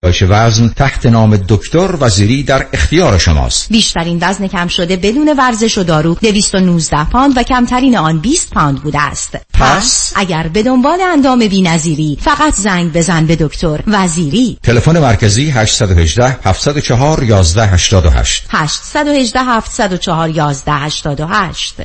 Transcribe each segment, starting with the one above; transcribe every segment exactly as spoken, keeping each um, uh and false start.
افزایش وزن تحت نام دکتر وزیری در اختیار شماست. بیشترین وزن کم شده بدون ورزش و دارو دویست و نوزده پوند و کمترین آن بیست پوند بوده است. پس اگر به دنبال اندام بی‌نظیری فقط زنگ بزن به دکتر وزیری. تلفن مرکزی هشت یک هشت هفت صفر چهار یک یک هشت هشت هشت یک هشت هفت صفر چهار یک یک هشت هشت.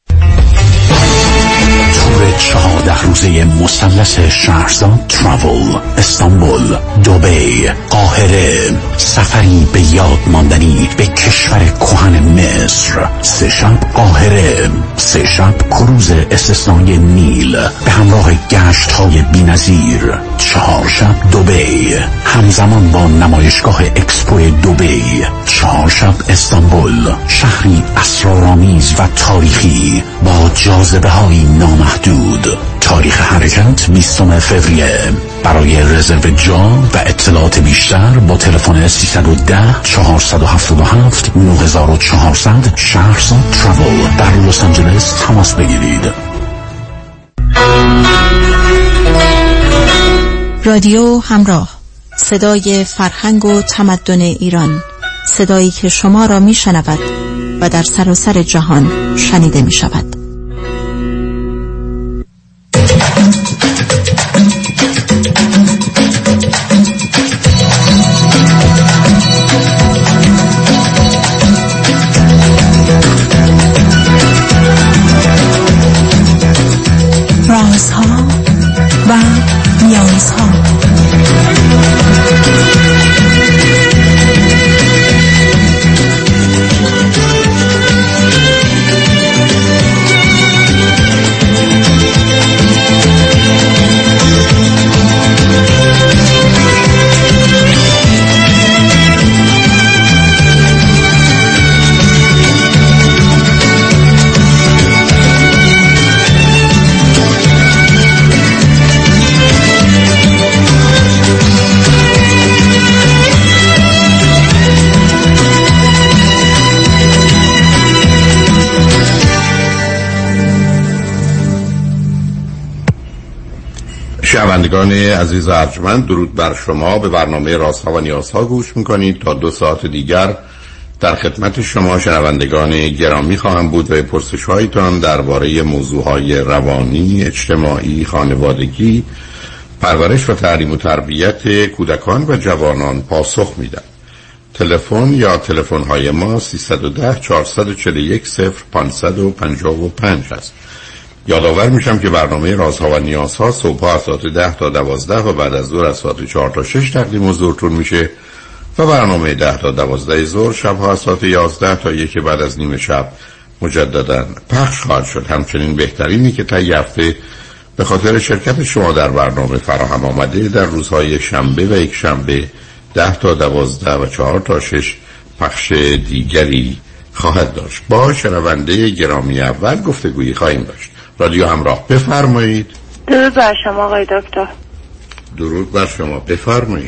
تور چهارده روزه مثلث شهرزاد تراول، استانبول، دبی، قاهره، سفری به یاد ماندنی به کشور کهن مصر. سه شب قاهره، سه شب کروز استثنایی نیل به همراه گشت های بی‌نظیر. چهار شب دبی همزمان با نمایشگاه اکسپو دبی. چهار شب استانبول، شهری اسرارآمیز و تاریخی با جاذبه های نامحدود. تاریخ حرکت بیستم فوریه. برای رزرو جا و اطلاعات بیشتر با تلفن سیصد و ده چهارصد و هفتاد و هفت نه هزار و چهارصد شهرزاد تراول در لس آنجلس تماس بگیرید. رادیو همراه، صدای فرهنگ و تمدن ایران، صدایی که شما را میشنود و در سراسر جهان شنیده می شود. رازها و نیازها. شنوندگان عزیز ارجمند، درود بر شما. به برنامه رازها و نیازها گوش میکنید. تا دو ساعت دیگر در خدمت شما شنوندگان گرامی خواهم بود و پرسش هایتان درباره موضوعهای روانی، اجتماعی، خانوادگی، پرورش و تعلیم و تربیت کودکان و جوانان پاسخ میدم. تلفن یا تلفن های ما سیصد و ده چهارصد و چهل و یک صفر پانصد و پنجاه و پنج است. یادآور میشم که برنامه رازها و نیازها صبح از ساعت ده تا دوازده و بعد از ظهر از ساعت چهار تا شش تقدیم حضورتون میشه و برنامه ده تا دوازده ظهر شبها از ساعت یازده تا یک بعد از نیم شب مجددا پخش خواهد شد. همچنین بهترینی که تا هفته به خاطر شرکت شما در برنامه فراهم آمده در روزهای شنبه و یک شنبه ده تا دوازده و چهار تا شش پخش دیگری خواهد داشت. با شنونده گرامی اول گفتگویی خواهیم داشت. رادیو همراه، بفرمایید. درود بر شما آقای دکتر. درود بر شما، بفرمایید.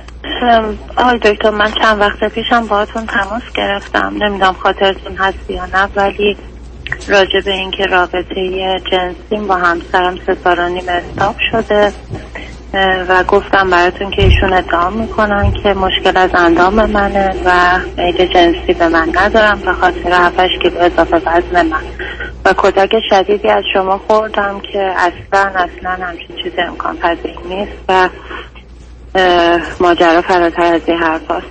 آقای دکتر، من چند وقت پیشم باهاتون تماس گرفتم، نمیدونم خاطرتون هست یا نه، ولی راجع به این که رابطه جنسیم با همسرم سه سال و نیم استاپ شده و گفتم براتون که ایشون ادعا میکنن که مشکل از اندام منه و میل جنسی به من ندارم به خاطر هفت هشت کیلو اضافه وزن من و کتک شدیدی از شما خوردم که اصلا اصلا همچین چیزی امکان پذیر نیست و ماجرا فراتر از این حرف هست.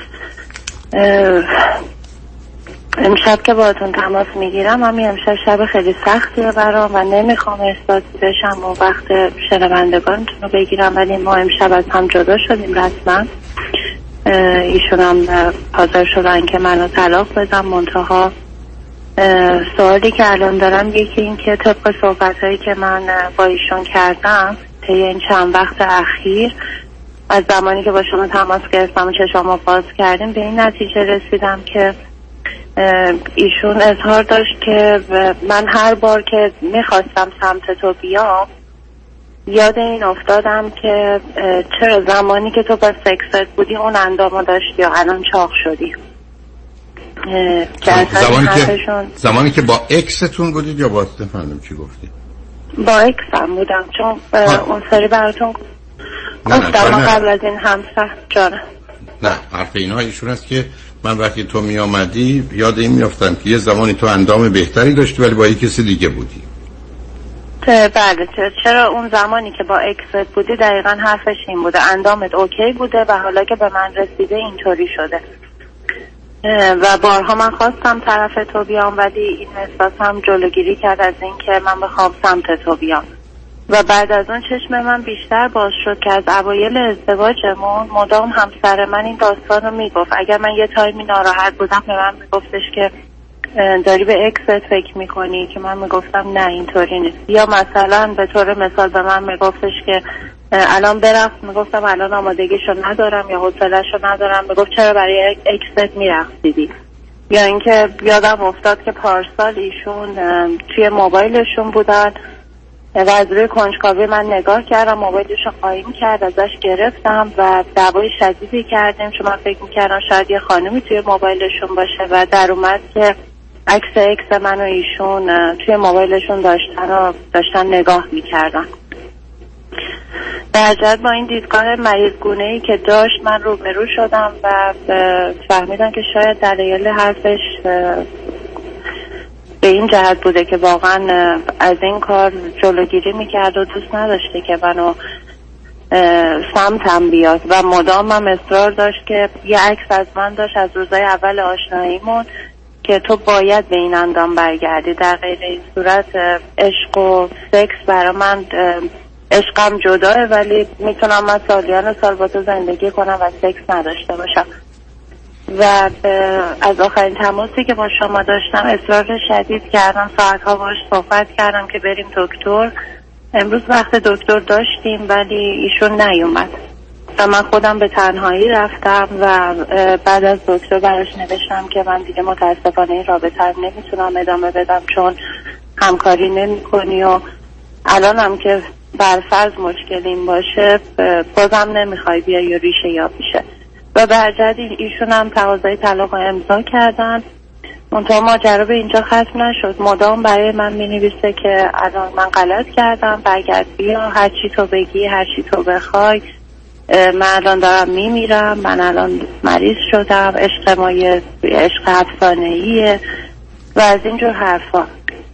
امشب که باهاتون تماس میگیرم، همین امشب شب خیلی سختیه برام و نمیخوام احساسی بشم و وقت شنوندگانتون رو بگیرم، ولی ما امشب از هم جدا شدیم رسما. ایشون هم حاضر شدن که منو طلاق بدم. منتها سوالی که الان دارم یکی این که طبق صحبت هایی که من با ایشون کردم طی این چند وقت اخیر، از زمانی که با شما تماس گرفتم و چشامو باز کردیم، به این نتیجه رسیدم که ایشون اظهار داشت که من هر بار که میخواستم سمت تو بیام یاد این افتادم که چرا زمانی که تو با سکست بودی اون اندامو داشتی یا الان چاق شدی. زمانی که زمانی که با اکستون بودید یا با نفهمیدم چی گفتی؟ با اکسم بودم، چون اون سری براتون گفتم قبل از این همسر جانم. نه حرف اینها ایشون است که من وقتی تو می آمدی یاد این میافتم که یه زمانی تو اندام بهتری داشتی ولی با یک کسی دیگه بودی. بله چرا اون زمانی که با اکست بودی دقیقا حرفش این بوده اندامت اوکی بوده و حالا که به من رسیده اینطوری شده و بارها من خواستم طرف تو بیام ولی این احساس هم جلوگیری کرد از این که من بخوام سمت تو بیام و بعد از اون چشم من بیشتر باز شد که از اوایل ازدواجمون مدام همسر من این داستان رو میگفت. اگر من یه تایمی ناراحت بودم به من میگفتش که داری به اکست فکر میکنی، که من میگفتم نه اینطوری نیست. یا مثلا به طور مثال به من میگفتش که الان برقص، میگفتم الان آمادگیشو ندارم یا حوصله‌شو ندارم. میگفت چرا برای اکست میرقصیدی؟ یا اینکه یادم افتاد که پارسال ایشون توی موبایلشون بودن و از روی کنجکاوی من نگاه کردم، موبایلشو قایم کرد، ازش گرفتم و دعوای شدیدی کردیم چون من فکر میکردم شاید یه خانمی توی موبایلشون باشه و در اومد که عکس اکس من و ایشون توی موبایلشون داشتن و داشتن نگاه میکردن. در جهت با این دیدگاه مریضگونه‌ای که داشت من روبرو شدم و فهمیدم که شاید دلایل حرفش به این جهت بوده که واقعا از این کار جلوگیری میکرد و دوست نداشته که منو سمتم بیاد و مدام هم اصرار داشت که یه عکس از من داشت از روزای اول آشناییمون که تو باید به این اندام برگردی، در غیر این صورت عشق و سکس برای من عشقم جداه ولی میتونم من سالیان سال با تو زندگی کنم و سکس نداشته باشم. و از آخرین تماسی که با شما داشتم اصرار شدید کردم، ساعتها باش صحبت کردم که بریم دکتر. امروز وقت دکتر داشتیم ولی ایشون نیومد و من خودم به تنهایی رفتم و بعد از دکتر براش نوشتم که من دیگه متاسفانه این رابطه رو نمیتونم ادامه بدم چون همکاری نمی کنی و الان هم که برفرض مشکلیم باشه بازم نمیخوای بیای یا ریشه یا بیشه. و برجد ایشون هم تقاضای طلاق امضا کردن. منتها ماجرا به اینجا ختم نشد، مدام برای من مینویسه که الان من غلط کردم، برگرد بیا، هر چی تو بگی، هر چی تو بخوای، من الان دارم میمیرم، من الان مریض شدم، عشق ما یه عشق افسانه‌ایه و از اینجور حرفا.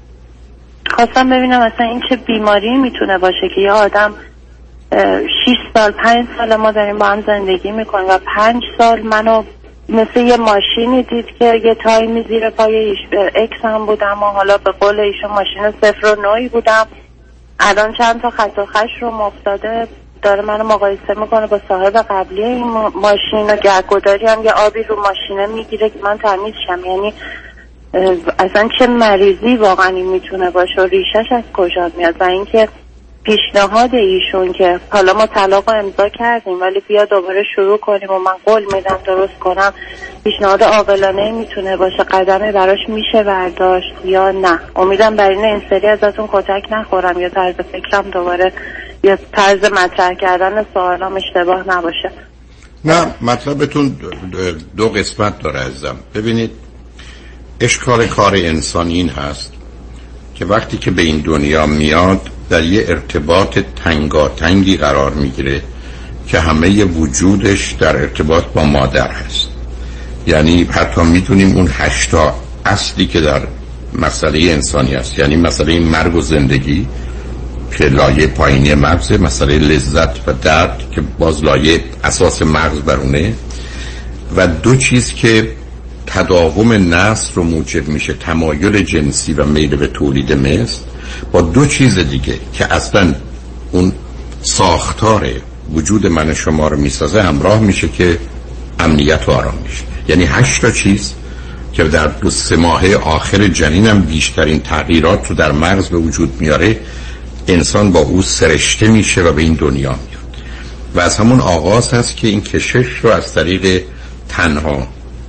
خواستم ببینم اصلا این چه بیماری میتونه باشه که یه آدم شیش سال پنج سال ما داریم با هم زندگی میکنیم و پنج سال منو مثل یه ماشینی دید که یه تایمی زیر پای اکس هم بودم و حالا به قول ایشون ماشین صفر و نوعی بودم. الان چند تا خط و خش رو مفتاده داره منو مقایسه میکنه با صاحب قبلی این ماشین و گرگوداری هم یه آبی رو ماشینه میگیره که من تمیز شم. یعنی اصلا چه مریضی واقعا این میتونه باشه و ریشش از کجا میاد. و اینکه پیشنهاد ایشون که حالا ما طلاق رو امضا کردیم ولی بیا دوباره شروع کنیم و من قول میدم درست کنم، پیشنهاد عاقلانه میتونه باشه، قدمی براش میشه برداشت یا نه؟ امیدم بر اینه این سری ازتون کتک نخورم یا طرز فکرم دوباره یا طرز مطرح کردن سوالام اشتباه نباشه. نه مطلبتون دو قسمت داره عزیزم. ببینید اشکال کار انسانی این هست که وقتی که به این دنیا میاد در یه ارتباط تنگاتنگی قرار میگیره که همه وجودش در ارتباط با مادر هست. یعنی حتی میتونیم اون هشتا اصلی که در مسئله انسانی هست، یعنی مسئله مرگ و زندگی که لایه پایینی مغز، مسئله لذت و درد که باز لایه اساس مغز برونه، و دو چیز که تداوم نسل رو موجب میشه، تمایل جنسی و میل به تولید مثل، با دو چیز دیگه که اصلا اون ساختار وجود من شما رو میسازه همراه میشه که امنیت و آرامش. یعنی هشت تا چیز که در دو سه ماهه آخر جنینم بیشترین تغییرات رو در مغز به وجود میاره، انسان با او سرشته میشه و به این دنیا میاد. و از همون آغاز هست که این کشش رو از طریق تنها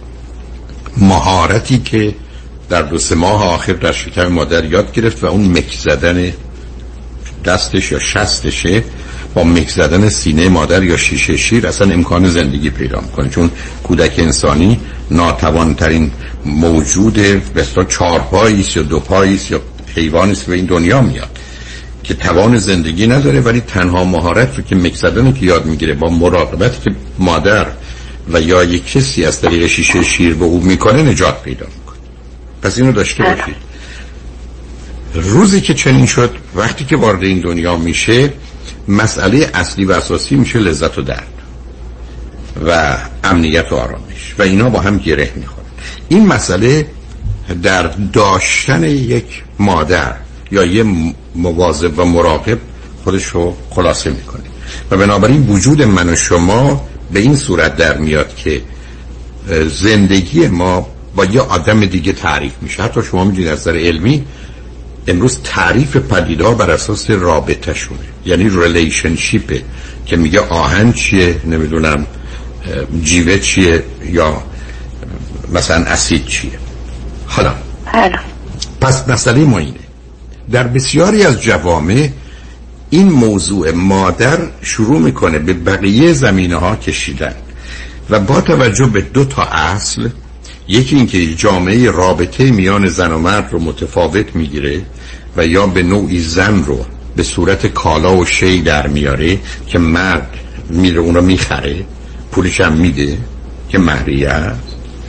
مهارتی که در دو سه ماه آخر در شکم مادر یاد گرفت و اون مک زدن دستش یا شستشه، با مک زدن سینه مادر یا شیشه شیر اصلا امکان زندگی پیدا میکنه، چون کودک انسانی ناتوانترین موجود بسیار چهار پاییست یا دو پاییست یا حیوانیست به این دنیا میاد. که توان زندگی نداره ولی تنها مهارت رو که مکزدن که یاد میگیره با مراقبت که مادر و یا یک کسی از طریق شیشه شیر به او میکنه نجات پیدا میکنه. پس اینو داشته باشید. روزی که چنین شد، وقتی که وارد این دنیا میشه، مسئله اصلی و اساسی میشه لذت و درد و امنیت و آرامش و اینا با هم گره میخورن. این مسئله در داشتن یک مادر یا یه مواظب و مراقب خودش رو خلاصه میکنه و بنابراین وجود من و شما به این صورت در میاد که زندگی ما با یه آدم دیگه تعریف میشه. حتی شما میدونید از نظر علمی امروز تعریف پدیده‌ها بر اساس رابطه شونه، یعنی ریلیشنشیپه که میگه آهن چیه، نمیدونم جیوه چیه یا مثلا اسید چیه. حالا پس مسئله ما اینه، در بسیاری از جوامع این موضوع مادر شروع میکنه به بقیه زمینه ها کشیدن و با توجه به دو تا اصل، یکی اینکه جامعه رابطه میان زن و مرد رو متفاوت میگیره و یا به نوعی زن رو به صورت کالا و شی در میاره که مرد میره اون رو میخره، پولش هم میده که مهریه است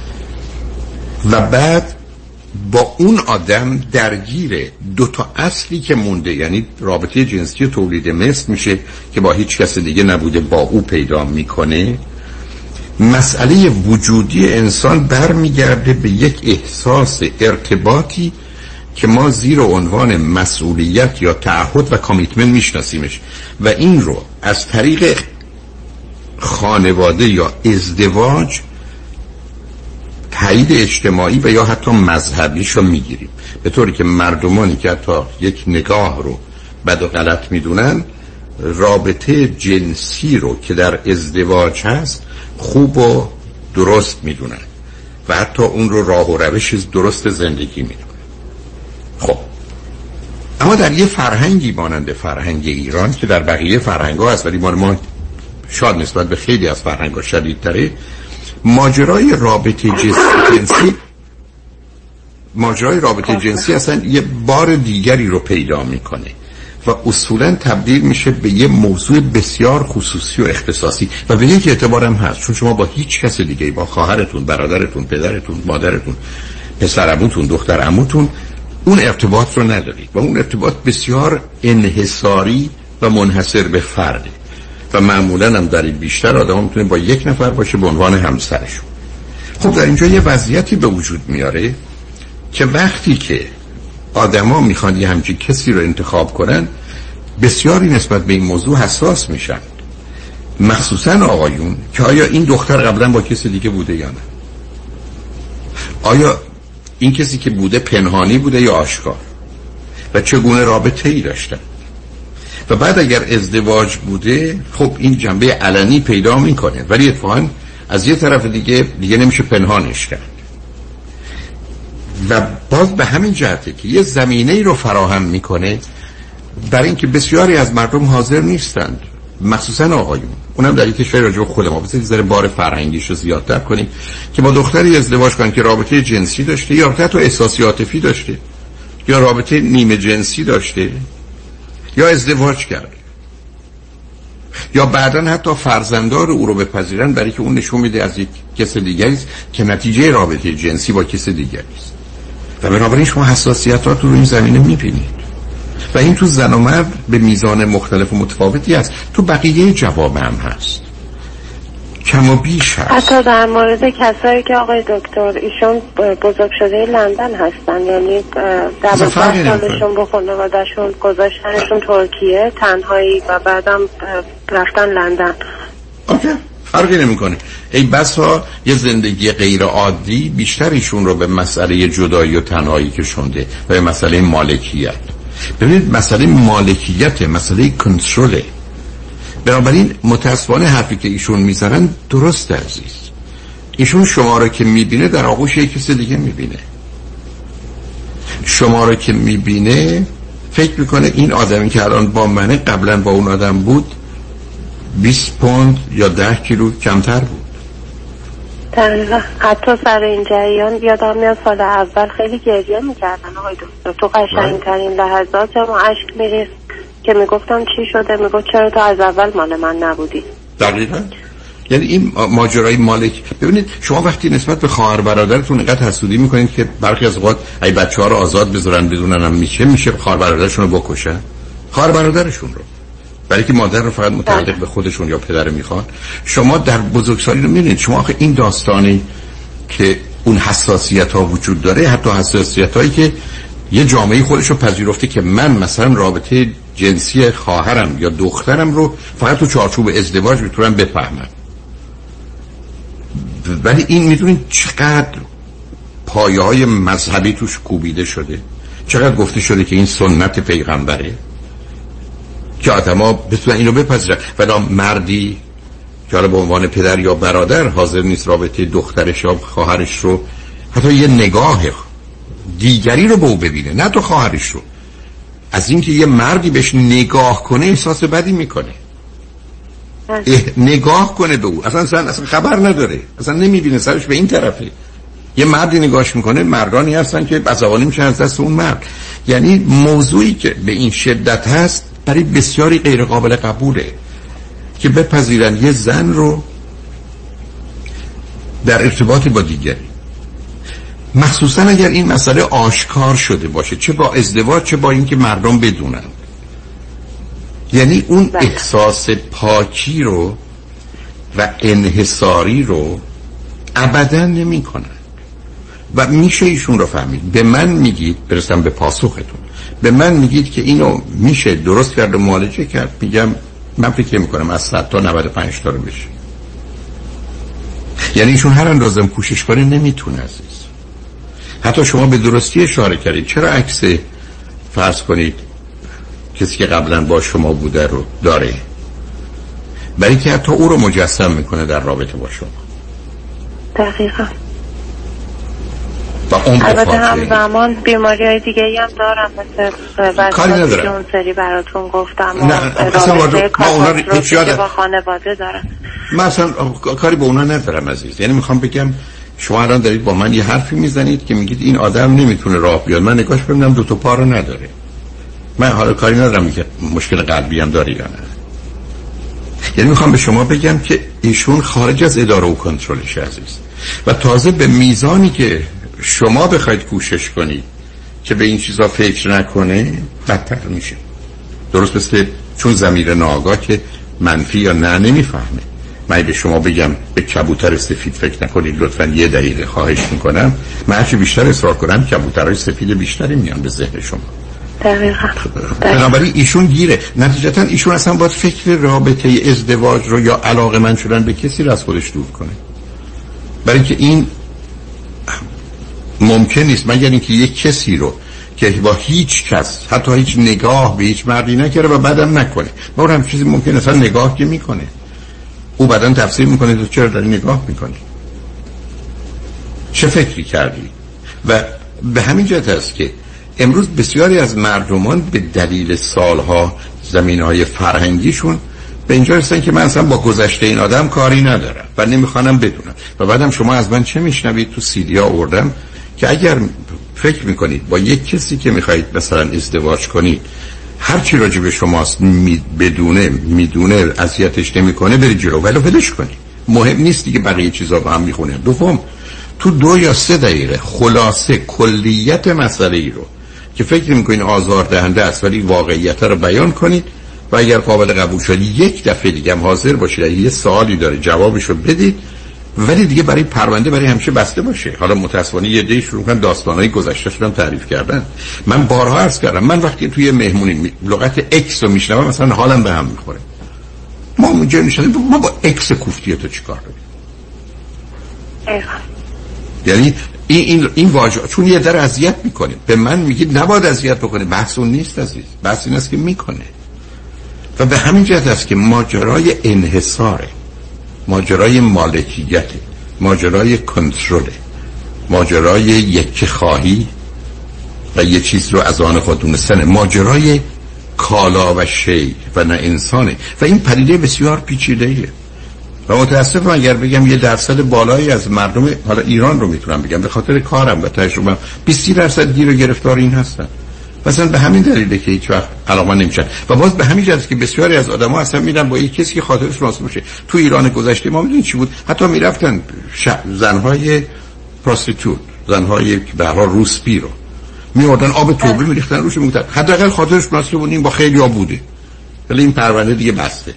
و بعد با اون آدم درگیر دو تا اصلی که مونده، یعنی رابطه جنسی تولید مثل میشه که با هیچ کس دیگه نبوده با او پیدا میکنه. مسئله وجودی انسان برمیگرده به یک احساس ارتباطی که ما زیر عنوان مسئولیت یا تعهد و کامیتمنت میشناسیمش و این رو از طریق خانواده یا ازدواج تایید اجتماعی و یا حتی مذهبیش رو میگیریم، به طوری که مردمانی که حتی یک نگاه رو بد و غلط میدونن رابطه جنسی رو که در ازدواج هست خوب و درست میدونن و حتی اون رو راه و روش درست زندگی میدونن. خب اما در یه فرهنگی مانند فرهنگ ایران که در بقیه فرهنگ‌ها هست ولی ما ما شاید نسبت به خیلی از فرهنگ‌ها شدیدتره، ماجرای رابطه جنسی ماجرای رابطه جنسی اصلا یه بار دیگری رو پیدا میکنه و اصولا تبدیل میشه به یه موضوع بسیار خصوصی و اختصاصی و به یک اعتبار هم هست، چون شما با هیچ کس دیگه، با خواهرتون، برادرتون، پدرتون، مادرتون، پسرعموتون، دخترعموتون اون ارتباط رو ندارید و اون ارتباط بسیار انحصاری و منحصر به فرده و معمولا هم در این بیشتر آدم ها میتونه با یک نفر باشه به عنوان همسرشون. خب در اینجا یه وضعیتی به وجود میاره که وقتی که آدما میخوان یه همچین کسی رو انتخاب کنن بسیاری نسبت به این موضوع حساس میشن، مخصوصا آقایون، که آیا این دختر قبلا با کسی دیگه بوده یا نه، آیا این کسی که بوده پنهانی بوده یا آشکار و چگونه رابطه ای داشتن و بعد اگر ازدواج بوده خب این جنبه علنی پیدا میکنه ولی اتفاقا از یه طرف دیگه دیگه نمیشه پنهانش کرد و باز به همین جهته که یه زمینه ای رو فراهم میکنه برای اینکه بسیاری از مردم حاضر نیستند، مخصوصا آقایون، اونم در این کشور راجع به خود ما بذارید ذره بار فرهنگیش رو زیادتر کنیم که با دختری ازدواج کنن که رابطه جنسی داشته یا حتی احساسی عاطفی داشته یا رابطه نیمه جنسی داشته یا ازدواج کرده یا بعداً حتی فرزنددار او رو بپذیرن برای که اون نشون میده از یک کس دیگری است که نتیجه رابطه جنسی با کس دیگری است و بنابراین شما حساسیتات رو این زمینه میبینید و این تو زن و مرد به میزان مختلف و متفاوتی هست، تو بقیه جواب هم هست، کم و بیش هست. حتی در مورد کسایی که آقای دکتر ایشون بزرگ شده لندن هستن، یعنی دوازده سالشون با خانواده‌شون گذاشتنشون ترکیه تنهایی و بعدم رفتن لندن. اوکی، فرقی نمیکنه. ای بسا یه زندگی غیر عادی بیشتر ایشون رو به مسئله جدایی و تنهایی کشونده و به مسئله مالکیت. ببینید مسئله مالکیت مسئله کنترله. بنابراین متاسفانه حرفی که ایشون میزنن درست عزیز، ایشون شما رو که میبینه در آغوش یک کس دیگه میبینه، شما رو که میبینه فکر میکنه این آدمی که الان با منه قبلا با اون آدم بود بیست پوند یا ده کیلو کمتر بود. دقیقا. حتی سر این جریان یادم میاد سال اول خیلی گریه میکردن آقای دکتر، تو قشنگترین لحظات ما اشک میریخت که میگفتم چی شده، میگفت چرا تو از اول مال من نبودی. دقیقاً. یعنی این ماجرای مالک، ببینید شما وقتی نسبت به خواهر برادرتون اینقدر حسودی میکنید که برخی از اوقات ای بچه‌ها رو آزاد بذارن بدونن هم میشه میشه خواهر برادرشون رو بکشن، خواهر برادرشون رو، برای که مادر رو فقط متعلق به خودشون یا پدر میخوان. شما در بزرگسالی رو میبینید، شما آخه این داستانی که اون حساسیت ها وجود داره، حتی حساسیت هایی که یه جامعه خودش رو پذیرفته که من مثلا رابطه جنسی خواهرم یا دخترم رو فقط تو چارچوب ازدواج میتونم بفهمم، ولی این میدونید چقدر پایه های مذهبی توش کوبیده شده، چقدر گفته شده که این سنت پیغمبره که آدما بتونن اینو بپذیرن، ولی مردی که حالا به عنوان پدر یا برادر حاضر نیست رابطه دخترش یا خواهرش رو حتی یه نگاه دیگری رو به او ببینه، نه تو خواهرش رو، از اینکه یه مردی بهش نگاه کنه احساس بدی میکنه، نگاه کنه به او اصلا اصلا خبر نداره، اصلا نمیبینه سرش به این طرفه. یه مردی نگاهش میکنه، مردانی هستن که عصبانی میشن از دست اون مرد. یعنی موضوعی که به این شدت هست برای بسیاری غیر قابل قبوله که بپذیرن یه زن رو در ارتباطی با دیگری، مخصوصا اگر این مسئله آشکار شده باشه، چه با ازدواج چه با اینکه مردم بدونن. یعنی اون احساس پاکی رو و انحصاری رو ابدا نمی کنن و میشه ایشون رو فهمید. به من میگید، برسم به پاسختون، به من میگید که اینو میشه درست کرد و معالجه کرد، میگم من فکر میکنم از صد تا نود و پنج تا رو بشه. یعنی ایشون هر اندازم کوشش کنه نمیتونه عزیز. حتی شما به درستی اشاره کردید، چرا عکس فرض کنید کسی که قبلا با شما بوده رو داره؟ برای که حتی او رو مجسم میکنه در رابطه با شما. دقیقا. و اون البته همزمان بیماری های دیگه هم دارم، مثل وضعی که اون سری براتون گفتم، نه اصلا ما اونا رو هیچ یادم با خانواده دارم. من اصلا کاری با اونا ندارم عزیز. یعنی میخوام بگم شما الان دارید با من یه حرفی میزنید که میگید این آدم نمیتونه راه بیاد، من نگاش ببینم دو تا پا رو نداره. من حالا کاری ندارم که مشکل قلبی هم داره یا نه. یعنی میخوام به شما بگم که ایشون خارج از اداره و کنترلش عزیز، و تازه به میزانی که شما بخواید کوشش کنید که به این چیزا فکر نکنه بدتر میشه. درست مثل چون ضمیر ناآگاه که منفی یا نه نمیفهمه. من به شما بگم به کبوتر سفید فکر نکنید لطفاً یه دقیقه خواهش میکنم، من هرچی بیشتر اصرار کنم کبوترهای سفید بیشتری میان به ذهن شما. دقیقاً. بنابراین ایشون گیره. نتیجتا ایشون اصلا باید فکر رابطه ازدواج رو یا علاقه‌مند شدن به کسی رو از خودش دور کنه، برای که این ممکن نیست مگر اینکه یک کسی رو که با هیچ کس حتی هیچ نگاه به هیچ مردی نکره و بعدم نکنه. با اون هم چیزی ممکن اصلا نگاه که میکنه، او بعدن تفسیر میکنه تو چرا داری نگاه میکنی، چه فکری کردی. و به همین جهت است که امروز بسیاری از مردمان به دلیل سالها زمینهای فرهنگیشون به اینجا رسیدن که من اصلا با گذشته این آدم کاری ندارم و نمیخوانم بدونم. و بعدم شما از من چه میشنوید؟ تو سیدیا آوردم که اگر فکر میکنید با یک کسی که میخواید مثلا ازدواج کنید هر چی راجع به شماست می بدونه میدونه اذیتش نمیکنه برید جلو، ولی ولش کنید، مهم نیست دیگه بقیه چیزا با هم میخونه. دوم، تو دو یا سه دقیقه خلاصه کلیت مسئله ای رو که فکر میکنید آزاردهنده است ولی واقعیت رو بیان کنید و اگر قابل قبول شد یک دفعه دیگه هم حاضر باشید اگه یه سوالی داره جوابشو بدید، ولی دیگه برای پرونده برای همیشه بسته باشه. حالا متاسفانه یه دی شروع کردن داستانای گذشته‌شون هم تعریف کردن. من بارها عرض کردم من وقتی توی مهمونی لغت اکس رو میشنوم مثلا حالم به هم میخوره. ما اونجا نشدیم ما با اکس کوفتی تو چیکار داریم؟ یعنی این این این واژه چون یه در اذیت میکنه، به من میگید نباید اذیت بکنه، بحث اون نیست عزیز، بحث این است که میکنه. و به همین جهت است که ماجرای انحصاره، ماجرای مالکیت، ماجرای کنترل، ماجرای یک خواهی و یه چیز رو از آن خود دونستن، ماجرای کالا و شی و نه انسانه و این پدیده بسیار پیچیده‌ایه. و متاسفم اگر بگم یه درصد بالایی از مردم حالا ایران رو میتونم بگم به خاطر کارم و تجربه‌ام بیست درصد گیر و گرفتار این هستن. مثلا به همین دلیله که هیچ وقت علاقمند نمیشن و باز به همین جهت که بسیاری از آدما اصلا میرن با یک کسی که خاطرش راست باشه. تو ایران گذشته ما میدونید چی بود؟ حتی میرفتن ش... زنهای پروستیتوت، زنهای که به هر حال روسپی رو میوردن آب توبه میریختن روش میگفتن حداقل خاطرش راست بود، این با خیلی ها بوده، ولی این پرونده دیگه بسته.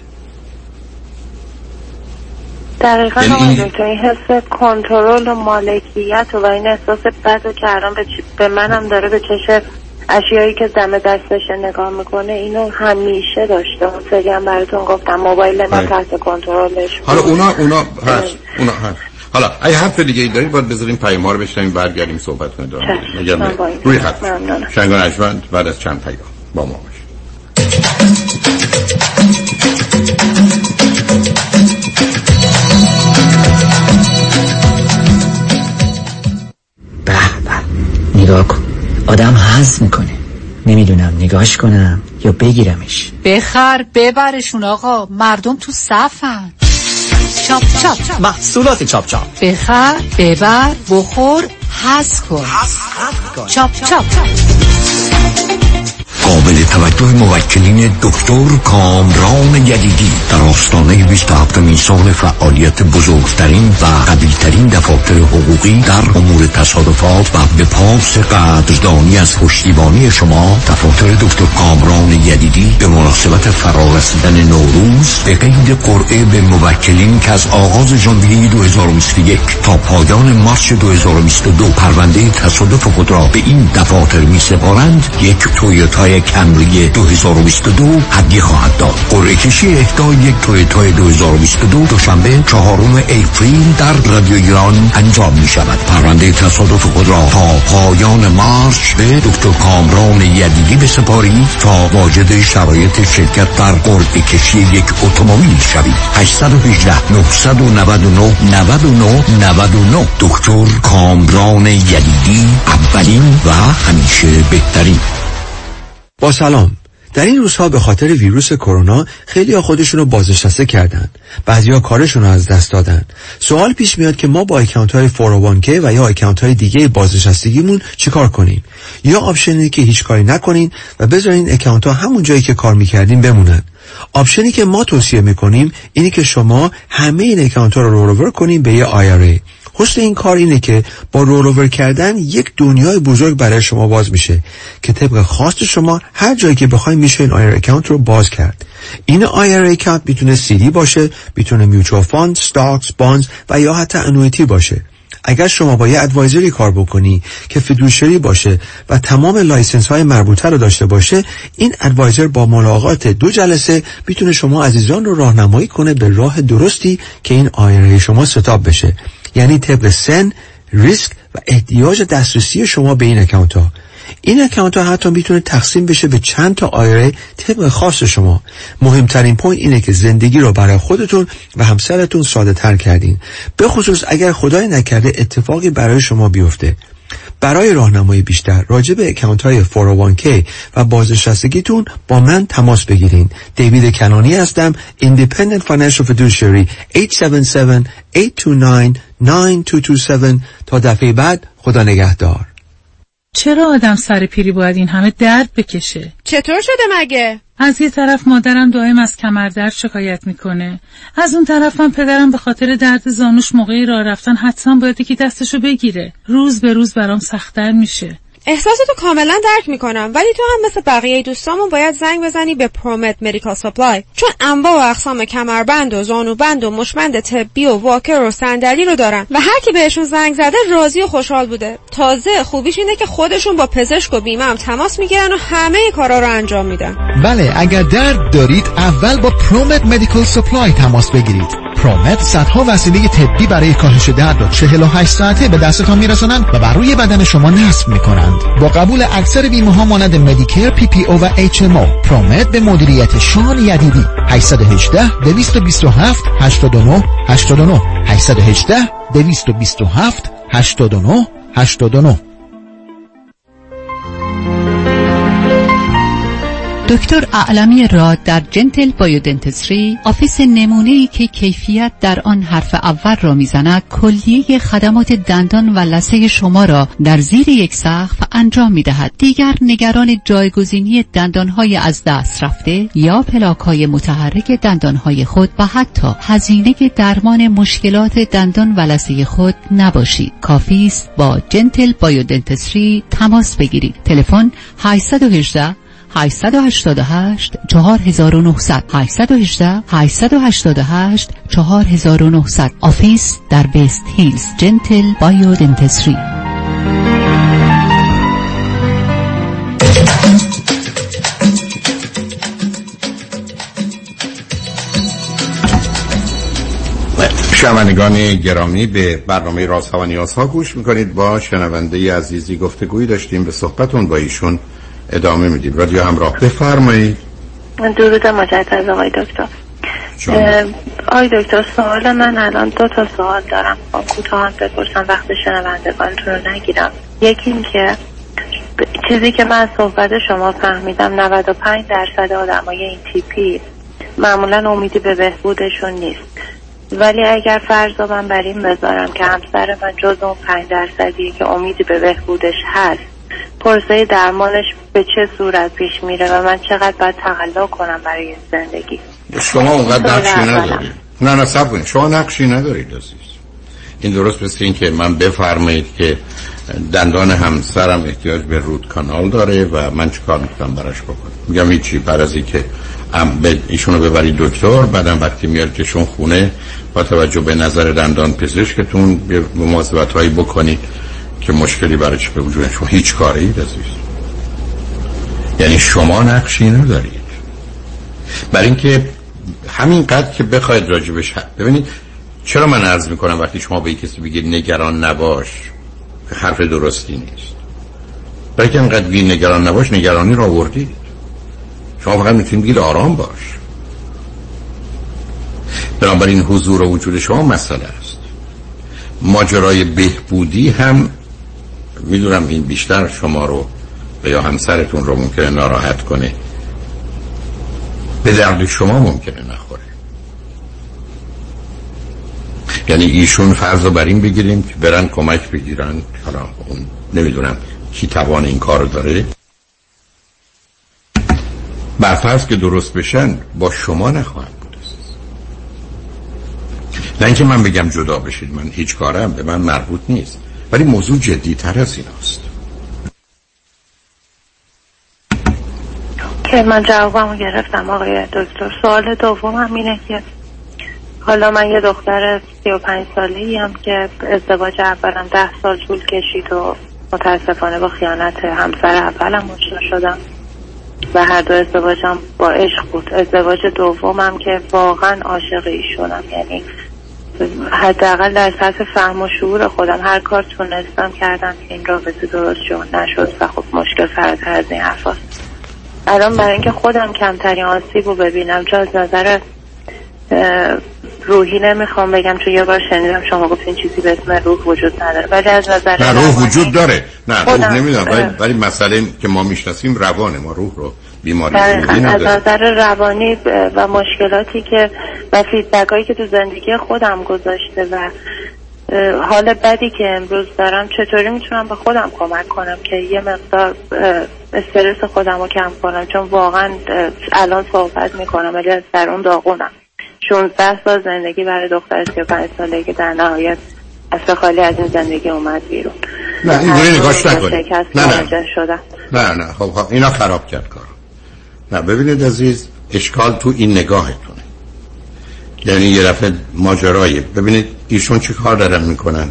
دقیقاً همون که این حس کنترل و مالکیت و این احساس بد و کردن به, چ... به منم داره به چش اشیایی که دم دستش نگاه میکنه اینو همیشه داشته. اون سری هم براتون گفتم موبایل من تحت کنترلش. حالا اونا اونا هست اونا هست. حالا اگه حرف دیگه ای دارید باید بذاریم پیام ها رو بشنویم برگردیم صحبت کنیم. میگم روی خط شنگان اجوند بعد از چند پیام با ما باشید. به به نگاه کن، آدم هضم میکنه. نمیدونم نگاهش کنم یا بگیرمش. بخر ببرشون آقا، مردم تو صفن. چاپ چاپ محصولات چاپ چاپ. بخر ببر بخور هضم کن. چاپ چاپ. قابل توجه موکلین دکتر کامران یدیدی در آستانه بیست و هفتمین سال فعالیت بزرگترین و قوی‌ترین دفاتر حقوقی در امور تصادفات و به پاس قدردانی از پشتیبانی شما، دفاتر دکتر کامران یدیدی به مناسبت فرارسیدن نوروز به قید قرعه به موکلین که از آغاز ژانویه دو هزار و بیست و یک تا پایان مارس دو هزار و بیست و دو پرونده تصادف خود را به این دفاتر می‌سپارند، یک تویوتای کمری دو هزار و بیست و دو هدیه خواهد داد. قرعه کشی اهدای یک تویوتای دو هزار و بیست و دو دوشنبه چهارم اپریل در رادیو ایران انجام می شود. پرونده تصادف خود را تا پایان مارس به دکتر کامران یدیدی بسپارید تا واجد شرایط شرکت در قرعه کشی یک اتومبیل شوید. هشت یک هشت نه نه نه نه نه نه نه دکتر کامران یدیدی، اولین و همیشه بهترین. با سلام. در این روزها به خاطر ویروس کرونا خیلی ها خودشون رو بازنشسته کردن، بعضی ها کارشون رو از دست دادن. سوال پیش میاد که ما با اکانت های فور او وان کی و یا اکانت های دیگه بازنشستگیمون چیکار کنیم؟ یا آپشنی که هیچ کاری نکنین و بذارین اکانت ها همون جایی که کار میکردین بمونن. آپشنی که ما توصیه میکنیم اینی که شما همه این اکانت ها رو رول اوور کنین به یه آی آر ای. حسن این کار اینه که با رول اوور کردن یک دنیای بزرگ برای شما باز میشه که طبق خواست شما هر جایی که بخواید میشه این آی آر اکانت رو باز کرد. این آی آر اکانت میتونه سی دی باشه، میتونه میوچوال فاند، استاکس، بانز و یا حتی انویتی باشه. اگر شما با یه ادوایزری کار بکنی که فیدوشری باشه و تمام لایسنس های مربوطه رو داشته باشه، این ادوایزر با ملاقات دو جلسه میتونه شما عزیزان رو راهنمایی کنه به راه درستی که این آی آر ای شما ستاپ بشه. یعنی طبق سن، ریسک و احتیاج دسترسی شما به این اکانت ها. این اکانت ها حتی میتونه تقسیم بشه به چند تا آی آر ای طبق خاص شما. مهمترین پوینت اینه که زندگی رو برای خودتون و همسرتون ساده تر کردین، به خصوص اگر خدای نکرده اتفاقی برای شما بیفته. برای راهنمایی بیشتر راجع به اکانت های فور او وان کی و بازنشستگیتون با من تماس بگیرین. دیوید کنانی هستم، Independent Financial Fiduciary. هشت هفت هفت هشت دو نه نه دو دو هفت. تا دفعه بعد، خدا نگهدار. چرا آدم سر پیری باید این همه درد بکشه؟ چطور شده مگه؟ از یه طرف مادرم دائم از کمردرد شکایت میکنه، از اون طرف هم پدرم به خاطر درد زانوش موقعی راه رفتن حتما باید یکی دستشو بگیره. روز به روز برام سخت‌تر میشه. احساساتو کاملا درک میکنم، ولی تو هم مثل بقیه دوستامون باید زنگ بزنی به پرومت مدیکال سپلای، چون انواع و اقسام کمربند و زانوبند و مشمند طبی و واکر و صندلی رو دارن و هر کی بهشون زنگ زده راضی و خوشحال بوده. تازه خوبیش اینه که خودشون با پزشک و بیمه هم تماس میگیرن و همه کارا رو انجام میدن. بله، اگر درد دارید اول با پرومت مدیکال سپلای تماس بگیرید. پرومت صدها وسیله طبی برای کاهش درد را چهل و هشت ساعته به دستتان میرسونند و بر روی بدن شما نصب میکنند. با قبول اکثر بیمه ها مانند مدیکر، پی پی او و اچ ام او. پرومت به مدیریت شان یدیدی. هشت یک هشت دو دو هفت هشت نه هشت نه هشت یک هشت دو دو هفت هشت نه هشت نه. دکتر اعلمی راد در جنتل بایودنتسری، آفیس نمونه‌ای که کیفیت در آن حرف اول را میزند، کلیه خدمات دندان و لثه شما را در زیر یک سقف انجام میدهد. دیگر نگران جایگزینی دندانهای از دست رفته یا پلاک‌های متحرک دندانهای خود و حتی هزینه درمان مشکلات دندان و لثه خود نباشید. کافی است با جنتل بایودنتسری تماس بگیرید. تلفن هشت یک هشت هشت هشت هشت چهار نه صفر صفر هشت یک هشت هشت هشت هشت چهار نه صفر صفر. آفیس در بیست هیلز، جنتل بایودنتسری. شنوندگان گرامی، به برنامه رازها و نیازها گوش میکنید. با شنونده عزیزی گفتگویی داشتیم، به صحبتون با ایشون ادامه میدیم. رادیو همراه، بفرمایید. درود مجدد آقای دکتر. آقای دکتر، سوال من الان دو تا سوال دارم، کوتاه بپرسم وقت شنوندگانتون رو نگیرم. یکی این که چیزی که من صحبت شما فهمیدم نود و پنج درصد آدمای این تیپی معمولا امیدی به بهبودشون نیست، ولی اگر فرض من بر این بذارم که همسر من جز اون پنج درصدیه که امیدی به بهبودش هست، پروسه درمانش به چه صورت پیش میره و من چقدر باید تقلا کنم برای این زندگی؟ شما اونقدر نقشی ندارید. نه نه صبر کنید، شما نقشی ندارید عزیز. این درست مثل این که من بفرمایید که دندان همسرم احتیاج به رود کانال داره و من چیکار میکنم براش بکنم؟ میگم هیچی، پر از این که ایشونو ببرید دکتر، بعدم وقتی میارتشون خونه با توجه به نظر دندان پزشکتون مواظبت‌هایی بکنید که مشکلی برای چه به وجود شما هیچ کاری عزیز. یعنی شما نقشی ندارید. برای اینکه همینقدر که بخواید راجبش ببینید. چرا من عرض میکنم وقتی شما به کسی بگید نگران نباش، حرف درستی نیست. برای که اینقدر بگید نگران نباش، نگرانی را آوردید. شما فقط میتونید بگید آرام باش. بنابراین حضور و وجود شما مسئله است. ماجرای بهبودی هم میدونم این بیشتر شما رو یا همسرتون رو ممکنه ناراحت کنه، به درد شما ممکنه نخوره. یعنی ایشون فرض رو بر این بگیریم که برن کمک بگیرن، حالا اون نمیدونم کی توان این کار داره، برفرض که درست بشن با شما نخواهد بود. نه اینکه من بگم جدا بشید، من هیچ کارم به من مربوط نیست، ولی موضوع جدی تر از این است. که من جوابمو گرفتم آقای دکتر. سوال دوم هم اینه که حالا من یه دختر سی و پنج ساله‌ای هم که ازدواج اولم ده سال طول کشید و متاسفانه با خیانت همسر اولم آشنا شدم و هر دو ازدواجم با عشق بود. ازدواج دومم که واقعا عاشق ایشونم، یعنی حداقل در سطح فهم و شعور خودم هر کار تونستم کردم که این رابطه درست شد نشد و خب مشکل فراتر از این حرفاست. الان برای اینکه خودم کمترین آسیب رو ببینم، چه از نظر روحی نمیخوام بگم، چون یه بار شنیدم شما گفتین چیزی به اسم روح وجود نداره، ولی از نظر نه روح وجود داره، نه روح نمیدونم، ولی ولی مسئله که ما میشناسیم روانه، ما روح رو بیماری نداره. از نظر روانی و مشکلاتی که و فیدبک هایی که تو زندگی خودم گذاشته و حال بدی که امروز دارم، چطوری میتونم به خودم کمک کنم که یه مقدار استرس خودم رو کم کنم، چون واقعا الان صحبت میکنم ولی از درون داغونم. شانزده سال زندگی برای دختر سی و پنج ساله‌ای که در نهایت اصلا خالی از این زندگی اومد بیرون. نه اینجوری نگاش نکنید. نه نه نه نه خب خب اینا خراب کرد کار. نه ببینید عزیز، اشکال تو این نگاهتونه. یعنی یه دفعه ماجرایی، ببینید ایشون چی کار دارن میکنن.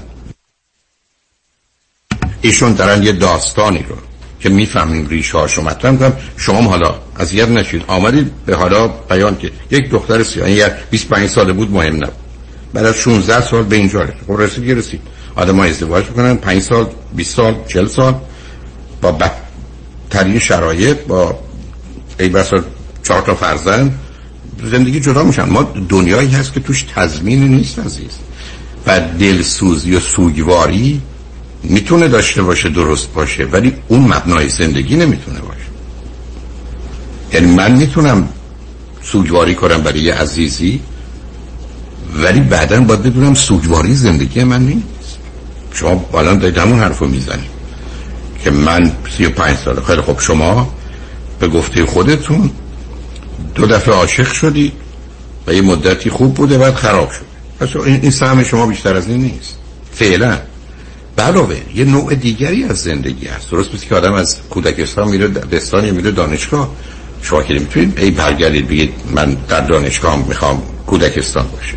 ایشون دارن یه داستانی رو که میفهمیم ریشه هاشو مطرح میکنم. شما حالا اذیت نشید، آمدید به حالا بیان که یک دختر سیاه یعنی بیست و پنج ساله بود مهم نبود، بعد از شانزده سال به اینجا رسید. خب رسید که رسید. آدم‌ها ازدواج میکنن پنج سال، بیست سال، چهل سال با بدترین شرایط، با ای بسا چهار تا فرزند زندگی جدا میشن. ما دنیایی هست که توش تضمین نیست عزیز، و دلسوزی و سوگواری میتونه داشته باشه، درست باشه، ولی اون مبنای زندگی نمیتونه باشه. یعنی من میتونم سوگواری کنم برای یه عزیزی، ولی بعداً باید بدونم سوگواری زندگی من نیست. شما الان دارید همون حرفو میزنید که من سی و پنج ساله. خیلی خب، شما به گفته خودتون دو دفعه عاشق شدی و یه مدتی خوب بوده بعد خراب شد. پس این, این سهم شما بیشتر از این نیست فعلا. علاوه یه نوع دیگری از زندگی هست. درست مثل که آدم از کودکستان میره دبستان یا میره دانشگاه. شما که نمیتونید ای برگردید بگید من در دانشگاه میخوام کودکستان باشه.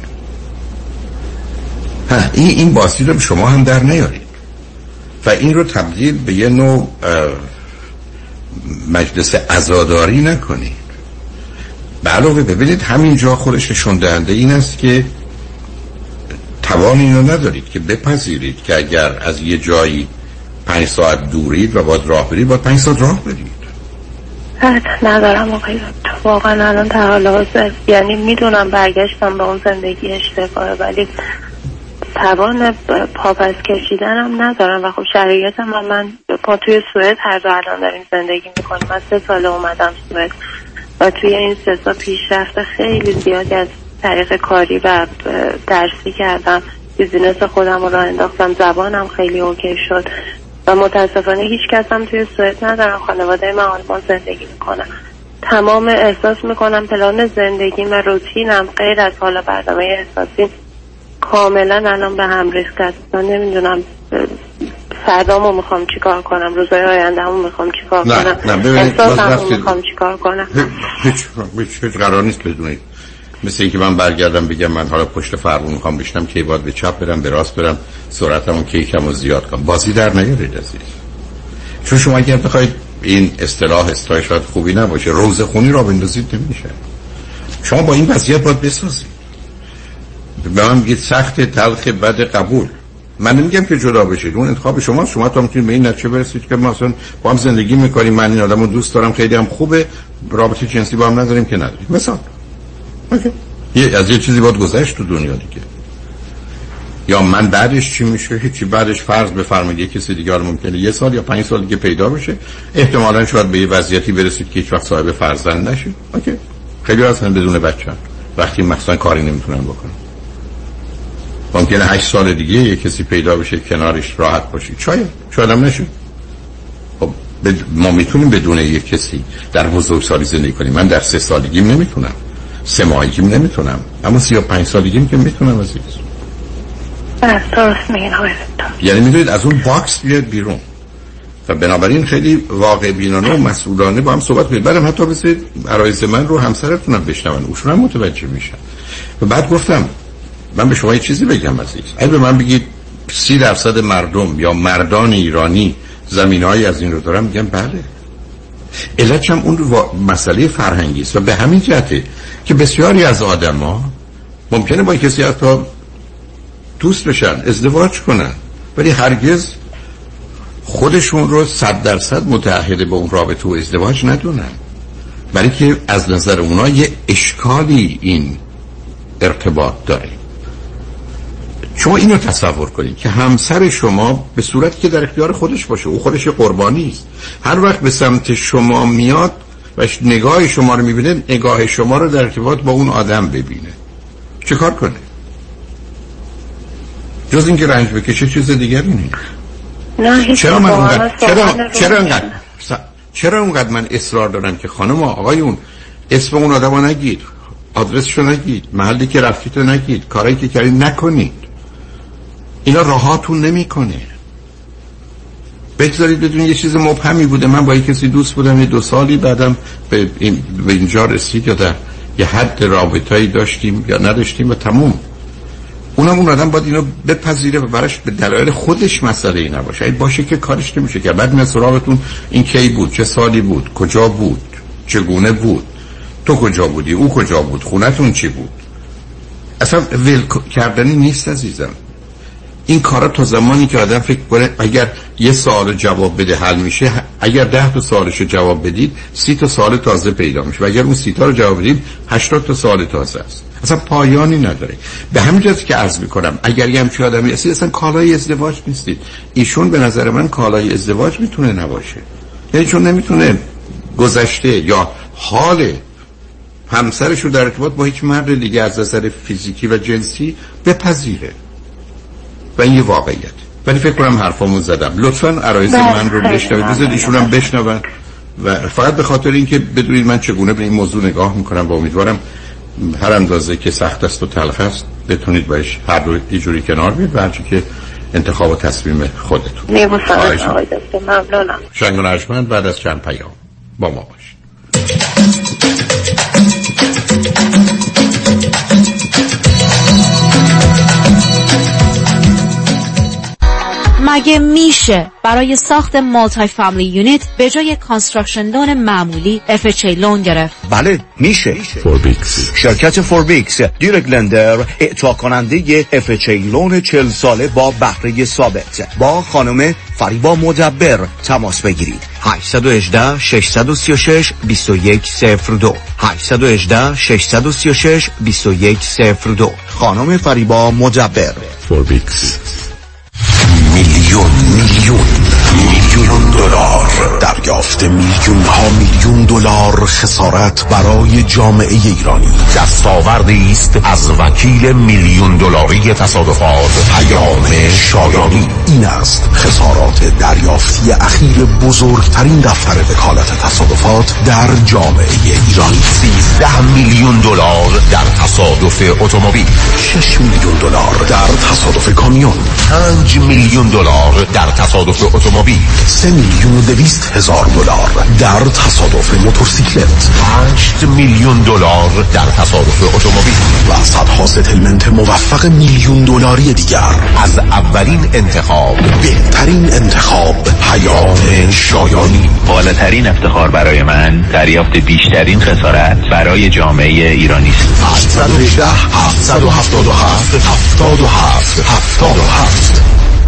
ها این این باسی رو شما هم در نیارید و این رو تبدیل به یه نوع مجلس عزاداری نکنید. علاوه ببینید همینجا خودش نشون دهنده این است که توان اینو ندارید که بپذیرید که اگر از یه جایی پنج ساعت دورید و باید راه برید باید پنج ساعت راه برید. ندارم آقای واقعا الان در حال حاضر یعنی میدونم برگشتم به اون زندگی اشتباهه، ولی توان پاپس کشیدنم ندارم و خب شرایطم و من پا توی سوئد هر دو الان داریم زندگی میکنیم. من سه سال اومدم سوئد و توی این سه سال پیشرفت خیلی زیادی از طریق کاری و درسی کردم. بیزینس خودم رو راه انداختم، زبانم خیلی اوکی شد و متاسفانه هیچ کس هم توی سوئد ندارم. خانواده من آلمان زندگی میکنم. تمام احساس میکنم پلان زندگیم و روتینم غیر از حالا برنامه احساسی کاملا الان به هم ریخته است. من نمیدونم فردامو میخوام چیکار کنم، روزهای آینده‌مو میخوام چیکار کنم، احساسمو میخوام چیکار کنم. هیچ هیچ هیچ قرار نیست بدونید. مثل اینکه من برگردم بگم من حالا پشت فرمون میخوام بشینم که باید به چپ برم به راست برم سرعتمو کیکمو زیاد کنم. بازی در نیارید عزیز. چون شما اگر بخواید این اصطلاح اصطلاح شاید خوبی نباشه روزه خونی را بندازید نمیشه. شما با این وضعیت باید بسازید. به من بگید سخت تلخ بد قبول. من نمیگم که جدا بشید، اون انتخاب شما. شما تا میتونید به این نتیجه برسید که ما اصلا با هم زندگی میکنیم، من این آدمو دوست دارم، خیلی هم خوبه، رابطه جنسی با هم نداریم که نداریم. مثلا اوکی. یه از یه چیزی باید گذشت تو دنیا دیگه. یا من بعدش چی میشه؟ هیچی. بعدش فرض بفرمایید یه کسی دیگه ممکنه یه سال یا پنج سال دیگه پیدا بشه، احتمالاً شاید به یه وضعیتی برسید که هیچ وقت صاحب فرزند نشید. اوکی. خیلی اصلا بدون بچه وقتی مثلا کاری نمیتونن بکنن. ممکنه هشت سال دیگه یه کسی پیدا بشه کنارش راحت باشید. شاید شاید هم نشه. خب ما میتونیم بدون یه کسی در بزرگسالی زندگی کنیم. من در سه سالگیم نمیتونم، سه ماهگیم نمیتونم، اما سی و پنج سالگیم که میتونم عزیز. درست میگین آقای دکتر. یعنی میدونید از اون باکس بیاد بیرون و بنابراین خیلی واقع بینانه و مسئولانه با هم صحبت کنید. بعدم حتی بسید عرایض من رو همسرتونم بشنون، اوشون هم متوجه میشن. و بعد گفتم من به شما یه چیزی بگم عزیز. اگه به من بگید سی درصد مردم یا مردان ایرانی زمینه‌ای از این رو دارن، میگم بله. علتش هم اون مسئله فرهنگی است و به همین جهته که بسیاری از آدما ممکنه با کسی حتی دوست بشن، ازدواج کنن، ولی هرگز خودشون رو صد درصد متعهد به اون رابطه و ازدواج ندونن، برای که از نظر اونا یه اشکالی این ارتباط داره. شما اینو تصور کنید که همسر شما به صورتی که در اختیار خودش باشه، او خودش قربانی است، هر وقت به سمت شما میاد و نگاه شما رو میبینه، نگاه شما رو در ارتباط با اون آدم ببینه، چه کار کنه؟ جز اینکه رنج بکشه چیز دیگری نیست. نه چرا من اونقدر چرا چرا انقدر چرا اونقدر من اصرار دارم که خانم آقایون اسم اون آدمو نگید، آدرسشو نگید، محلی که رفتید نگید، کاری که کردید نکنید. اینا راهاتون نمیکنه. بگذارید بدون یه چیز مبهمی بوده، من با یه کسی دوست بودم یه دو سالی، بعدم به, این به اینجا رسید یا در یه حد رابطه‌ای داشتیم یا نداشتیم و تموم. اونم اون آدم باید اینو بپذیره و براش به دلایل خودش مسئله ای نباشه. اگه باشه که کارش نمیشه که. بعد مسئولاتون این کی بود، چه سالی بود، کجا بود، چگونه بود، تو کجا بودی، او کجا بود، خونتون چی بود، اصلا ول کردنی نیست عزیزم. این کارا تا زمانی که آدم فکر کنه اگر یه سوال جواب بده حل میشه، اگر ده تا سوالشو جواب بدید سی تا سوال تازه پیدا میشه و اگر اون سی تا رو جواب بدید هشتاد تا سوال تازه است. اصلا پایانی نداره. به همین جهت که عرض میکنم اگر یه همچین آدمی هستید اصلا کالای ازدواج نیستید. ایشون به نظر من کالای ازدواج میتونه نباشه، یعنی چون نمیتونه گذشته یا حال همسرش رو در ارتباط با هیچ مرد دیگه از نظر فیزیکی و جنسی بپذیره و این یه واقعیت. ولی فکر کنم حرفامو زدم. لطفاً عرایض من رو بشنوید، بذارید ایشونم بشنون و فقط به خاطر اینکه بدونید من چگونه به این موضوع نگاه میکنم و امیدوارم هر اندازه که سخت است و تلخ است بتونید باش هر رو یه جوری کنار بیاید و هرچی که انتخاب و تصمیم خودتون. میبوسم آقای دکتر، ممنونم. شنگ و نشمند بعد از چند پیام با ما باشید. مگه میشه برای ساخت مالتی فامیلی یونیت به جای کانستراکشن لون معمولی اف اچ ای لون گرفت؟ بله میشه. فوربیکس، شرکت فوربیکس دیرک لندر اعطا کننده اف اچ ای لون چهل ساله با بهره ثابت. با خانم فریبا مدبر تماس بگیرید. هشت یک هشت شش سه شش دو یک صفر دو هشت یک هشت شش سه شش دو یک صفر دو. خانم فریبا مدبر. فوربیکس. میلیون میلیون میلیون دلار دریافت، میلیون ها میلیون دلار خسارت برای جامعه ایرانی. دستاوردی است از وکیل میلیون دلاری تصادفات پیام شایانی. این است خسارات دریافتی اخیر بزرگترین دفتر وکالت تصادفات در جامعه ایرانی. سیزده میلیون دلار در تصادف اتومبیل، شش میلیون دلار در تصادف کامیون، پنج میلیون دلار در تصادف اتومبیل، سه میلیون و دویست هزار دلار در تصادف موتورسیکلت، هشت میلیون دلار در تصادف اتومبیل و صدها ستلمنت موفق میلیون دلاری دیگر. از اولین انتخاب، بهترین انتخاب، پیام شایانی. بالاترین افتخار برای من دریافت بیشترین خسارت برای جامعه ایرانی است. هشت یک هشت هفت هفت هفت هفت هفت هفت هفت.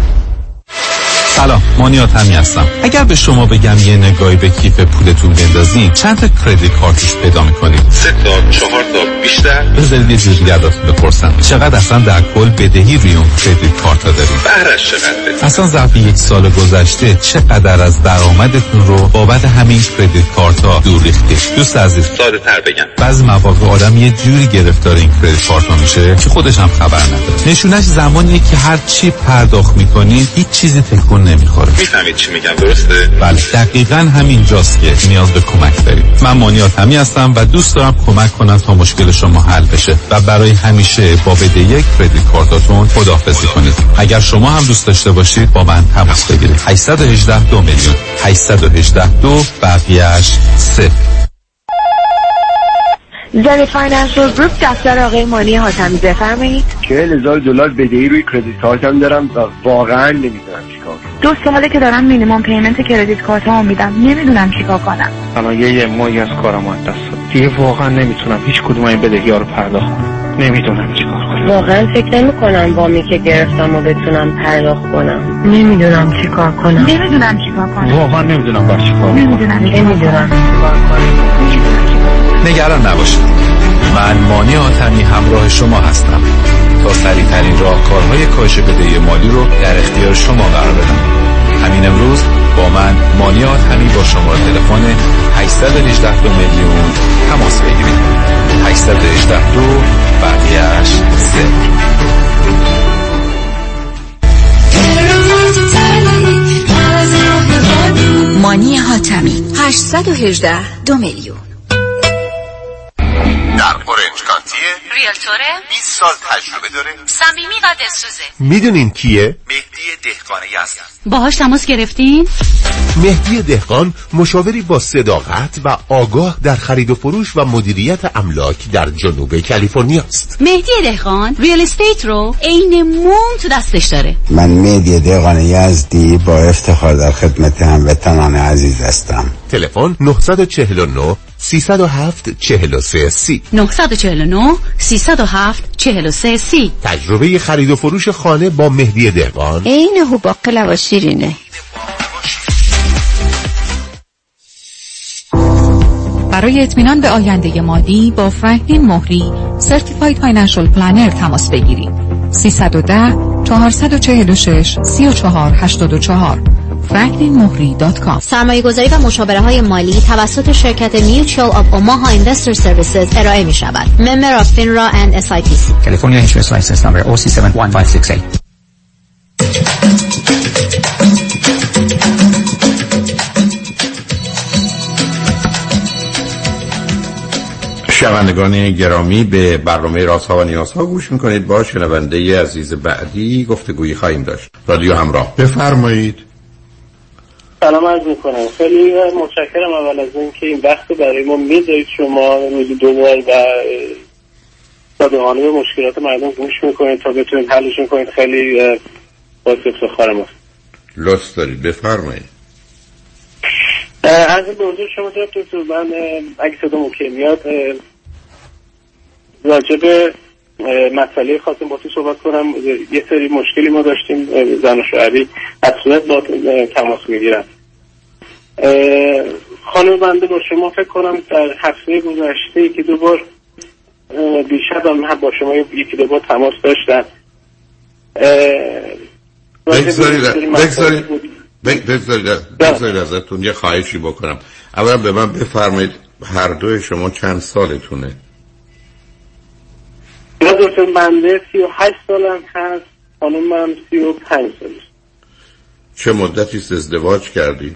سلام، مانیات همی هستم. اگر به شما بگم یه نگاهی به کیف پولتون بندازین چند تا کریدیت کارتش پیدا میکنید؟ سه تا، چهار تا، بیشتر؟ بذارید یه جور دیگه ازتون بپرسم، چقدر اصلا در کل بدهی روی اون کریدیت کارت ها دارید؟ بهرش چقدره؟ اصلا ظرف یک سال گذشته چقدر از درآمدتون رو بابت همین کریدیت کارت ها دور ریختید؟ دوست عزیز، ساده تر بگم، بعضی مواقع آدم یه جوری گرفتار این کریدیت کارت ها میشه که خودش هم خبر نداره. نشونش زمانیه که هر چی پرداخت میکنید هیچ چیزی تکون نمیخوره. میفهمید چی میگم، درسته؟ بله، دقیقاً همین جاست که نیاز به کمک دارید. من مانیات همی هستم و دوست دارم کمک کنم تا مشکل شما حل بشه و برای همیشه با بدهی کریدیت کارتاتون خداحافظی کنید. اگر شما هم دوست داشته باشید با من تماس بگیرید. هشت یک هشت دو میلیون هشت یک هشت دو بقیه‌اش صفر. زنی فاینانشل گروپ، دفتر آقای مانی حاتمی، بفرمایید. چهل هزار دلار بدهی روی کردیت کارتم دارم و واقعا نمیدونم چیکار کنم. دو ساله که دارم مینیمم پیمنت کردیت کارتامو میدم، نمیدونم چیکار کنم. الان یه ماهی از کارم از دست داد. دیگه واقعا نمیتونم هیچ کدوم این بدهی‌ها رو پرداخت کنم. نمیدونم چیکار کنم. واقعا فکر نمی‌کنم وامی که گرفتم و بتونم پرداخت کنم. نمیدونم چیکار کنم. نمیدونم چیکار کنم. واقعا نمیدونم باید چیکار کنم. نمیدونم نمیدونم. نگران نباشید. من مانی حاتمی همراه شما هستم تا سریع‌ترین راهکارهای کاهش بدهی مالی رو در اختیار شما قرار بدم. همین امروز با من مانی حاتمی با شماره تلفن هشت یک هشت دو میلیون تماس بگیرید. هشت یک هشت دو بقیه‌اش صفر. مانی حاتمی هشت یک هشت دو میلیون. در اورنج کانتیه، ریلتوره، بیست سال تجربه داره، صمیمی و دلسوزه. میدونین کیه؟ مهدی دهقان یزد. باهاش تماس گرفتین؟ مهدی دهقان مشاوری با صداقت و آگاه در خرید و فروش و مدیریت املاک در جنوب کالیفرنیا است. مهدی دهقان ریال استیت رو عین موم تو دستش داره. من مهدی دهقان یزدی با افتخار در خدمت هموطنان عزیز هستم. تلفن نه چهار نه سه صفر هفت چهار سه سی نه چهار نه سه صفر هفت چهار سه سی. تجربه خرید و فروش خانه با مهدی دهقان عین هوباقلا و شیرینه. برای اطمینان به آینده مالی با فرانکلین مهری سرتیفاید فاینانشل پلنر تماس بگیرید. سیصد و ده چهارصد و چهل و شش سی و چهار هشتاد و چهار فرانکلین مهری دات کام. سرمایه گذاری و مشاوره های مالی توسط شرکت میوچوال آف اوماها اینوستر سرویسز ارائه می شود. ممبر آف فینرا اند اس آی پی سی. کالیفرنیا اچ اس لایسنس نمبر او سی هفت یک پنج شش هشت. شنوندگان گرامی، به برنامه رازها و نیازها گوش میکنید. با شنونده عزیز بعدی گفتگویی خواهیم داشت. رادیو همراه، بفرمایید. سلام عرض میکنم. خیلی متشکرم اول از این که این وقت برای ما میذارید. شما روزی دو بار و صادقانه به مشکلات مردم گوش میکنید تا بتونید حلشون کنید. خیلی باعث افتخار ماست. لطف دارید، بفرمایید. از این به حضور شما جناب دکتر، من اگه صدا اوکی میاد راجع به مسئله خواستم با تو صحبت کنم. یه سری مشکلی ما داشتیم، زن و شوهری از صورت با تماس میگیرن. خانم بنده با شما فکر کنم در هفته گذشته یکی دو بار بیشتر هم با شما یکی دو بار تماس داشتن. بگذارید بگذارید بگذارید بگذارید ازتون یه خواهشی بکنم. اولا به من بفرمایید هر دوی شما چند سالتونه؟ من دکتر بنده سی و هشت سالم هست، خانم من سی و پنج سالم. چه مدتی ازدواج کردید؟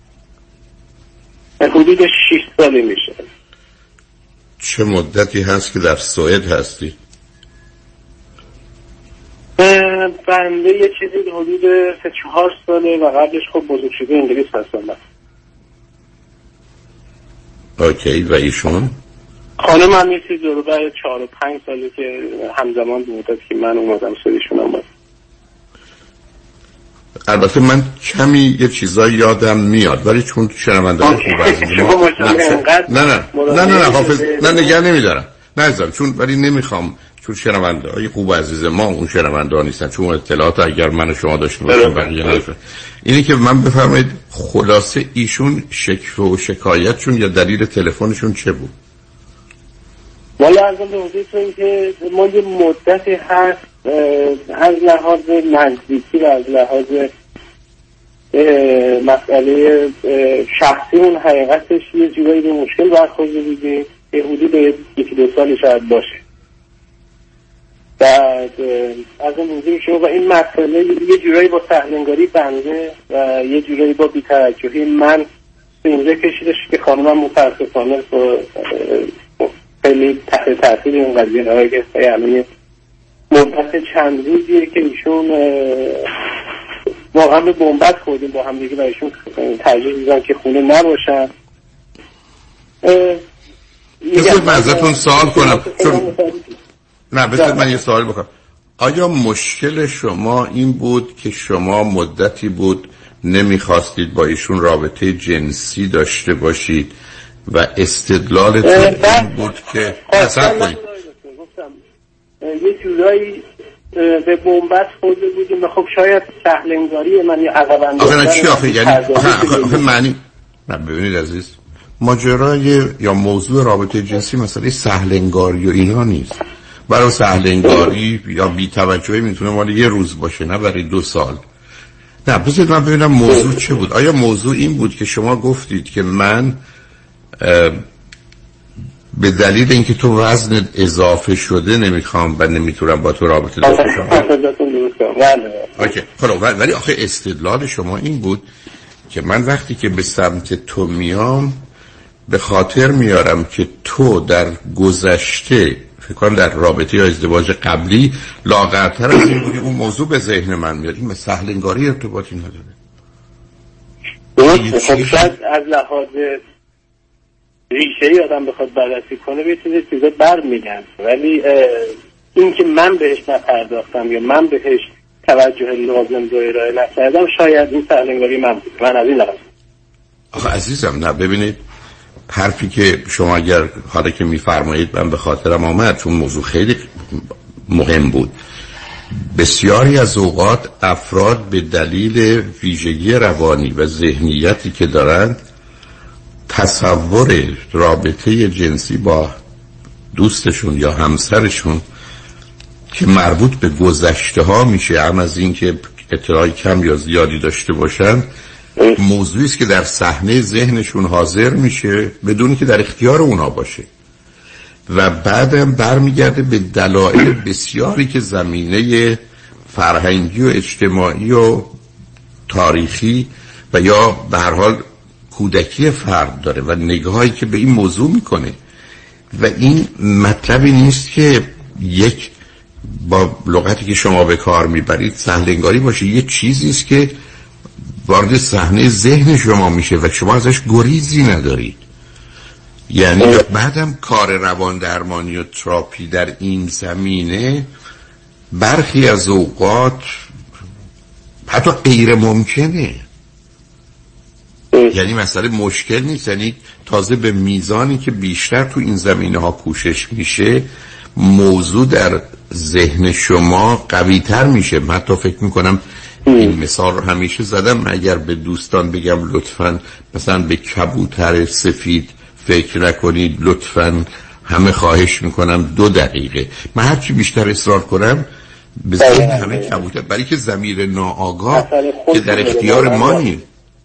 حدود شش سالی میشه. چه مدتی هست که در سوئد هستی؟ بنده یه چیزی حدود سه چهار ساله و قبلش خب بزرگ شده انگلیس هستم. اوکی. و ایشون؟ خانم من یه چیزی رو برای چهار و پنج ساله که همزمان بودد که من اومدم سوئدشون آمد. البته من کمی یه چیزایی یادم میاد ولی چون شنونده خوب از ما نه نه نه نه حافظ نه نگه نمیدارم نه چون ولی نمیخوام چون شنونده های خوب عزیز ما اون شنونده ها نیستن، چون اطلاعات اگر من و شما داشتیم بقیه نداشتن. اینی که من بفرمایید خلاصه ایشون شکوه و شکایتشون یا دلیل تلفنشون چه بود؟ والا از اون حضورتون که ما یه مدتی هست از لحاظ نزدیکی و از لحاظ مسئله شخصی اون حقیقتش یه جورایی به مشکل برخورده بودیم که حدود یکی دو سالی شاید باشه. بعد از اون حضور شما و این مسئله یه جورایی با سهلنگاری بنده و یه جورایی با بی‌توجهی من به اینجا کشیدش که خانمم متاسفانه خیلی تحت تاثیر این قضیه قرار گرفت. یعنی مدت چند روزیه که ایشون واقعا به بنبست خوردیم با هم دیگه و ایشون ترجیح میدن که خونه نباشن. بذارید من ازتون سوال کنم چون نه بذارید من یه سوال بکنم. آیا مشکل شما این بود که شما مدتی بود نمیخواستید با ایشون رابطه جنسی داشته باشید و استدلالتون این بود که تصور کنید یه جورایی به بنبست خورده بودیم و خب شاید سهلنگاری من یا عقب انداختن آخه چی آخه یعنی آخه, آخه معنی نه ببینید عزیز ماجرای یا موضوع رابطه جنسی مسئله سهلنگاری و اینا نیست. برای سهلنگاری یا بی‌توجهی میتونه مال یه روز باشه نه برای دو سال. نه بذارید من ببینم موضوع چه بود. آیا موضوع این بود که شما گفتید که من به دلیل اینکه تو وزن اضافه شده نمیخوام و نمیتونم با تو رابطه داشته باشم؟ اوکی. خب ولی آخه استدلال شما این بود که من وقتی که به سمت تو میام به خاطر میارم که تو در گذشته فکر کنم در رابطه یا ازدواج قبلی لاغرتر از این بودی. اون موضوع به ذهن من میاد. این سهلنگاری ارتباطی نداره. خب شاید از لحاظ ریشه آدم بخواد بررسی کنه به چیزی چیزا بر میگن، ولی این که من بهش نپرداختم یا من بهش توجه لازم رو ارائه نکردم شاید این سهلنگاری من بود. من از این لحاظ آخه عزیزم نه ببینید حرفی که شما اگر حالا که میفرمایید من به خاطرم آمد چون موضوع خیلی مهم بود. بسیاری از اوقات افراد به دلیل ویژگی روانی و ذهنیتی که دارند تصور رابطه جنسی با دوستشون یا همسرشون که مربوط به گذشته ها میشه هم از این که اطلاعی کم یا زیادی داشته باشن موضوعی است که در صحنه ذهنشون حاضر میشه بدون که در اختیار اونا باشه و بعدم برمیگرده به دلایل بسیاری که زمینه فرهنگی و اجتماعی و تاریخی و یا به هر حال کودکی فرد داره و نگاهی که به این موضوع میکنه و این مطلبی نیست که یک با لغتی که شما به کار میبرید سهلنگاری باشه، یه چیزی است که وارد صحنه ذهن شما میشه و شما ازش گریزی ندارید. یعنی بعدم کار روان درمانی و تراپی در این زمینه برخی از اوقات حتی غیر ممکنه. یعنی مسئله مشکل نیست، یعنی تازه به میزانی که بیشتر تو این زمینه ها کوشش میشه موضوع در ذهن شما قوی تر میشه. من حتی فکر میکنم این مثال رو همیشه زدم، اگر به دوستان بگم لطفاً مثلا به کبوتر سفید فکر نکنید، لطفاً همه خواهش میکنم دو دقیقه، من هرچی بیشتر اصرار کنم به ذهن همه کبوتر، برای که ضمیر ناآگاه که در اختیار ما نیست.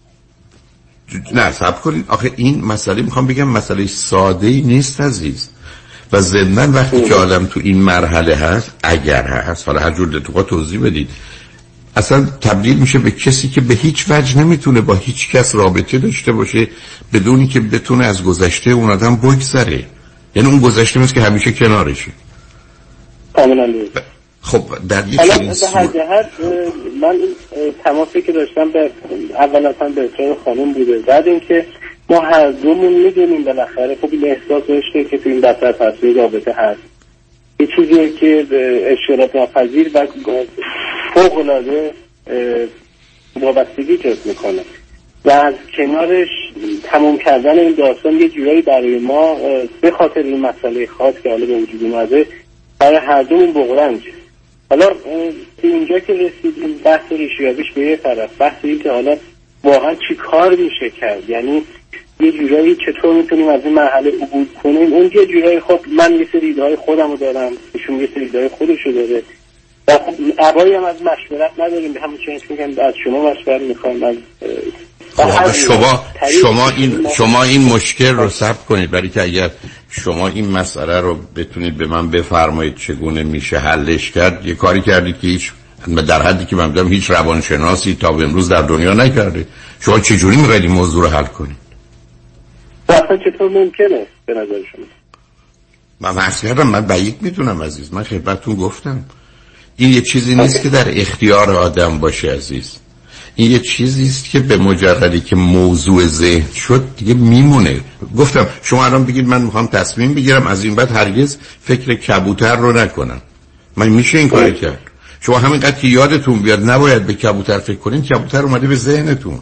نه صبر کنید، آخه این مسئله میخوام بگم مسئله ساده ای نیست عزیز و ضمناً وقتی که آدم تو این مرحله هست، اگر هست، حالا هر جور دلتون توضیح بدید، اصلا تبدیل میشه به کسی که به هیچ وجه نمیتونه با هیچ کس رابطه داشته باشه بدونی که بتونه از گذشته اون آدم بگذره. یعنی اون گذشته مثل که همیشه کنارشه. کاملا. خب در یک چنین صورت من این تماسی که داشتم به اول اصلا به اطلاع خانم بوده، بعد اینکه ما هر دومون میدونیم بالاخره خب این احساس داشته که تو این دفتر تصویر رابطه هست، یه چیزیه که اشارات ناپذیر و فوق‌العاده وابستگی جذب میکنه و از کنارش تموم کردن این داستان یه جورایی برای ما به خاطر این مسئله خاص که حالا به وجود اومده برای هر دومون بغرنجه. حالا اینجا که رسیدیم بحث ریشیابیش به یه طرف، بحث این که حالا واقعا چی کار میشه کرد، یعنی یه جورایی چطور میتونیم از این مرحله عبور کنیم. اون یه جورایی خب من یه سری ایده‌های خودم رو دارم، ایشون یه سری ایده‌های خودش رو داره و خب عبایی هم از مشورت نداریم، به همون چنین میگم از شما مشورت میخوایم. از خب شما شما این شما این مشکل رو ثبت کنید، برای که اگر شما این مسئله رو بتونید به من بفرمایید چگونه میشه حلش کرد، یه کاری کردید که هیچ در حدی که من میگم هیچ روانشناسی تا به امروز در دنیا نکرده. شما چجوری می‌خواید این موضوع رو حل کنید؟ واقعا چطور ممکنه به نظر شما؟ من فرض کردم، من بعید میدونم عزیز، من خدمتتون گفتم این یه چیزی نیست که در اختیار آدم باشه عزیز، این یه چیزی است که به مجردی که موضوع ذهن شد دیگه میمونه. گفتم شما الان بگید من میخوام تصمیم بگیرم از این بعد هرگز فکر کبوتر رو نکنم، من میشه این کاری کرد؟ شما همینقدر که یادتون بیاد نباید به کبوتر فکر کنین، کبوتر اومده به ذهنتون.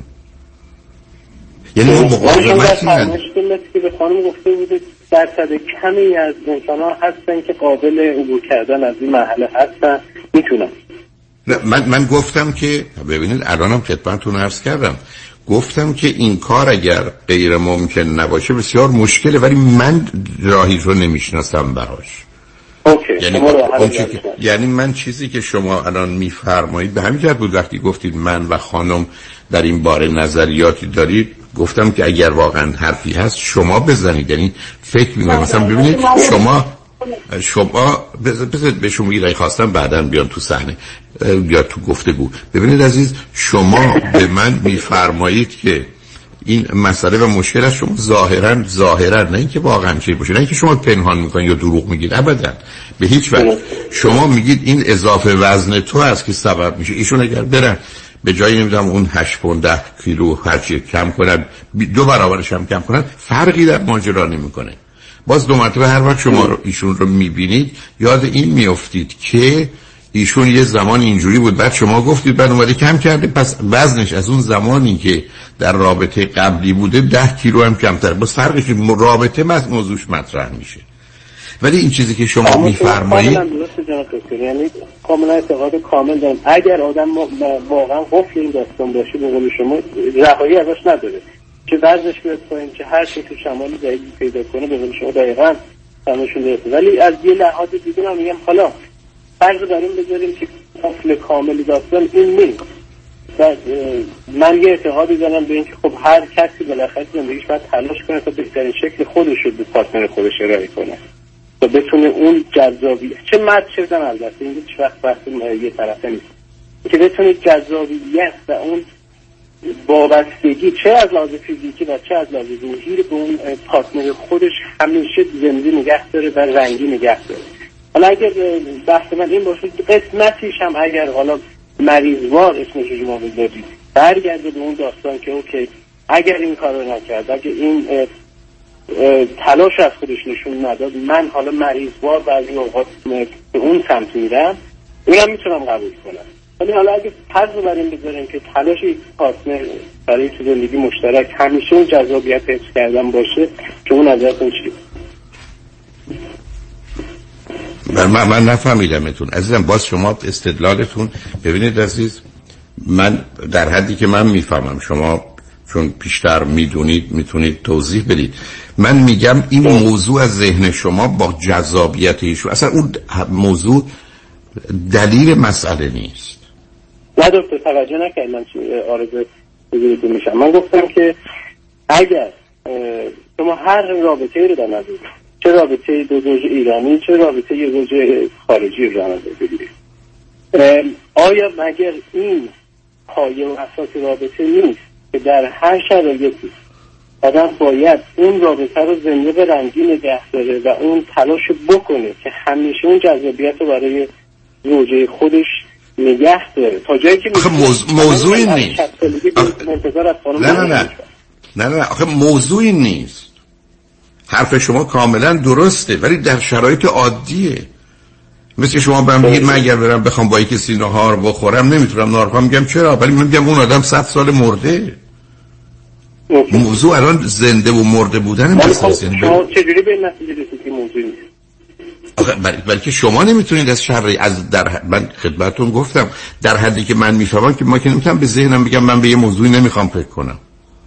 یعنی اون مقاومتی نداره. مشکلی که به خانم گفته بوده درصد کمی از انسان‌ها هستن که قابل عبور کردن از این مرحله هستن، میتونن. من من گفتم که ببینید الانم خدمتتون عرض کردم، گفتم که این کار اگر غیر ممکن نباشه بسیار مشکله، ولی من راهی رو نمیشناسم براش. اوکی. یعنی اون چیزی که یعنی من چیزی که شما الان میفرمایید به همین جهت بود وقتی گفتید من و خانم در این باره نظریاتی دارید، گفتم که اگر واقعا حرفی هست شما بزنید. یعنی فکر می‌کنم مثلا ببینید شما شما بذارید به شما ایرای خواستم بعداً بیان تو صحنه یا تو گفتگو. ببینید عزیز، شما به من میفرمایید که این مسئله و مشکل از شما ظاهراً ظاهراً نه اینکه واقعاً چیزی باشه، نه اینکه شما پنهان میکنید یا دروغ میگید، ابداً به هیچ وجه. شما میگید این اضافه وزن تو است که سبب میشه. ایشون اگر برن به جای نمیدونم اون هشت پونده کیلو هرچی کم کنن، دو برابرش هم کم کنن، فرقی در ماجرا نمیکنه. باز دو مرتبه هر وقت شما رو ایشون رو میبینید یاد این میافتید که ایشون یه زمان اینجوری بود، بعد شما گفتید بعد اومده کم کرده، پس وزنش از اون زمانی که در رابطه قبلی بوده ده کیلو هم کمتر. باز فرقش رابطه مز موضوعش مطرح میشه. ولی این چیزی که شما میفرمایید یعنی کاملا اعتقاد کامل دارم اگر آدم واقعا قفل این داستان باشه به قول شما رهایی ازش نداره، چه وزنش بیاد پایین چه هر چی تو شمالی دقیقی پیدا کنه به قول شما دقیقاً همشون درسته. ولی از یه لحاظ دیگه من میگم حالا فرض بر این بذاریم که قفل کاملی داستان این نیست، بعد من یه اعتقادی دارم به اینکه خب هر کسی بالاخره زندگیش باید تلاش کنه تا بهترین شکل خودش رو به پارتنر خودش ارائه کنه تا بتونه اون جذابیت، چه مرد چه زن، البته این هیچ وقت بحث یه طرفه نیست، که بتونه جذابیت و اون وابستگی چه از لحاظ فیزیکی و چه از لحاظ روحی به اون پارتنر خودش همیشه زنده نگه داره و رنگی نگه داره. حالا اگر بحث من این باشه قسمتیش هم اگر حالا مریضوار اسمش رو شما بذارید برگرده به اون داستان که اوکی اگر این کار رو نکرد، اگر این تلاش از خودش نشون نداد، من حالا مریضوار بعضی اوقات به اون سمت میرم، اینم میتونم قبول کنم. ولی حالا اگه فرض رو بر این بذاریم که تلاش پارتنر برای تو زندگی مشترک همیشه اون جذابیت حفظ کردن باشه، که اون نظرتون چیه؟ من, من نفهمیدمتون عزیزم. باز شما استدلالتون، ببینید عزیز، من در حدی که من میفهمم، شما چون بیشتر میدونید میتونید توضیح بدید. من میگم این موضوع از ذهن شما با جذابیت ایشون، اصلا اون موضوع دلیل مسئله نیست. نه دکتر توجه نکرد من آرزو بزرگتون میشم. من گفتم که اگر شما هر رابطه رو در نظر، چه رابطه دو زوج ایرانی چه رابطه یه زوج خارجی رو در نظر بگیرید، آیا مگر این پایه و اساس رابطه نیست که در هر شرایطی آدم باید اون رابطه رو زنده به رنگی نگه داره و اون تلاش بکنه که همیشه اون جذابیت رو برای زوجه خودش نگه داره تا جایی که آخه موضوع موضوعی نیست. نه نه نه نه نه آخه موضوعی نیست. حرف شما کاملا درسته ولی در شرایط عادیه. مثل شما بهم بگید من اگر برم بخوام با کسی نهار بخورم نمیتونم نهار کنم، میگم چرا؟ ولی من میگم اون آدم صد سال مرده. موضوع الان زنده و مرده بودن مسئله. شما چجوری به این نتیجه رسیدید که موضوع نیست؟ آخه بلکه شما نمیتونید از شر از در من خدمتتون گفتم در حدی که من میفهمم که ما که نمیتونم به ذهنم بگم من به یه موضوعی نمیخوام فکر کنم.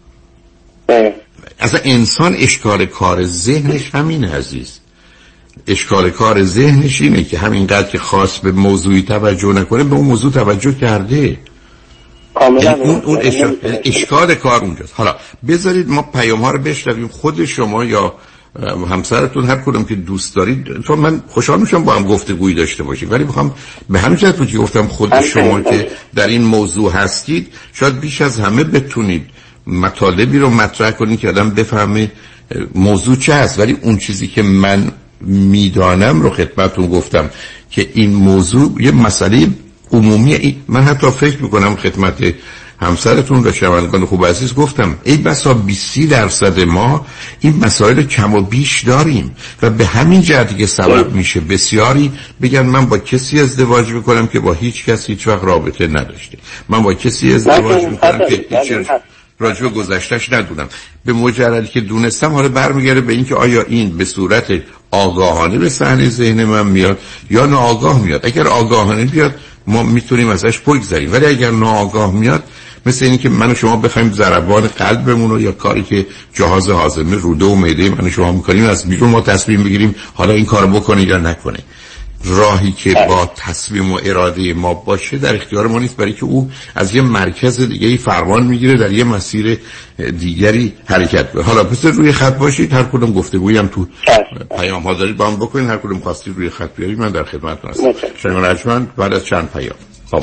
اصلا انسان اشکال کار ذهنش همینه عزیز. اشکال کار ذهنش اینه که همینقدر که خاص به موضوعی توجه نکنه به اون موضوع توجه کرده. کاملا اون اون اشکال, اشکال کار اونجاست. حالا بذارید ما پیام ها رو بشنویم. خود شما یا همسرتون هر کدوم که دوست دارید، چون من خوشحال میشم با هم گفتگویی داشته باشیم، ولی میخوام به همین جهت که گفتم خود شما که در این موضوع هستید شاید بیش از همه بتونید مطالبی رو مطرح کنید که آدم بفهمه موضوع چه هست. ولی اون چیزی که من میدانم رو خدمتتون گفتم که این موضوع یه مسئله عمومیه. من حتی فکر میکنم خدمت همسرتون و شنوندگان خوب عزیز گفتم ای بسا بیست درصد ما این مسائل کم و بیش داریم و به همین جهتی که سبب میشه بسیاری بگن من با کسی ازدواج میکنم که با هیچ کسی هیچ وقت رابطه نداشته، من با کسی ازدواج میکنم که هیچ راجع به گذشته‌اش ندونم. به مجردی که دونستم حالا برمیگرده به اینکه آیا این به صورت آگاهانه به صحنه ذهن من میاد یا ناآگاه میاد. اگر آگاهانه بیاد ما میتونیم ازش بگذریم، ولی اگر ناآگاه میاد مثل اینی که من و شما بخوایم ضربان قلبمون رو یا کاری که جهاز هاضمه روده و معده من و شما میکنیم از بیرون ما تصمیم بگیریم حالا این کارو بکنه یا نکنه. راهی که با تصمیم و اراده ما باشه در اختیار ما نیست، برای که او از یه مرکز دیگه‌ای فرمان میگیره در یه مسیر دیگری حرکت کنه. حالا پس روی خط باشید، هر کدوم گفتگویی هم تو پیام ها دارید با هم بکنید، هر کدوم خواستید روی خط بیارید من در خدمتتون هستم. شنگ رجمن بعد از چند پیام خاموش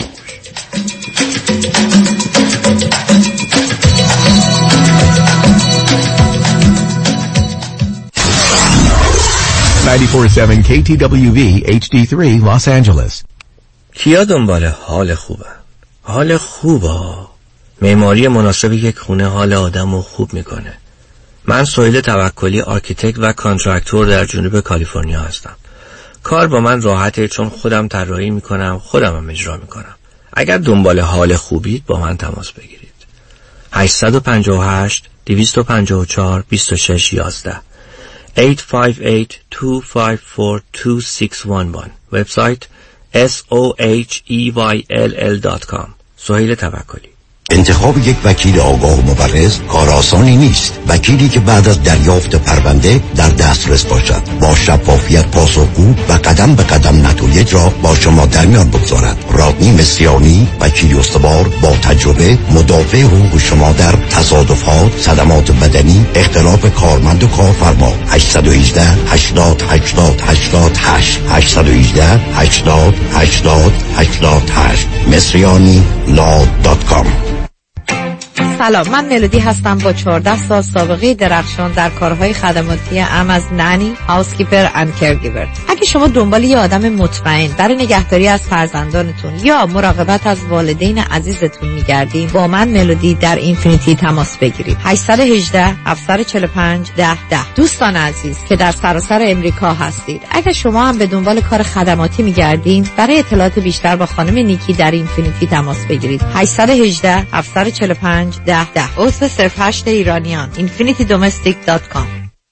نود و چهار ممیز هفت کی تی دبلیو وی اچ دی سه Los Angeles. کیا دنبال حال خوبه؟ حال خوبه معماری مناسب یک خونه حال آدمو خوب میکنه. من سهیل توکلی آرکیتکت و کانترکتور در جنوب کالیفرنیا هستم. کار با من راحته چون خودم طراحی میکنم، خودم هم اجرا میکنم. اگر دنبال حال خوبید با من تماس بگیرید. هشت پنج هشت دو پنج چهار دو شش یک یک هشت پنج هشت دو پنج چهار دو شش یک یک. وبسایت اس او اچ ای وای ال ال دات کام. سهیل توکلی. انتخاب یک وکیل آگاه و مبرز کار آسانی نیست. وکیلی که بعد از دریافت پرونده در دسترس باشد، با شفافیت پاسخگو و قدم به قدم نتایج را با شما در میان بگذارد. رادنی مصریانی، وکیل استوار با تجربه، مدافع حقوق شما در تصادفات، صدمات بدنی، اختلاف کارمند و کارفرما. هشت یک هشت هشتاد هشتاد هشتاد هشت هشت یک هشت هشتاد هشتاد هشتاد هشت مصریانی لا دات کام. سلام، من ملودی هستم با چهارده سال سابقه درخشان در کارهای خدماتی ام از نانی، هاوسکیپر اند کرگیور. اگه شما دنبال یه آدم مطمئن برای نگهداری از فرزندانتون یا مراقبت از والدین عزیزتون میگردین، با من ملودی در اینفینیتی تماس بگیرید. هشت یک هشت هفت چهار پنج ده ده. دوستان عزیز که در سراسر امریکا هستید، اگه شما هم به دنبال کار خدماتی میگردین، برای اطلاعات بیشتر با خانم نیکی در اینفینیتی تماس بگیرید. هشت یک هشت هفت چهار پنج ده ده. عضو صرف هشت ایرانیان. اینفینیتی دومستیک دات کام.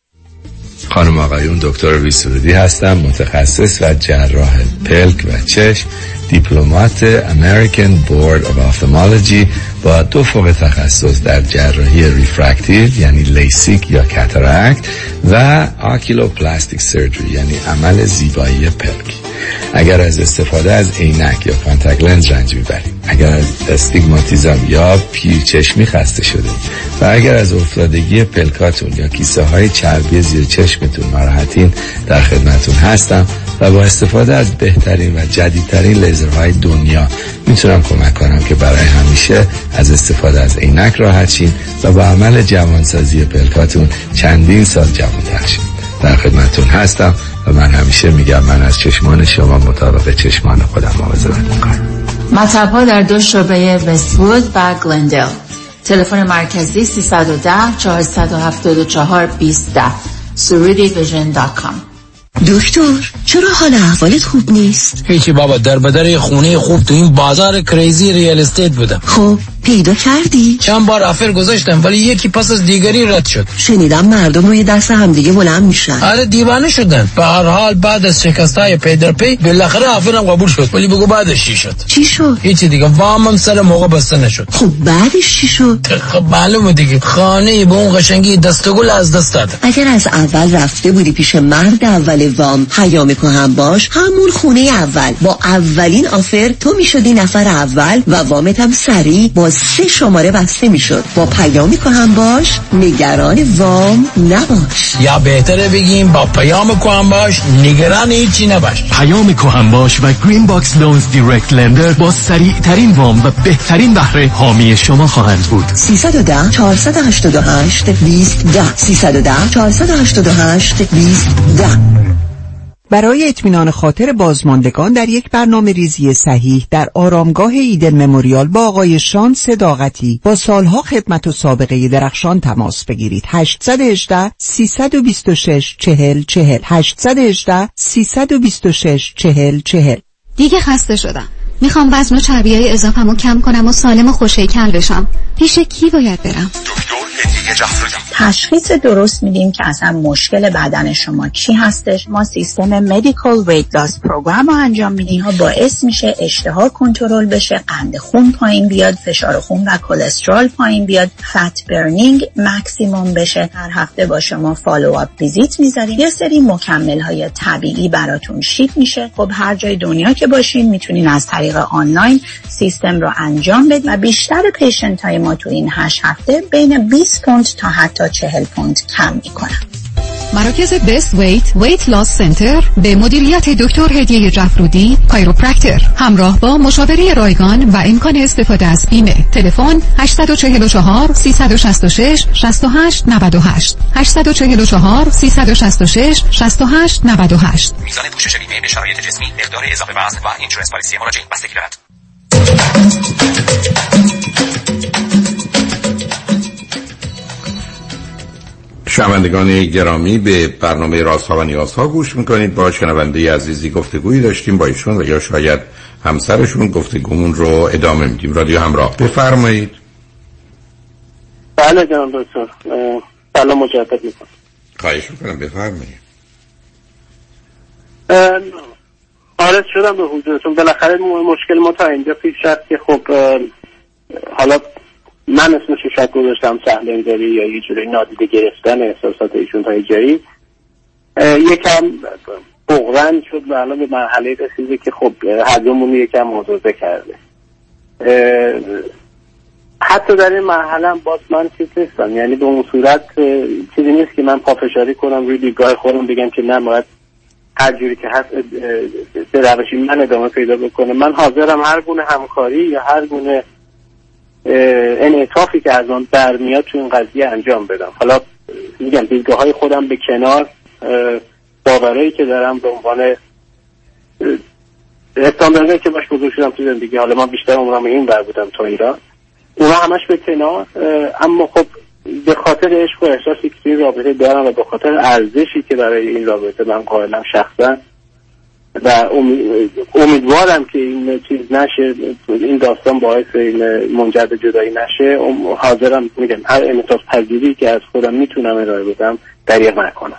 خانم آقایون، دکتر ویسرودی هستم، متخصص و جراح پلک و چشم، دیپلمات امریکن بورد آف آفتالمولوژی با دو فوق تخصص در جراحی ریفرکتیو یعنی لیسیک یا کاتاراکت و آکیلوپلاستیک سرجری یعنی عمل زیبایی پلک. اگر از استفاده از عینک یا کانتاکت لنز رنج میبرید، اگر از استیگماتیزم یا پیرچشمی خسته شده و اگر از افتادگی پلکاتون یا کیسه های چربی زیر چشمتون ناراحتین، در خدمتون هستم و با استفاده از بهترین و جدیدترین لیزرهای دنیا میتونم کمک کنم که برای همیشه از استفاده از عینک راحت شین و با عمل جوانسازی پلکاتون چندین سال جوان‌تر شین. در خدمتون هستم و من همیشه میگم من از چشمان شما مطابق چشمان خودم مواظبت میکنم. مطب‌ها در دو شعبه وست‌وود و گلندل. تلفن مرکزی سیصد و ده چهارصد و هفتاد و چهار بیست ده. سرودی ویژن دات کام. دکتر، چرا حال احوالت خوب نیست؟ هیچی بابا، در بدر خونه خوب تو این بازار کریزی ریال استیت بودم. خب پیدا کردی؟ چند بار آفر گذاشتم ولی یکی پس از دیگری رد شد. شنیدم مردم روی دست همدیگه بلند میشن. آره دیوانه شدن. به هر حال بعد از شکستای پی در پی بالاخره آفرم قبول شد. ولی بگو بعدش چی شد؟ چی شد؟ هیچی دیگه، وامم سر موقع بسته نشد. خب بعدش چی شد؟ خب معلومه دیگه، خانه به اون قشنگی دستگل از دست داد. اگر از اول رفته بودی پیش مرد اول وام پیام کهم باش، همون خونه اول با اولین آفر تو میشدی نفر اول و وامت هم سریع با سه شماره بسته میشد. با پیام کهم باش نگران وام نباش، یا بهتره بگیم با پیام کهم باش نگران هیچی نباش. پیام کهم باش و گرین باکس لونز دایرکت لندر با سریع ترین وام و بهترین بهره حامی شما خواهند بود. سیصد و ده چهارصد و هشتاد و هشت بیست ده. سیصد و ده چهارصد و هشتاد و هشت بیست ده. برای اطمینان خاطر بازماندگان در یک برنامه ریزی صحیح در آرامگاه ایدن مموریال با آقای شان صداقتی با سالها خدمت و سابقه درخشان تماس بگیرید. هشت یک هشت سه دو شش چهل چهل هشت یک هشت سه دو شش چهل چهل. دیگه خسته شدم. میخوام وزن و چربیای اضافه‌مو کم کنم و سالم و خوش‌هیکل بشم. پیش کی باید برم؟ تشخیص درست میدیم که اصلا مشکل بدن شما چی هستش. ما سیستم مدیکال ویت لاس پروگرام رو انجام میدیم. ها باعث میشه اشتها کنترل بشه، قند خون پایین بیاد، فشار خون و کلسترول پایین بیاد، فت برنینگ ماکسیموم بشه. هر هفته با شما فالو اپ ویزیت میذاریم. یه سری مکمل های طبیعی براتون شیپ میشه. خب هر جای دنیا که باشین میتونین از طریق آنلاین سیستم رو انجام بدید و بیشتر پیشنت های ما تو این هشت هفته بین بیست پوند تا حتی چهل پوند کم میکنن. مراکز بیست ویت ویت لاس سنتر به مدیریت دکتر هدیه جعفرودی کایروپرکتر همراه با مشاوره رایگان و امکان استفاده از بیمه. تلفن هشت چهار چهار سه شش شش شش هشت نه هشت هشت چهار چهار سه شش شش شش هشت نه هشت. میزان پوشش بیمه به شرایط جسمی، مقدار اضافه وزن و اینشورنس پالیسی مراجعین بستگی دارد. شنوندگان گرامی، به برنامه رازها و نیازها گوش میکنید. با شنونده عزیزی گفتگویی داشتیم با ایشون و یا شاید همسرشون. گفتگومون رو ادامه میدیم. رادیو همراه، بفرمایید. بله جناب دکتر، سلام مجدد میکنم. خواهش میکنم بفرمایید. عارض شدم به حضورتون. بالاخره مشکل ما تا اینجا پیش رفت که خب حالا من اسمشو شاید گذاشتم سهل‌انگاری یا یه جوری نادیده گرفتن احساسات ایشون تا جایی یکم بغرن شد و الان به مرحله رسیده که خب هر دومون یکم مزاحم کرده. حتی در این مرحله هم باز من چیز نیستم، یعنی به اون صورت چیزی نیست که من پافشاری کنم روی دیدگاه خودم بگم که نه باید هر جوری که هست به روشی من ادامه پیدا بکنه. من حاضرم هر گونه همکاری یا هر گونه انعطافی که از آن برمیاد تو این قضیه انجام بدم. حالا میگم دیدگاه های خودم به کنار، باورایی که دارم به عنوان استانداردی که باش بزرگ شدم تو زندگی، حالا من بیشتر عمرم این ور بودم تا ایران، اونا همش به کنار. اما خب به خاطر عشق و احساسی که این رابطه دارم و به خاطر ارزشی که برای این رابطه من قائلم شخصا و امیدوارم که این چیز نشه، این داستان باعث این منجر به جدایی نشه، حاضرم میگم هر انعطاف پذیری که از خودم میتونم ارائه بدم دریغ نکنم.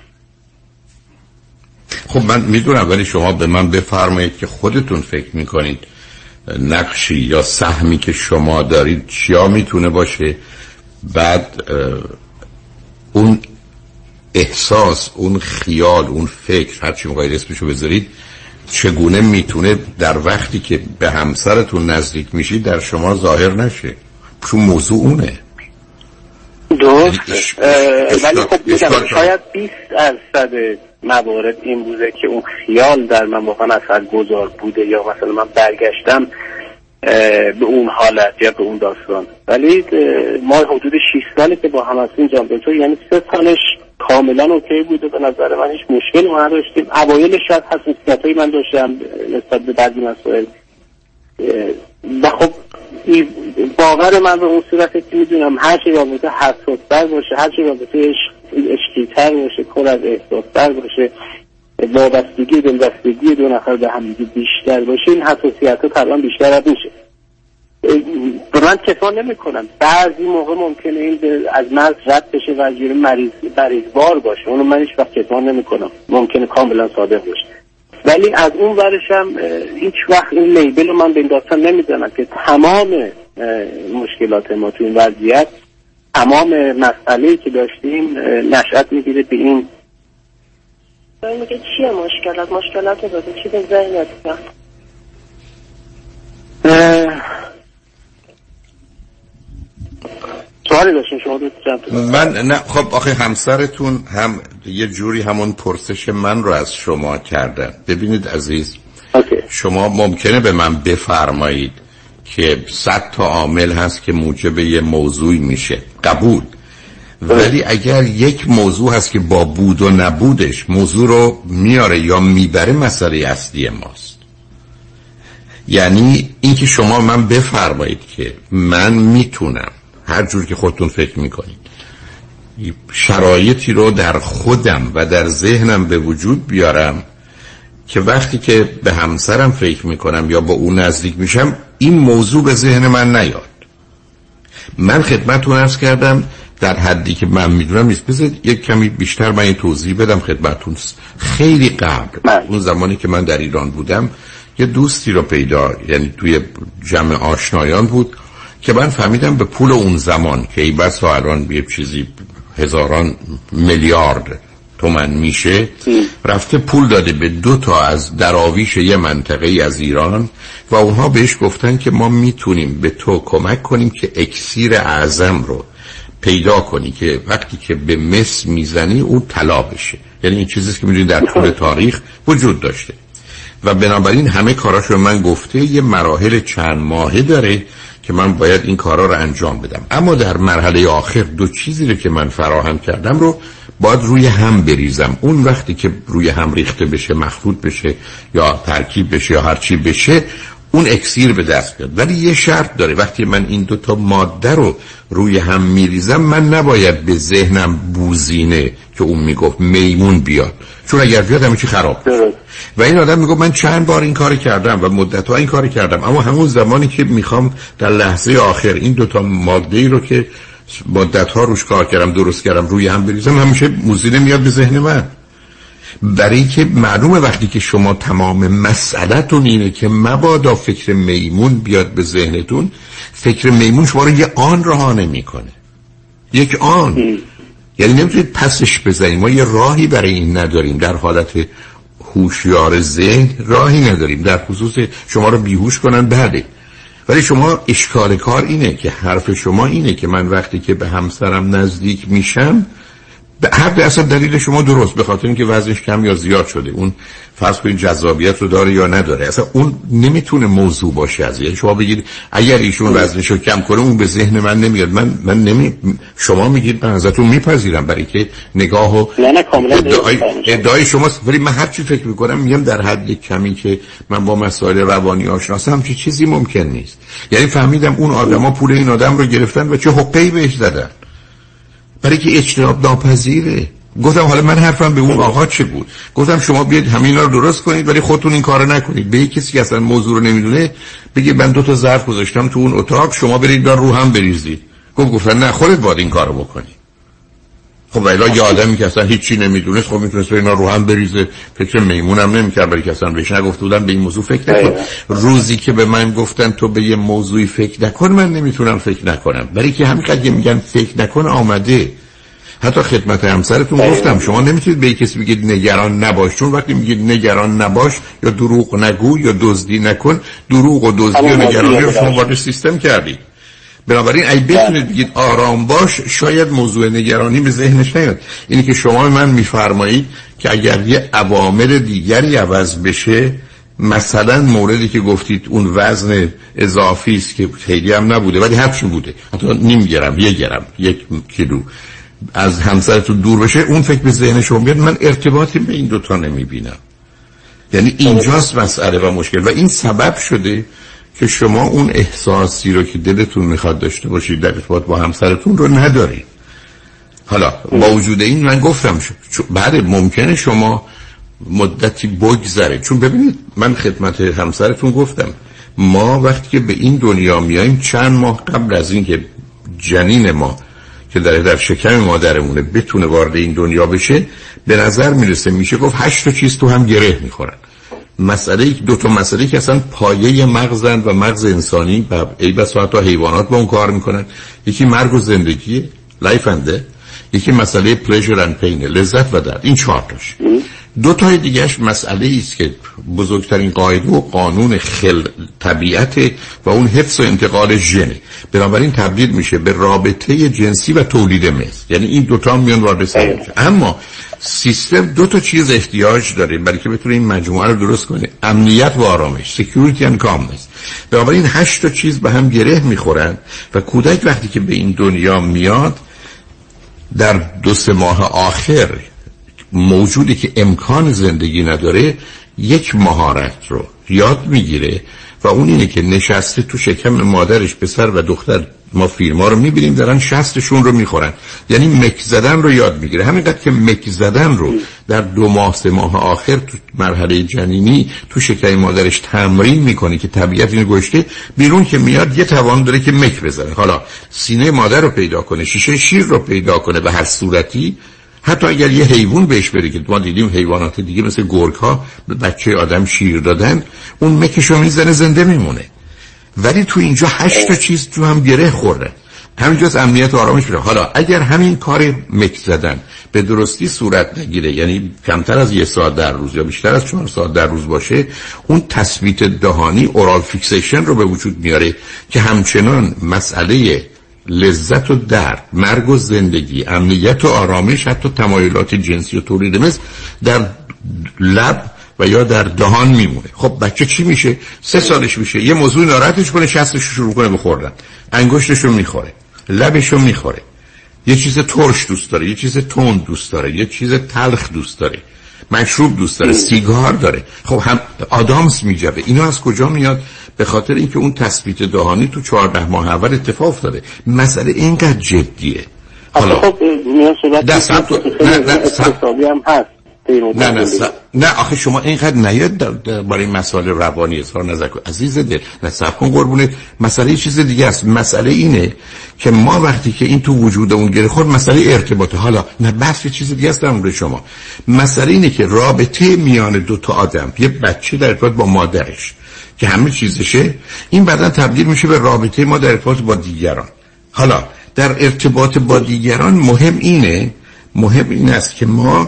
خب من میدونم، ولی شما به من بفرمایید که خودتون فکر میکنید نقشی یا سهمی که شما دارید چیا میتونه باشه، بعد اون احساس، اون خیال، اون فکر، هر چی میخواید اسمشو بذارید، چگونه میتونه در وقتی که به همسرتون نزدیک میشید در شما ظاهر نشه، چون موضوع اونه. درست، ولی خب میگم شاید بیست درصد موارد این بوده که اون خیال در من واقعا اثرگذار بوده، یا مثلا من برگشتم به اون حالت یا به اون داستان. ولی ما حدود شش ساله که با هم هستیم جان دکتر، یعنی سه سالش کاملا اوکی بوده، به نظر من هیچ مشکلی ما نداشتیم. اوایل شاید حساسیتایی من داشتم نسبت به بعضی مسائل و خب باور من به اون صورته که میدونم هر چی رابطه حساس‌تر باشه، هر چی رابطه عشقی‌تر باشه، پر از احساس‌تر باشه، وابستگی دلبستگی دو نفر به هم بیشتر باشه، این حساسیت‌ها طبعا بیشتر میشه. به من کتمان نمی کنم بعضی موقع ممکنه این از مرز رد بشه و از جوری مریض مریضبار باشه، اونو من هیچ وقت کتمان نمی کنم، ممکنه کاملا صادق باشه. ولی از اون ورشم هیچ وقت این لیبل رو من به این داستان نمیزنم که تمام مشکلات ما تو این وضعیت، تمام مسئله‌ای که داشتیم نشأت میگیره به این. میگه چیه مشکلات؟ مشکلات بوده چی به ذهنت میاد؟ سوالی داشتین شما دوست؟ من نه، خب آخه همسرتون هم یه جوری همون پرسش من رو از شما کردن. ببینید عزیز، okay. شما ممکنه به من بفرمایید که صد تا عامل هست که موجب یه موضوعی میشه، قبول، ولی اگر یک موضوع هست که با بود و نبودش موضوع رو میاره یا میبره، مسئله اصلی ماست. یعنی اینکه شما من بفرمایید که من میتونم هر جور که خودتون فکر میکنید شرایطی رو در خودم و در ذهنم به وجود بیارم که وقتی که به همسرم فکر میکنم یا با اون نزدیک میشم این موضوع به ذهن من نیاد. من خدمتتون عرض کردم در حدی که من میدونم نیست. بذارید یک کمی بیشتر من این توضیح بدم خدمتتون. خیلی قبل، اون زمانی که من در ایران بودم، یه دوستی رو پیدا، یعنی توی جمع آشنایان بود که من فهمیدم به پول اون زمان که ای بس الان یه چیزی هزاران میلیارد تومن میشه، رفته پول داده به دو تا از دراویش یه منطقه ای از ایران و اونها بهش گفتن که ما میتونیم به تو کمک کنیم که اکسیر اعظم رو پیدا کنی که وقتی که به مس میزنی اون طلا بشه. یعنی این چیزیست که میدونی در طول تاریخ وجود داشته و بنابراین همه کاراشو من گفته یه مراحل چند ماهه داره که من باید این کارا رو انجام بدم. اما در مرحله آخر دو چیزی رو که من فراهم کردم رو باید روی هم بریزم. اون وقتی که روی هم ریخته بشه، مخلوط بشه یا ترکیب بشه یا هر چی بشه، اون اکسیر به دست بیاد. ولی یه شرط داره، وقتی من این دو تا ماده رو روی هم میریزم من نباید به ذهنم بوزینه که اون میگفت میمون بیاد، چون اگر بیاد همه چی خراب میشه. و این آدم میگفت من چند بار این کار کردم و مدت‌ها این کار کردم، اما همون زمانی که میخوام در لحظه آخر این دو تا ماده رو که مدت‌ها روش کار کردم درست کردم روی هم بریزم، همیشه موزینه میاد به ذهن من. برای که معلومه وقتی که شما تمام مسئله‌تون اینه که مبادا فکر میمون بیاد به ذهنتون، فکر میمون شما رو یه آن رها نمی‌کنه. یک آن یعنی نمیتونید پسش بزنید. ما یه راهی برای این نداریم. در حالت هوشیار ذهن راهی نداریم در خصوص شما رو بیهوش کنن. بله، ولی شما اشکال کار اینه که حرف شما اینه که من وقتی که به همسرم نزدیک میشم، به هر درصد دلیل شما درست، به خاطر اینکه وزنش کم یا زیاد شده، اون فرض کنید جذابیت رو داره یا نداره، اصلا اون نمیتونه موضوع باشه. از یعنی شما بگید اگر ایشون وزنش رو کم کنه اون به ذهن من نمیاد. من من نمی شما میگید من ازتون میپذیرم برای که نگاه و ادعای, ادعای شماست، ولی من هر چی فکر میکنم میگم در حد کمی که من با مسائل روانی آشناسم چه چیزی ممکن نیست. یعنی فهمیدم اون آدما پول این آدم رو گرفتن و چه حقه‌ای بهش زدن برای که اجتناب ناپذیره. گفتم حالا من حرفم به اون آقا چه بود؟ گفتم شما بیاید همینا رو درست کنید ولی خودتون این کارو نکنید. به کسی که اصلا موضوع رو نمیدونه بگید من دو تا ظرف گذاشتم تو اون اتاق، شما برید بر رو هم بریزید. گفت گفتن نه خودت باید این کارو بکنی. خب ولی یه آدمی که اصلا هیچی نمیدونه خب میتونه اینا رو هم بریزه. فکر میمونم نمیکرد برای که اصلا بهش نگفته بودن به این موضوع فکر نکن. روزی که به من گفتن تو به یه موضوعی فکر نکن، من نمیتونم فکر نکنم. برای که همینقدر میگن فکر نکن آمده. حتی خدمت همسرتون گفتم شما نمیتونید به کسی بگید نگران نباش، چون وقتی میگید نگران نباش یا دروغ نگو یا دزدی نکن، دروغ و دزدی و نگرانی رو شما وارد سیستم کردید. بنابراین اگه بتونید بگید آرام باش، شاید موضوع نگرانی به ذهنش نیاد. اینی که شما من میفرمایید که اگر یه عوامل دیگری عوض بشه، مثلا موردی که گفتید اون وزن اضافی است که خیلی هم نبوده ولی هرچی بوده، حتی نیم گرم، یک گرم، یک کیلو از همسرتون دور بشه، اون فکر به ذهن شما بیاد، من ارتباطی به این دوتا نمیبینم. یعنی اینجاست مسئله و مشکل و این سبب شده که شما اون احساسی رو که دلتون میخواد داشته باشید در ارتباط با همسرتون رو ندارید. حالا با وجود این من گفتم بعد ممکنه شما مدتی بگذره، چون ببینید من خدمت همسرتون گفتم ما وقتی که به این دنیا میاییم چند ماه قبل از این که جنین ما که در در شکم مادرمونه بتونه وارد این دنیا بشه، به نظر میرسه میشه گفت هشت تا چیز تو هم گره میخورن. مسئله دو تا مسئله که اصلا پایه مغزن و مغز انسانی و ای بسا حتی حیوانات با اون کار میکنن. یکی مرگ و زندگی، لایف اند دث، یکی مسئله پلیژر اند پین، لذت و درد. این چهار تاش. دو تای دیگهش مسئله است که بزرگترین قاعده و قانون خل طبیعت و اون حفظ و انتقال ژن، بنابراین تبدیل میشه به رابطه جنسی و تولید مثل. یعنی این دوتا میان وارد سر میشه. اما سیستم دو تا چیز احتیاج داره برای که بتونه این مجموعه رو درست کنه: امنیت و آرامش، security and calmness. بنابراین هشت تا چیز به هم گره میخورن و کودک وقتی که به این دنیا میاد در دو سه ماه آخر موجودی که امکان زندگی نداره یک مهارت رو یاد میگیره و اون اینه که نشسته تو شکم مادرش، پسر و دختر، ما فیلم‌ها رو میبینیم دارن شستشون رو میخورن، یعنی مک زدن رو یاد میگیره. همینقدر که مک زدن رو در دو ماه سه ماه آخر تو مرحله جنینی تو شکم مادرش تمرین میکنه که طبیعت اینو گشته، بیرون که میاد یه توان داره که مک بزنه. حالا سینه مادر رو پیدا کنه، شیشه شیر رو پیدا کنه به هر صورتی، حتی اگر یه حیوان بهش بره که ما دیدیم حیوانات دیگه مثل گرگ ها به بچه آدم شیر دادن، اون مکشو میزنه زنده میمونه. ولی تو اینجا هشت تا چیز تو هم گره خورده. همینجاست امنیت و آرامش میره. حالا اگر همین کار مک زدن به درستی صورت نگیره، یعنی کمتر از یک ساعت در روز یا بیشتر از چهار ساعت در روز باشه، اون تثبیت دهانی اورال فیکسیشن رو به وجود میاره که همچنان مسئله لذت و درد، مرگ و زندگی، امنیت و آرامش، حتی تمایلات جنسی و تولید مثل در لب و یا در دهان میمونه. خب بچه چی میشه؟ سه سالش میشه یه موضوع ناراحتش کنه، شستش شروع کنه بخوردن، انگشتشو میخوره، لبشو میخوره، یه چیز ترش دوست داره، یه چیز تند دوست داره، یه چیز تلخ دوست داره، مشروب دوست داره، سیگار داره. خب هم آدامس میجبه. اینا از کجا میاد؟ به خاطر اینکه اون تثبیت دهانی تو چهارده ماه اول اتفاق افتاده. مسئله اینقدر جدیه. حالا خب میان صورت حسابی هم هست. نه نه س... نه آخه شما اینقدر نیاد برای مسائل روانی اظهار نظر کن عزیز دل. نه صبر کن قربونت، مسئله یه چیز دیگه است. مسئله اینه که ما وقتی که این تو وجودمون گره خورد مسئله ارتباطه. حالا نه بحث چیز دیگه است در مورد شما. مسئله اینه که رابطه میان دو تا آدم، یه بچه در ارتباط با مادرش که همه چیزشه، این بعداً تبدیل میشه به رابطه ما در ارتباط با دیگران. حالا در ارتباط با دیگران مهم اینه مهم این است که ما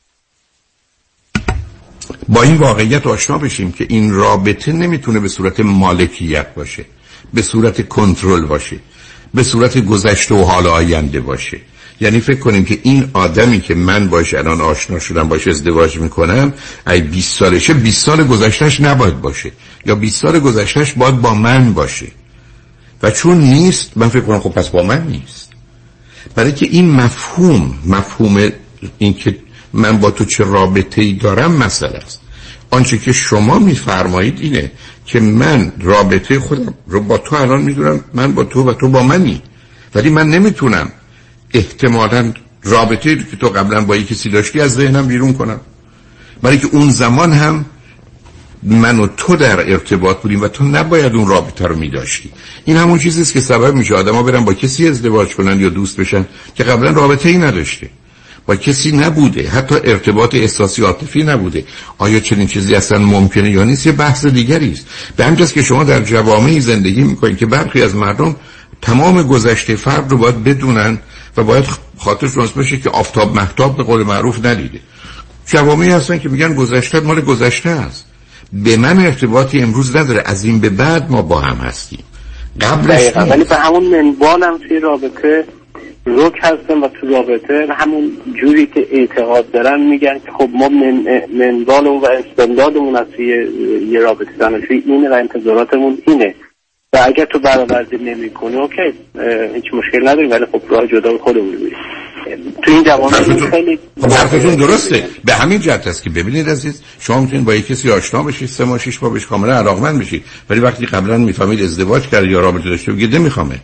با این واقعیت آشنا بشیم که این رابطه نمیتونه به صورت مالکیت باشه، به صورت کنترل باشه، به صورت گذشته و حال آینده باشه. یعنی فکر کنیم که این آدمی که من باش الان آشنا شدم، باش ازدواج میکنم، ای بیست سالشه، بیست سال گذشتهش نباید باشه، یا بیست سال گذشتهش باید با من باشه. و چون نیست، من فکر کنم خب پس با من نیست. برای که این مفهوم مفهوم این که من با تو چه رابطه‌ای دارم مسئله است. آنچه که شما میفرمایید اینه که من رابطه خودم رو با تو الان میدونم، من با تو و تو با منی، ولی من نمیتونم احتمالاً رابطه‌ای که تو قبلا با یک کسی داشتی از ذهنم بیرون کنم، برای که اون زمان هم من و تو در ارتباط بودیم و تو نباید اون رابطه رو می‌داشتی. این همون چیزیست که سبب میشه آدم‌ها برن با کسی ازدواج کنن یا دوست بشن که قبلا رابطه‌ای نداشته، با کسی نبوده، حتی ارتباط احساسی عاطفی نبوده. آیا چنین چیزی اصلا ممکنه یا نیست؟ یه بحث دیگری است. به همین جاست که شما در جوامعی زندگی می‌کنید که برخی از مردم تمام گذشته فرد رو باید بدونن و باید خاطرشون راست بشه که آفتاب مهتاب به قول معروف ندیده. جوامعی هستن که میگن گذشته مال گذشته است، به من ارتباطی امروز نداره، از این به بعد ما با هم هستیم. قبلش ولی به همون منوال هم توی رابطه رک هستن و تو رابطه همون جوری که اعتقاد دارن میگن که خب ما من منوالمون و استمدادمون از توی یه رابطه زناشویی اینه و انتظاراتمون اینه و اگر تو برآورده نمی‌کنی اوکی هیچ مشکل نداریم، ولی خب راه جدا خودمون میریم. تو این جوامع خیلی حرفتون درسته. به همین جهت است که ببینید عزیز، شما میتونید با یک کسی آشنا بشید، سه ماه شش ماه بهش کاملا علاقمند بشید، ولی وقتی قبلا میفهمید ازدواج کرد یا رابطه داشته بگید نمیخوامد،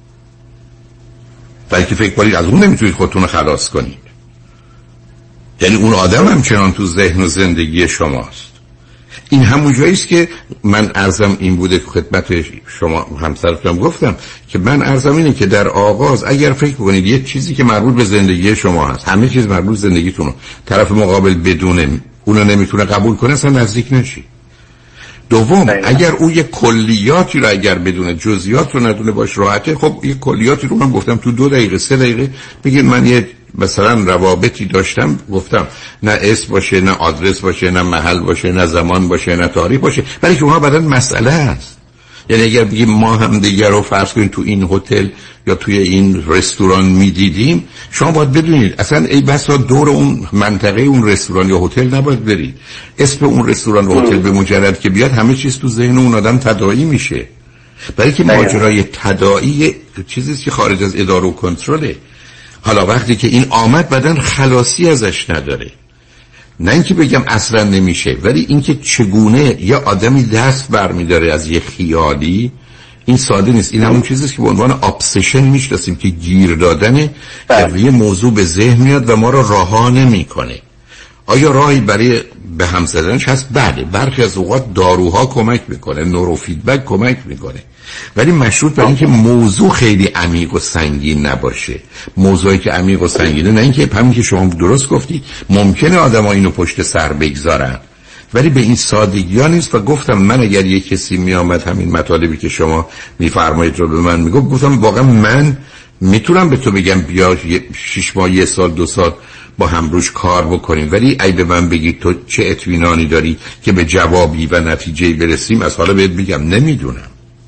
بلکه فکر کنید از اون نمیتونید خودتون رو خلاص کنید. یعنی اون آدم هم چنان تو ذهن و زندگی شماست. این همون جایی است که من عرضم این بوده که خدمت شما همسرتون گفتم که من عرضم اینه که در آغاز اگر فکر کنید یک چیزی که مربوط به زندگی شما هست، همه چیز مربوط به زندگیتونه، طرف مقابل بدونه اونو نمیتونه قبول کنه، اصلا نزدیک نشی. دوم، اگر او یک کلیاتی رو اگر بدونه، جزئیات رو ندونه، باش راحته. خب یک کلیاتی رو من گفتم تو دو دقیقه سه دقیقه بگید من یه مثلا روابطی داشتم، گفتم نه اسم باشه، نه آدرس باشه، نه محل باشه، نه زمان باشه، نه تاریخ باشه، برای که اونها بعداً مسئله است. یعنی اگر بگیم ما هم دیگر رو فرض کنیم تو این هتل یا توی این رستوران میدیدیم، شما باید بدونید اصلا ای بسا دور اون منطقه اون رستوران یا هتل نباید برید. اسم اون رستوران و هتل به مجرد که بیاد همه چیز تو ذهن اون آدم تداعی میشه، برای که ماجرای تداعی چیزیست که خارج از اداره و کنترله. حالا وقتی که این آمد بعدن خلاصی ازش نداره. نه اینکه بگم اصلا نمیشه، ولی اینکه چگونه یا آدمی دست برمیداره از یه خیالی، این ساده نیست. این همون چیزیست که به عنوان ابسشن میشناسیم که گیر دادن در یه موضوع به ذهن میاد و ما را رها نمیکنه. آیا راهی برای به هم زدنش هست؟ بله، برخی از اوقات داروها کمک میکنه، نورو فیدبک کمک میکنه، ولی مشروط بر اینکه موضوع خیلی عمیق و سنگین نباشه. موضوعی که عمیق و سنگینه، نه اینکه همین که شما درست گفتید ممکنه آدم‌ها اینو پشت سر بگذارن، ولی به این سادگی ها نیست. و گفتم من اگر یک کسی میآمد همین مطالبی که شما میفرمایید رو به من میگفت، گفتم واقعا من میتونم به تو بگم بیا شش ماه، یه سال، دو سال با هم روش کار بکنیم، ولی ای به من بگید تو چه اطمینانی داری که به جوابی و نتیجه‌ای برسیم، از حالا بهت بگم نمیدونم.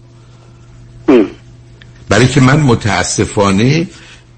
برای که من متاسفانه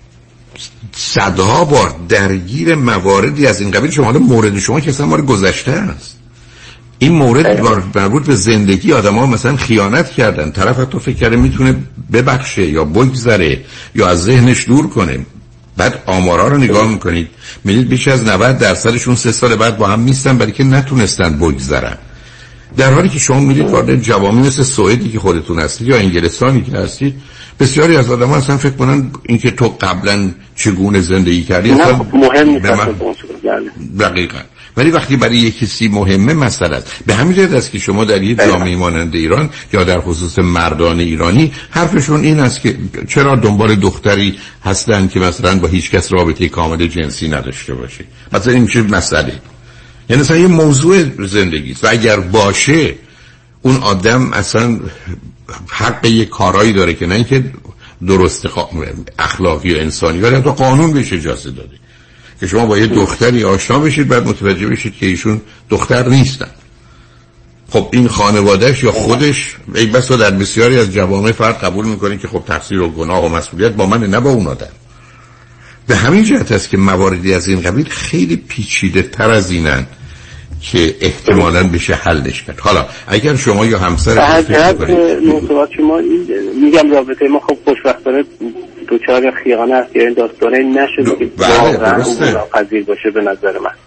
صدها بار درگیر مواردی از این قبیل شما، حالا مورد شما که اصلا مورد گذشته است، این مورد مربوط به زندگی آدم ها مثلا خیانت کردن، طرف حتی فکر کرده میتونه ببخشه یا بگذره یا از ذهنش دور کنه، بعد آمارا رو نگاه میکنید میدید بیش از نود درصدشون سه سال بعد با هم نیستن برای که نتونستن بگذرن. در حالی که شما میدید وارد جوامع مثل سوئدی که خودتون هستید یا انگلستانی که هستید، بسیاری از آدم ها اصلا فکر کنن اینکه تو قبلا چگونه زندگی کردی اصلا مهم نیست. دقیقا. ولی وقتی برای یک کسی مهمه مسئله است. به همین جهت است که شما در یک جامعه مانند ایران یا در خصوص مردان ایرانی حرفشون این است که چرا دنبال دختری هستن که مثلا با هیچ کس رابطه کامل جنسی نداشته باشه. مثلا این چه مسئله؟ یعنی مثلا یه موضوع زندگی است و اگر باشه اون آدم اصلا حق یه کارایی داره که نه اینکه درست اخلاقی و انسانی ولی حتی قانون بهش اجازه داده که شما با یه دختری آشنا بشید بعد متوجه بشید که ایشون دختر نیستن. خب این خانوادهش یا خودش ای بسا در بسیاری از جوامع فرد قبول میکنه که خب تقصیر و گناه و مسئولیت با من نه با اون آدم. به همین جهت است که مواردی از این قبیل خیلی پیچیده تر از اینن که احتمالاً بشه حلش کرد. حالا اگر شما یا همسر فکر کنید موضوعات شما میگم رابطه ما خب خوشبختانه دوچار خیانت است یا این داستانه نشده که واقعا قضیه باشه به نظر من.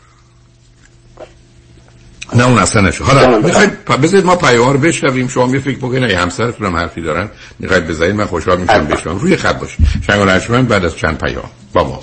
نه اون اصلا نشد. حالا میخواید بذارید ما پیام رو بشنویم شما می فکر بکنید ای همسرتون هم حرفی دارن میخواید بذارید من خوشحال میشم بشنوم. روی خط باشید. شنگ و نشمن بعد از چند پیام با ما.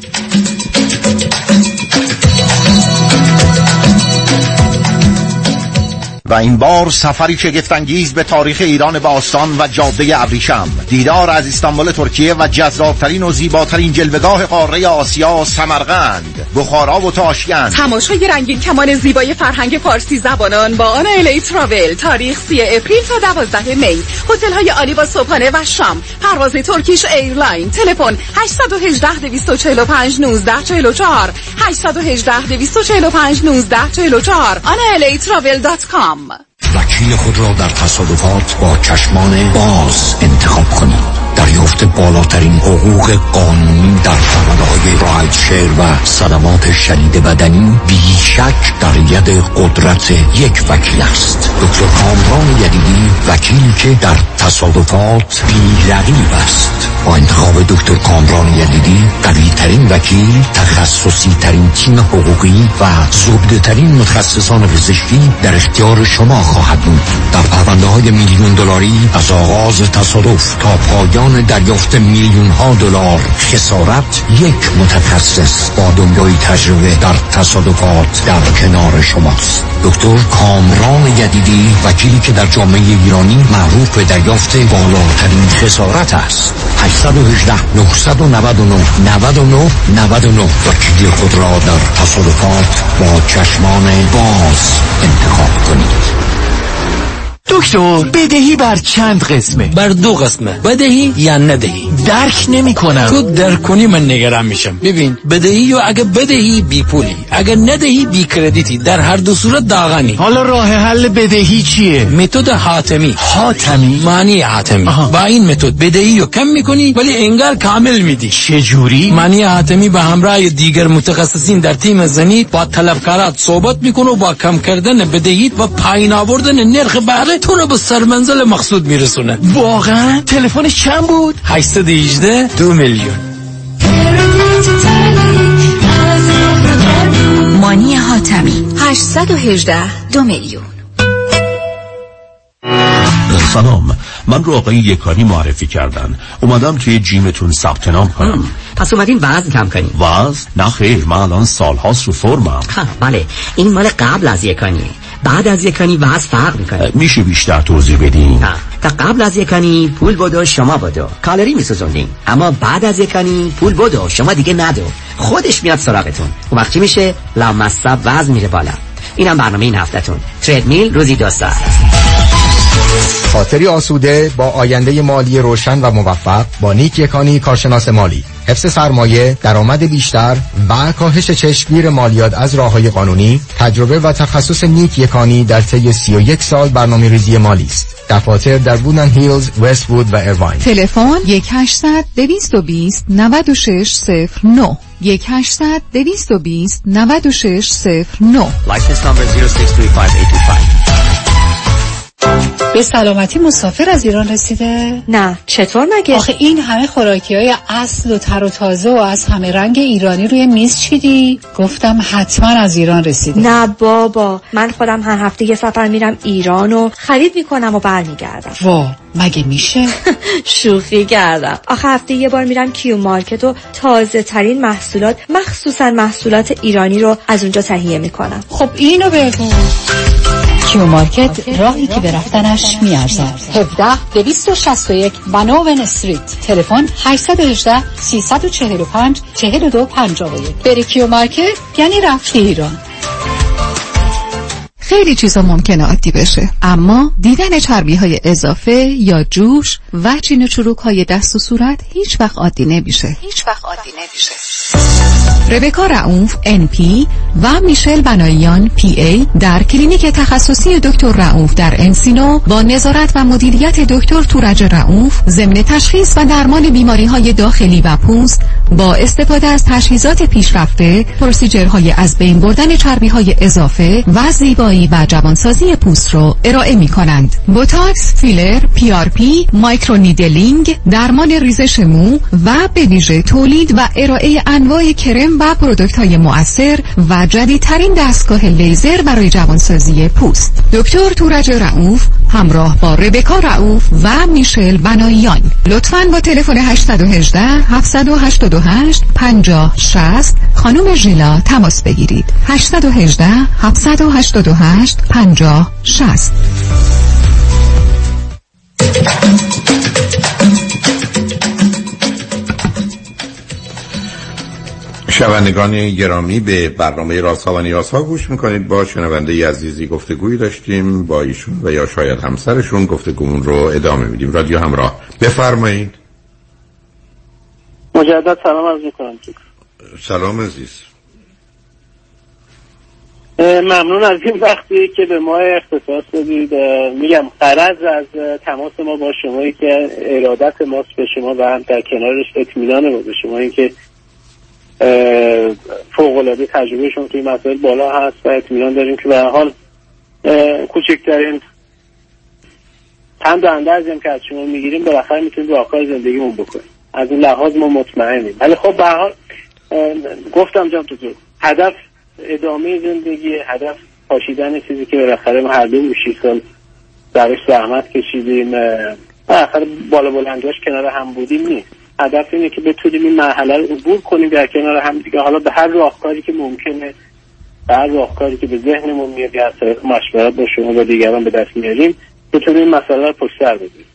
و این بار سفری شگفت‌انگیز به تاریخ ایران باستان و جاده ابریشم، دیدار از استانبول ترکیه و جذابترین و زیباترین جلوه‌گاه قاره آسیا سمرقند، بخارا و تاشکند. تماشای رنگین کمان زیبای فرهنگ فارسی زبانان با آن الی تراول، تاریخ سی اپریل تا دوازده می. هتل‌های عالی با صبحانه و شام. پرواز ترکیش ایرلاین. تلفن هشت یک هشت دو چهار پنج یک نه چهار چهار هشت یک هشت دو چهار پنج یک نه چهار چهار آن الی تراول دات کام. وکیل خود را در تصادفات با چشمان باز انتخاب کنید. دریافت بالاترین حقوق قانونی در پرونده‌های رایت شیر و صدمات شدید بدنی بیشک در ید قدرت یک وکیل است. دکتر کامران یدیدی، وکیلی که در تصادفات بی‌رقیب است. با انتخاب دکتر کامران یدیدی، قوی ترین وکیل، تخصصی ترین تیم حقوقی و زبده ترین متخصصان پزشکی در اختیار شما خواهد بود. در پرونده های میلیون دلاری از آغاز تصادف تا پایان دریافت میلیون ها دلار خسارت، یک متخصص با دنیای تجربه در تصادفات در کنار شماست. دکتر کامران یدیدی، وکیلی که در جامعه ایرانی معروف به دریافت بالاترین خسارت است. هشت یک هشت نه نه نه نه نه نه نه وکیل خود را در تصادفات با چشمان باز انتخاب کنید. دکتر، بدهی بر چند قسمه؟ بر دو قسمه، بدهی یا ندهی. درک نمی کنم. تو درک کنی من نگران میشم. ببین، بدهی یا اگه بدهی بی پولی، اگه ندهی بی کردیتی، در هر دو صورت داغانی. حالا راه حل بدهی چیه؟ متد حاتمی. حاتمی؟ معنی حاتمی. آها. با این متد بدهی رو کم میکنی ولی انگار کامل میدی. چه جوری؟ معنی حاتمی به همراه دیگر متخصصین در تیم زنی با طلبکارات صحبت میکنه و با کم کردن بدهی و پایین آوردن نرخ بهره تو رو به سرمنزل مقصود میرسونه. واقعا؟ تلفنش چند بود؟ هشت یک هشت دو میلیون. مانی حاتمی هشت یک هشت دو میلیون. سلام، من رو آقای یکانی معرفی کردن. اومدم توی جیمتون ثبت نام کنم. پس اومدین وزن کم کنین؟ وزن؟ نه خیر، من الان سالهاست رو فرمم. بله، این مال قبل از یکانیه. بعد از یکانی وزن فرق میکنه. میشه بیشتر توضیح بدین؟ تا قبل از یکانی پول بدو شما بدو، کالری میسوزوندین. اما بعد از یکانی پول بدو شما دیگه ندو، خودش میاد سراغتون. اون وقت چی میشه؟ لامصب وزن میره بالا. اینم برنامه این هفتهتون. تردمیل روزی دو ساعت. خاطری آسوده با آینده مالی روشن و موفق با نیک یکانی کارشناس مالی. حفظ سرمایه، درآمد بیشتر و کاهش چشمگیر مالیات از راه‌های قانونی. تجربه و تخصص نیک یکانی در طی سی و یک سال برنامه‌ریزی مالی است. دفاتر در وودن هیلز، وست وود و ایرواین. تلفن یک هشتصد دویست و بیست نود و شش صفر نه یک هشتصد دویست و بیست نود و شش صفر نه. License number zero six three five eight two five. به سلامتی مسافر از ایران رسیده؟ نه، چطور مگه؟ آخه این همه خوراکی‌های اصل و تر و تازه و از همه رنگ ایرانی روی میز چیدی؟ گفتم حتما از ایران رسیده. نه بابا، من خودم هر هفته یه سفر میرم ایران و خرید میکنم و برمیگردم. وا، مگه میشه؟ شوخی کردم. آخه هفته یه بار میرم کیو مارکت و تازه ترین محصولات، مخصوصا محصولات ایرانی رو از اونجا تهیه میکنم. خب اینو بگو. کیو مارکت، راهی که به رفتنش میارزد. هفده دویست و شصت و یک بناون استریت. تلفن هشت یک هشت سه چهار پنج چهار دو پنج یک. بری کیو مارکت یعنی رفتی ایران. خیلی چیزا ممکنه عادی بشه، اما دیدن چربی های اضافه یا جوش و چین و چروک های دست و صورت هیچ وقت عادی نمیشه. هیچ وقت عادی نمیشه. ربکا رئوف ان پی و میشل بناییان پی ای در کلینیک تخصصی دکتر رئوف در انسینو با نظارت و مدیریت دکتر تورج رئوف ضمن تشخیص و درمان بیماری‌های داخلی و پوست با استفاده از تجهیزات پیشرفته، پروسیجرهای از بین بردن چربی‌های اضافه و زیبایی و جوانسازی پوست را ارائه می‌کنند. بوتاکس، فیلر، پی آر پی، مایکرونیدلینگ، درمان ریزش مو و به ویژه تولید و ارائه انواع کرم و پروداکت‌های مؤثر و جدیدترین دستگاه لیزر برای جوانسازی پوست. دکتر تورج رئوف همراه با ربکا رئوف و میشل بناییان. لطفاً با تلفن هشت یک هشت هفت هشت هشت پنجاه شصت خانم ژیلا تماس بگیرید. هشت یک هشت هفت هشت هشت پنجاه شصت. شنوندگان گرامی، به برنامه رازها و نیازها گوش میکنید. با شنونده عزیزی گفتگویی داشتیم با ایشون و یا شاید همسرشون. گفتگومون رو ادامه میدیم. رادیو همراه، بفرمایید. مجدد سلام عرض میکنم. سلام عزیز. ممنون از این وقتی که به ما اختصاص دادید. میگم غرض از تماس ما با شما که ارادت ماست به شما و هم در کنارش اطمینان ما به شما، این که فوق‌العاده تجربهشون توی مسائل بالا هست و اطمینان داریم که به هر حال کوچکترین پند و اندرزی هم که از شما میگیریم بالاخره میتونیم راهکار زندگیمون بکنیم. از این لحاظ ما مطمئنیم. ولی خب به هر حال گفتم جان تو هدف ادامه زندگی، هدف پاشیدن چیزی که بالاخره ما هر دو شش سال درش زحمت کشیدیم، بالاخره بالا بلنداش کنار هم بودیم نیست. هدف اینه که بتونیم این مرحله رو عبور کنیم در کنار هم دیگه. حالا به هر راهکاری که ممکنه، به هر راهکاری که به ذهنمون میاد، یا از مشورت با شما و دیگران به دست میاریم، بتونیم این مسئله رو پشت سر بذاریم.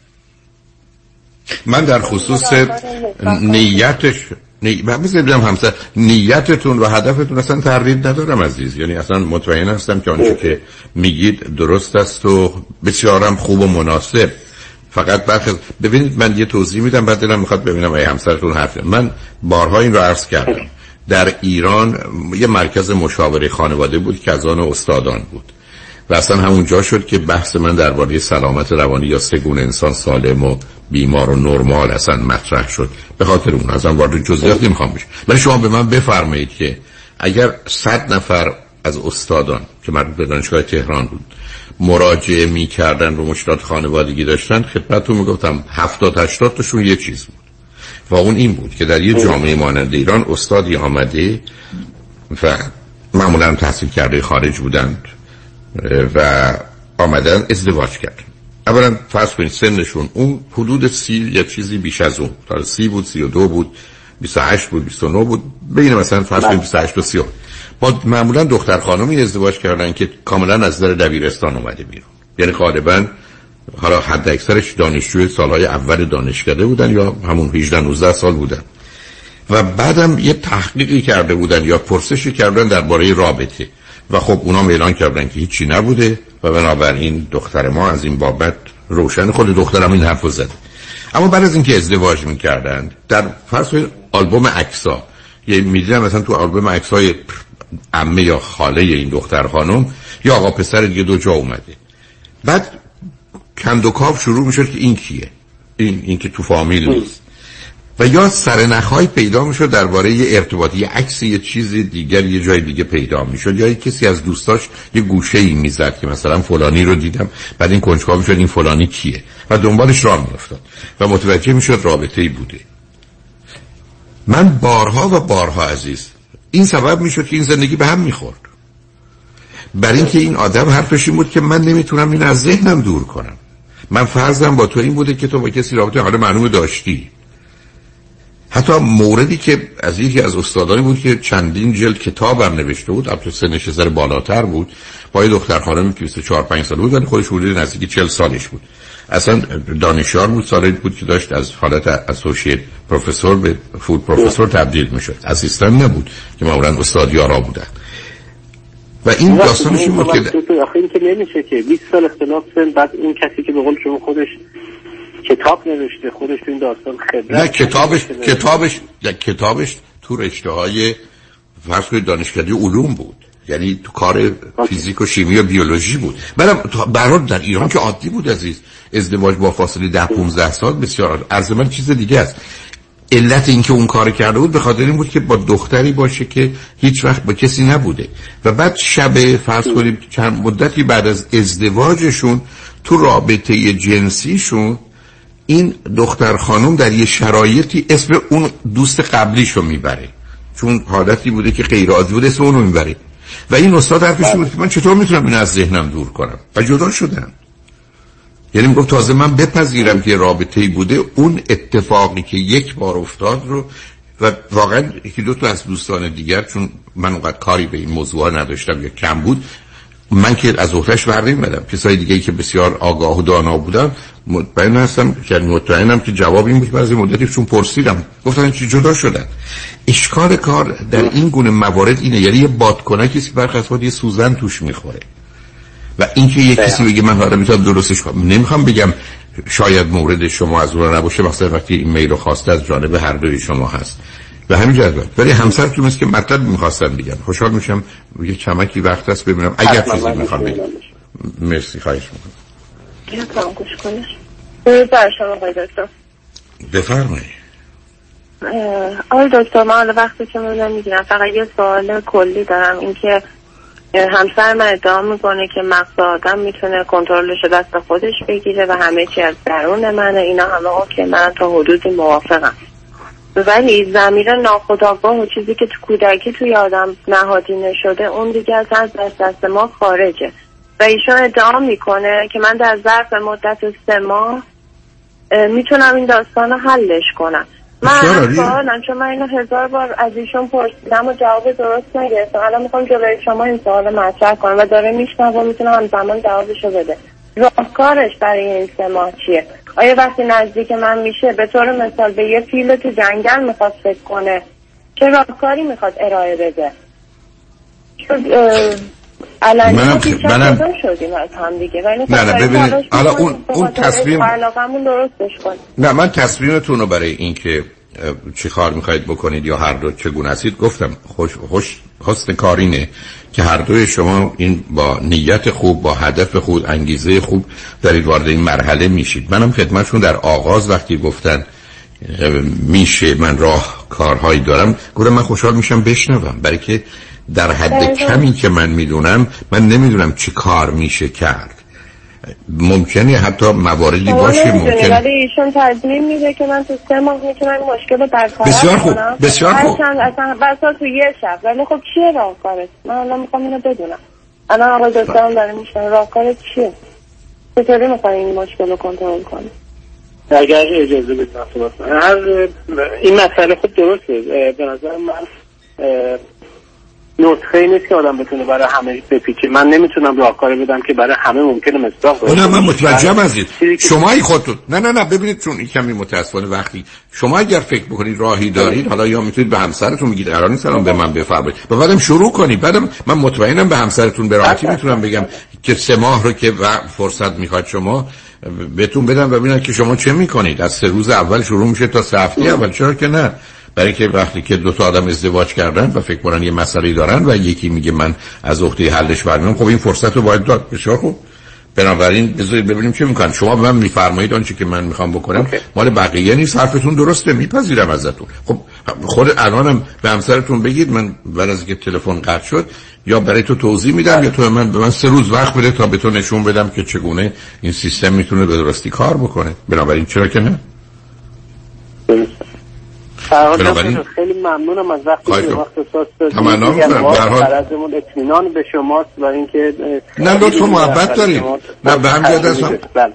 من در خصوص نیتش نی... من بذارم همسر نیتتون و هدفتون اصلا تردید ندارم عزیز. یعنی اصلا مطمئن هستم که آنچه که میگید درست است و بسیارم خوب و مناسب. فقط بعد ببینید من یه توضیح میدم، بعد دلم میخواد ببینم ای همسرتون حرف. من بارها این رو عرض کردم، در ایران یه مرکز مشاوره خانواده بود که از آن استادان بود و اصلا همون جا شد که بحث من درباره سلامت روانی یا سگون انسان سالم و بیمار و نرمال اصلا مطرح شد. به خاطر اون اصلا وارد جزئیات نمیخوام بشم. ولی شما به من بفرمایید که اگر صد نفر از استادان که مربوط به دانشگاه تهران بود مراجعه می‌کردن و مشکلات خانوادگی داشتن، خدمتتون میگفتم هفتاد هشتاد تاشون یه چیز بود و اون این بود که در یه جامعه مانند ایران استادی آمده و معمولا تحصیل کرده خارج بودند و آمدن ازدواج کردن. اولا فرض کنید سنشون اون حدود سی یا چیزی بیش از اون، تا سی بود، سی و دو بود، بیست و هشت بود، بیست و نه بود، بین مثلا فرض کنید بیست و هشت و سی و با معمولا دختر خانمی ازدواج کردن که کاملا از در دبیرستان اومده بیرون. یعنی غالبا حالا حد اکثرش دانشجوی سالهای اول دانشکده بودن یا همون هجده نوزده سال بودن و بعدم یه تحقیقی کرده بودن یا پرسشی کردن درباره رابطه و خب اونا اعلان کردن که هیچی نبوده و بنابراین دختر ما از این بابت روشن. خود دخترم این حرفو زد. اما بعد از اینکه ازدواج می‌کردن در فرض کنید آلبوم عکس‌ها یه می‌دیدم مثلا تو آلبوم عکس‌های عمه یا خاله این دختر خانم یا آقا پسر دیگه دو جا اومده، بعد کندوکاو شروع میشد که این کیه، این این که تو فامیل نیست و یا سرنخ‌های پیدا میشد درباره یه ارتباطی، یه عکس یه چیز دیگر یه جای دیگه پیدا میشد، یا کسی از دوستاش یه گوشه‌ای میزد که مثلا فلانی رو دیدم، بعد این کنجکاو میشد این فلانی کیه و دنبالش راه میافتاد و متوجه میشد رابطه‌ای بوده. من بارها و بارها عزیز این سبب میشد که این زندگی به هم میخورد، برای اینکه این آدم حرفش این بود که من نمیتونم این از ذهنم دور کنم. من فرضم با تو این بوده که تو با کسی رابطه حالا معلومه داشتی. حتی موردی که از یکی از استادانی بود که چندین جلد کتابم نوشته بود، البته سنش ذره بالاتر بود، با یه دختر خانمی که بیست و چهار پنج سال بود ولی خودش حدود نزدیک چهل سالش بود، اصلا دانشیار بود، سالی بود که داشت از حالت اسوسییت پروفسور به فود پروفسور تبدیل میشد، اسیستنت نبود که معمولا استادیارا بودن. و این داستانش این بود که آخه این که نمیشه که بیست سال اختلاف سن، بعد این کسی که به قول شما خودش کتاب نوشته، خودش تو این داستان خبرت، نه کتابش کتابش یا کتابش تو رشته‌های فرض کنید دانشکده علوم بود، یعنی تو کار فیزیک و شیمی و بیولوژی بود. منم برات در ایران که عادی بود عزیز، ازدواج با فاصله ده پانزده سال بسیار عرض من چیز دیگه است. علت این که اون کار کرده بود به خاطر این بود که با دختری باشه که هیچ وقت با کسی نبوده و بعد شب فرض کنیم چند مدتی بعد از ازدواجشون تو رابطه جنسیشون این دختر خانم در یه شرایطی اسم اون دوست قبلیشو میبره، چون حالتی بوده که غیر عادی بوده اسم اونو میبره و این استاد حرفش بود که من چطور میتونم اینو از ذهنم دور کنم و جدا شدن. یعنی میگفت تازه من بپذیرم که رابطه‌ای بوده، اون اتفاقی که یک بار افتاد رو و واقعا یکی دو تا از دوستان دیگر، چون من اونقدر کاری به این موضوع نداشتم یا کم بود، من که از اختش برنمی‌آمدم، کسای دیگه‌ای که بسیار آگاه و دانا بودن مطمئن هستم که مطمئنم که جواب این بود. بعضی مدتی چون پرسیدم گفتن چی جدا شدن. اشکال کار در این گونه موارد اینه، یعنی یه بادکنکی که برخلاف خود یه سوزن توش میخوره و اینکه یه کسی بگه من حالا میتونم درستش کنم، نمیخوام بگم شاید مورد شما از اون نباشه، مثلا وقتی این میل رو خواسته از جانب هر دوی شما هست و همین جذبه، ولی همسرتون است که مطلب میخواستم بگم. خوشحال میشم یه چمکی وقت هست ببینم اگر چیزی میخوام بگم. مرسی، خواهش میکنم. یه کام گوش کنش بر شما آقای دکتر. بفرمایید. آقای دکتر من حالا وقتی که من نمیگیرم، فقط یه سوال کلی دارم، این که همسر من ادعا میکنه که مغز آدم میتونه کنترلش دست خودش بگیره و همه چی از درون منه، اینا همه اوکی، من تا حدودی موافقم، ولی ضمیر ناخودآگاه و چیزی که تو کودکی توی آدم نهادینه شده اون دیگه از دست دست ما خارجه و ایشون ادعا میکنه که من در ظرف مدت سه ماه میتونم این داستان رو حلش کنم. من سوالم، چون من اینو هزار بار از ایشون پرسیدم و جواب درست نگرفتم، الان میخوام جلوی شما این سوال مطرح کنم و داره میشنم و میتونم همزمان جوابشو بده. راهکارش برای این سه ماه چیه؟ آیا وقتی نزدیک من میشه به طور مثال به یه فیل تو جنگل میخواد فکر کنه، چه راهکاری میخواد ارائه بده؟ علنی منم منم شدیم از هم دیگه، ولی نه نه ببینید حالا اون اون تصمیم علاقمون درستش کنیم. نه من تصمیمتون رو برای اینکه چه کار میخواید بکنید یا هر دو چگونه هستید گفتم. خوش خوش حسن کارینه که هر دوی شما این با نیت خوب، با هدف خوب، انگیزه خوب دارید وارد این مرحله میشید. منم خدمتشون در آغاز وقتی گفتن میشه من راه کارهایی دارم، گفتم من خوشحال میشم بشنوم، برای که در حد کمی که من میدونم من نمیدونم چه کار میشه کرد. ممکنه حتی مواردی باشه ممکنه، ولی ایشون تضمین میده که من تو سه ماه میتونم این مشکل رو برطرف کنم. بسیار خوب، بسیار خوب. اصلا بسا تو یه شب، ولی خب چیه راهکارت؟ من الان میخوام اینو بدونم. الان آقای دکترم داره میشن راهکارت چیه؟ چطوری میخوای این مشکل رو کنترل کنی؟ اگر اجازه بدید هر این مسئله خود درسته به نظر من. نسخه نیست که آدم بتونه برای همه بپیچه. من نمیتونم راهکاری بدم که برای همه ممکنه مصداق باشه. نه من متوجهم عزیز. شمایی خودتون نه نه نه ببینید، چون این کمی متاسفانه وقتی شما اگر فکر بکنید راهی دارید، حالا یا میتونید به همسرتون میگید قرار نیست الان به من بفرمایید و بعدم شروع کنید، بعدم من مطمئنم به همسرتون به راحتی میتونم بگم که سه ماه رو که فرصت میخواد شما بهتون بدم و ببینید که شما چه میکنید. از سه روز اول شروع میشه تا سه هفته اول، چرا که نه؟ برای که وقتی که دو تا آدم ازدواج کردن و فکر کنن یه مسئله دارن و یکی میگه من از عهده حلش برمیام، خب این فرصت رو باید داد. بسیار خوب. بنابراین بذارید ببینیم چه میکنن. شما به من میفرمایید آنچه که من میخوام بکنم okay. مال بقیه نیست، حرفتون درسته، میپذیرم ازتون. خب خود الانم به همسرتون بگید من بعد از اینکه تلفن قطع شد یا برای تو توضیح میدم یا تو من به من سه روز وقت بده تا به تو نشون بدم که چگونه این سیستم میتونه به درستی کار بکنه. بنابراین چرا که نه؟ بنابراین خیلی ممنونم از وقتی که وقت احساس دادید. تمنا می‌کنم. به هر حال عرضمون اطمینان به شماست و اینکه نه لطفاً محبت دارید. نه به هم جهت هستم.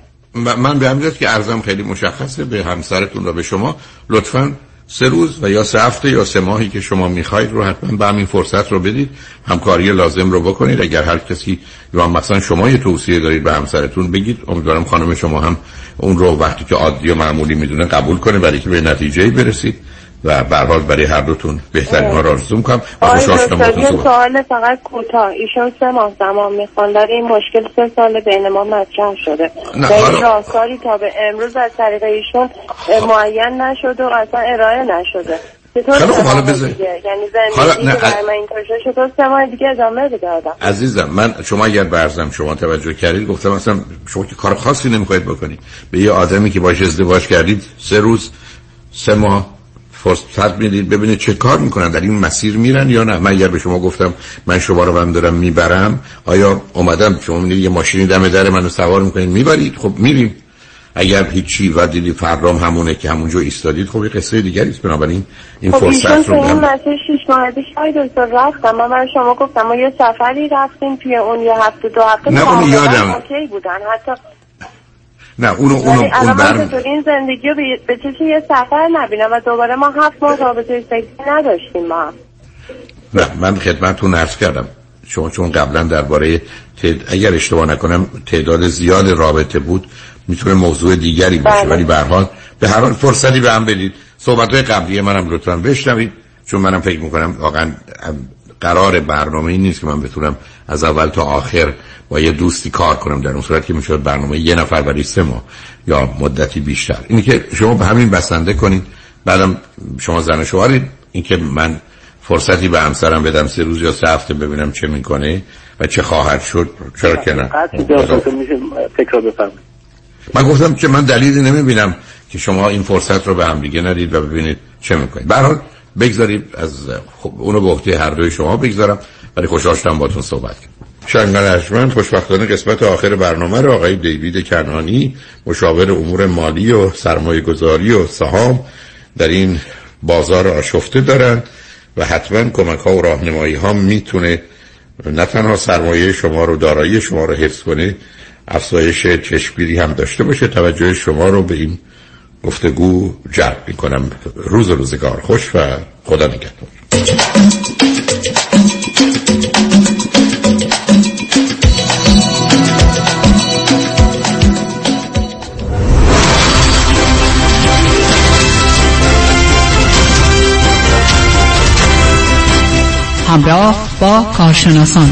من به هم جهت که عرضم خیلی مشخصه به همسرتون و به شما، لطفاً سه روز و یا سه هفته یا سه ماهی که شما میخواید رو حتما به همین فرصت رو بدید، همکاری لازم رو بکنید. اگر هر کسی یا مثلا شما یه توصیه دارید به همسرتون بگید، امیدوارم خانم شما هم اون رو وقتی که عادی و معمولی میدونه قبول کنه برای که به نتیجه‌ای برسید و به هر حال برای هر دوتون بهترین ها رو آرزو می‌کنم. خوشحال شدم باهاتون صحبت. سوال فقط کوتاه، ایشون سه ماه زمان میخوان، در این مشکل سه سال بین ما مطرح شده. در راهکاری تا به امروز از طریق ایشون معین نشده و اصلا ارائه نشده. خیلی خوب، حالا بذارید یعنی زندگی که برای من اینطور شده سه ماه دیگه ادامه بده آدم. عزیزم من شما اگر برزم شما توجه کردید گفتم مثلا شما که کار خاصی نمی‌خواید بکنید، به یه آدمی که باهاش ازدواج کردید سه روز سه ماه فرصت میدید ببینید چه کار میکنن، در این مسیر میرن یا نه. من اگر به شما گفتم من شما رو هم دارم میبرم، آیا اومدم شما میدید یه ماشینی دم در منو سوار میکنید میبرید؟ خب میریم. اگر هیچی و دیدی فرام همونه که همونجا ایستادید، خب یه قصه دیگری است. بنابراین این خب فرصت رو من مسیر شش ماه پیش دکتر رفتم، من برای شما گفتم ما یه سفری رفتیم توی اون یه هفته دو هفته نه اون یادم اوکی بودن حتی نه اونو اونو اون برم این زندگی رو به چه یه سفر نبینم و دوباره ما هفت ماه رابطه سکسی نداشتیم ما. نه من خدمتتون عرض کردم شما چون قبلا درباره تعد... اگر اشتباه نکنم تعداد زیاد رابطه بود میتونه موضوع دیگری باشه، ولی به هر حال به هر حال فرصتی به هم بدید. صحبت‌های قبلی منم لطفاً بشنوید، چون منم فکر می‌کنم واقعاً قرار برنامه این نیست که من بتونم از اول تا آخر با یه دوستی کار کنم، در اون صورت که میشد برنامه یه نفر برای سه ماه یا مدتی بیشتر. اینی که شما به همین بسنده کنید. بعدم شما زن و شوهرید، این که من فرصتی به همسرم بدم سه روز یا سه هفته ببینم چه میکنه و چه خواهد شد، چرا که نه؟ فکر بفرمایید. من گفتم که من دلیلی نمیبینم که شما این فرصت رو به هم دیگه ندید و ببینید چه میکنید. به هر حال بگذارید از خب اونو به عهده هر دوی شما بگذارم، ولی خوشحال شدم باهاتون صحبت کردم. شنگل ارجمند خوشبختانه قسمت آخر برنامه رو آقای دیوید کنعانی، مشاور امور مالی و سرمایه گذاری و سهام در این بازار آشفته دارن و حتما کمک ها و راهنمایی ها میتونه نه تنها سرمایه شما رو، دارایی شما رو حفظ کنه، افزایش چشمگیری هم داشته باشه. توجه شما رو به این گفتگو جلب میکنم. روز روزگار خوش و خدا نگهدار. همراه با کارشناسان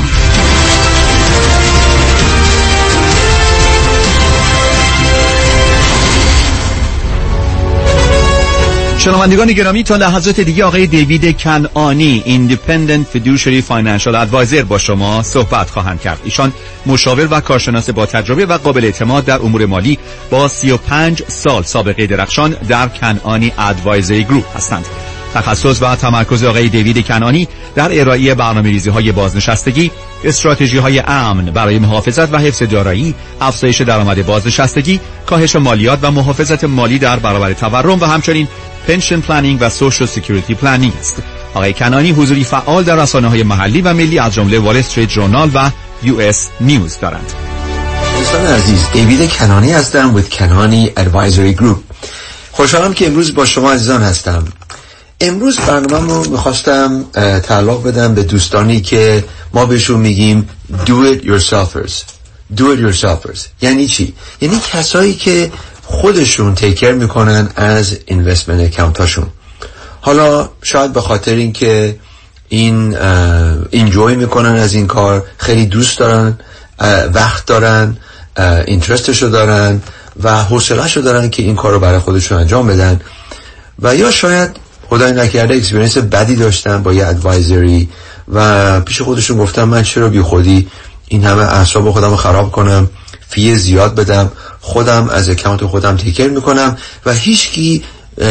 شنوندگان گرامی، تا لحظات دیگه آقای دیوید کنعانی Independent Fiduciary Financial Advisor با شما صحبت خواهند کرد. ایشان مشاور و کارشناس با تجربه و قابل اعتماد در امور مالی با سی و پنج سال سابقه درخشان در کنعانی ادوایزری گروپ هستند. تخصص و تمرکز آقای دیوید کنعانی در ارائه برنامه‌ریزی‌های بازنشستگی، استراتژی‌های امن برای محافظت و حفظ دارایی، افزایش درآمد بازنشستگی، کاهش مالیات و محافظت مالی در برابر تورم و همچنین پنشن پلنینگ و سوشال سکیوریتی پلنینگ است. آقای کنعانی حضوری فعال در رسانه‌های محلی و ملی از جمله وال استریت ژورنال و یو اس نیوز دارند. دوستان عزیز، دیوید کنعانی هستم with کنعانی ادوایزری گروپ. خوشحالم که امروز با شما عزیزان هستم. امروز برنامه رو میخواستم تعلق بدم به دوستانی که ما بهشون میگیم do it yourselfers. do it yourselfers یعنی چی؟ یعنی کسایی که خودشون تیکر میکنن از اینوستمنت اکانت هاشون. حالا شاید به خاطر این که این انجوی میکنن از این کار، خیلی دوست دارن، وقت دارن، اینترستشو دارن و حوصله‌شو دارن که این کار رو برای خودشون انجام بدن، و یا شاید خدای نکرده اکسپریانس بدی داشتن با یه ادوایزری و پیش خودشون گفتن من چرا بی خودی این همه اعصاب خودم رو خراب کنم، فی زیاد بدم، خودم از اکانت خودم تیکر میکنم و هیچکی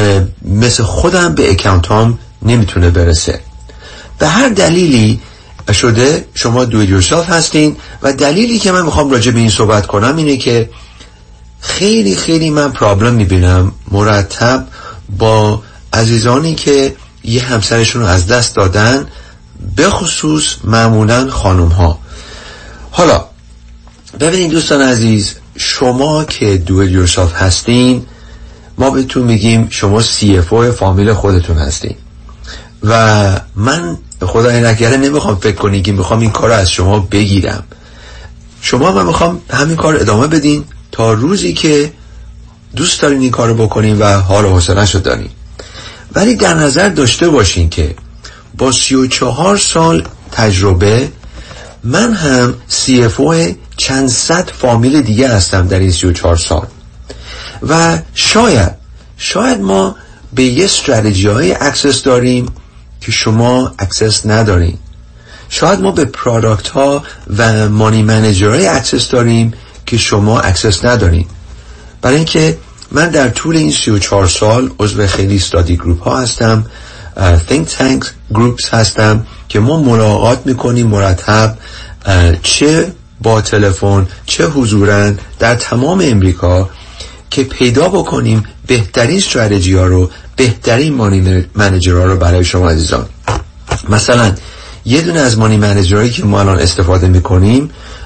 مثل خودم به اکانتام نمیتونه برسه. به هر دلیلی شده شما دو یورسلف هستین و دلیلی که من میخوام راجع به این صحبت کنم اینه که خیلی خیلی من پرابلم میبینم مرتب با عزیزانی که یه همسرشون رو از دست دادن، به خصوص معمولا خانم ها. حالا ببینید دوستان عزیز، شما که دو یورسلف هستین، ما بهتون میگیم شما سی اف او فامیل خودتون هستین و من خدای نکرده نمیخوام فکر کنی که میخوام این کار رو از شما بگیرم. شما من میخوام همین کار ادامه بدین تا روزی که دوست دارین این کار رو بکنین و حال و حوصله‌شو دارین. ولی در نظر داشته باشین که با سی و چهار سال تجربه من هم سی اف او چند صد فامیل دیگه هستم در این سی و چهار سال و شاید شاید ما به یه استراتژی های اکسس داریم که شما اکسس ندارین. شاید ما به پروداکت ها و مانی منیجر های اکسس داریم که شما اکسس ندارین. برای اینکه من در طول این سی و چهار سال عضو خیلی استادی گروپ ها هستم، think tank groups هستم که ما ملاقات میکنیم مرتب، چه با تلفن چه حضوراً در تمام امریکا، که پیدا بکنیم بهترین استراتژی ها رو، بهترین مانی منیجر ها رو برای شما عزیزان. مثلا یه دونه از مانی منیجرهایی که ما الان استفاده میکنیم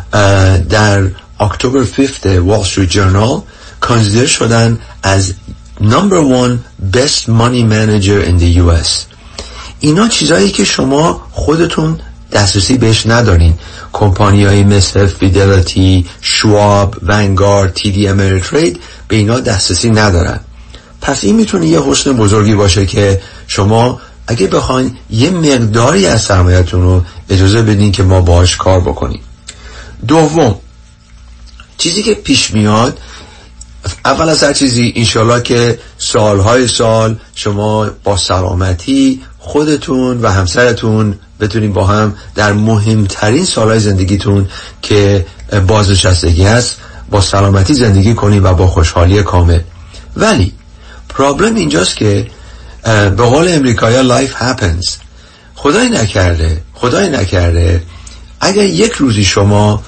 در اکتبر پنجم وال استریت جورنال کانسیدر شدن از number one best money manager in the یو اس. اینا چیزایی که شما خودتون دسترسی بهش ندارین. کمپانیایی مثل فیدلیتی، شواب، ونگارد، تی دی امریترید به اینا دسترسی ندارن. پس این میتونه یه حسن بزرگی باشه که شما اگه بخواین یه مقداری از سرمایه‌تون رو اجازه بدین که ما باهاش کار بکنیم. دوم چیزی که پیش میاد، اول از هر چیزی انشالله که سالهای سال شما با سلامتی خودتون و همسرتون بتونین با هم در مهمترین سالهای زندگیتون که بازنشستگی هست با سلامتی زندگی کنین و با خوشحالی کامل. ولی پرابلم اینجاست که به قول امریکایی life happens. خدای نکرده خدای نکرده اگر یک روزی شما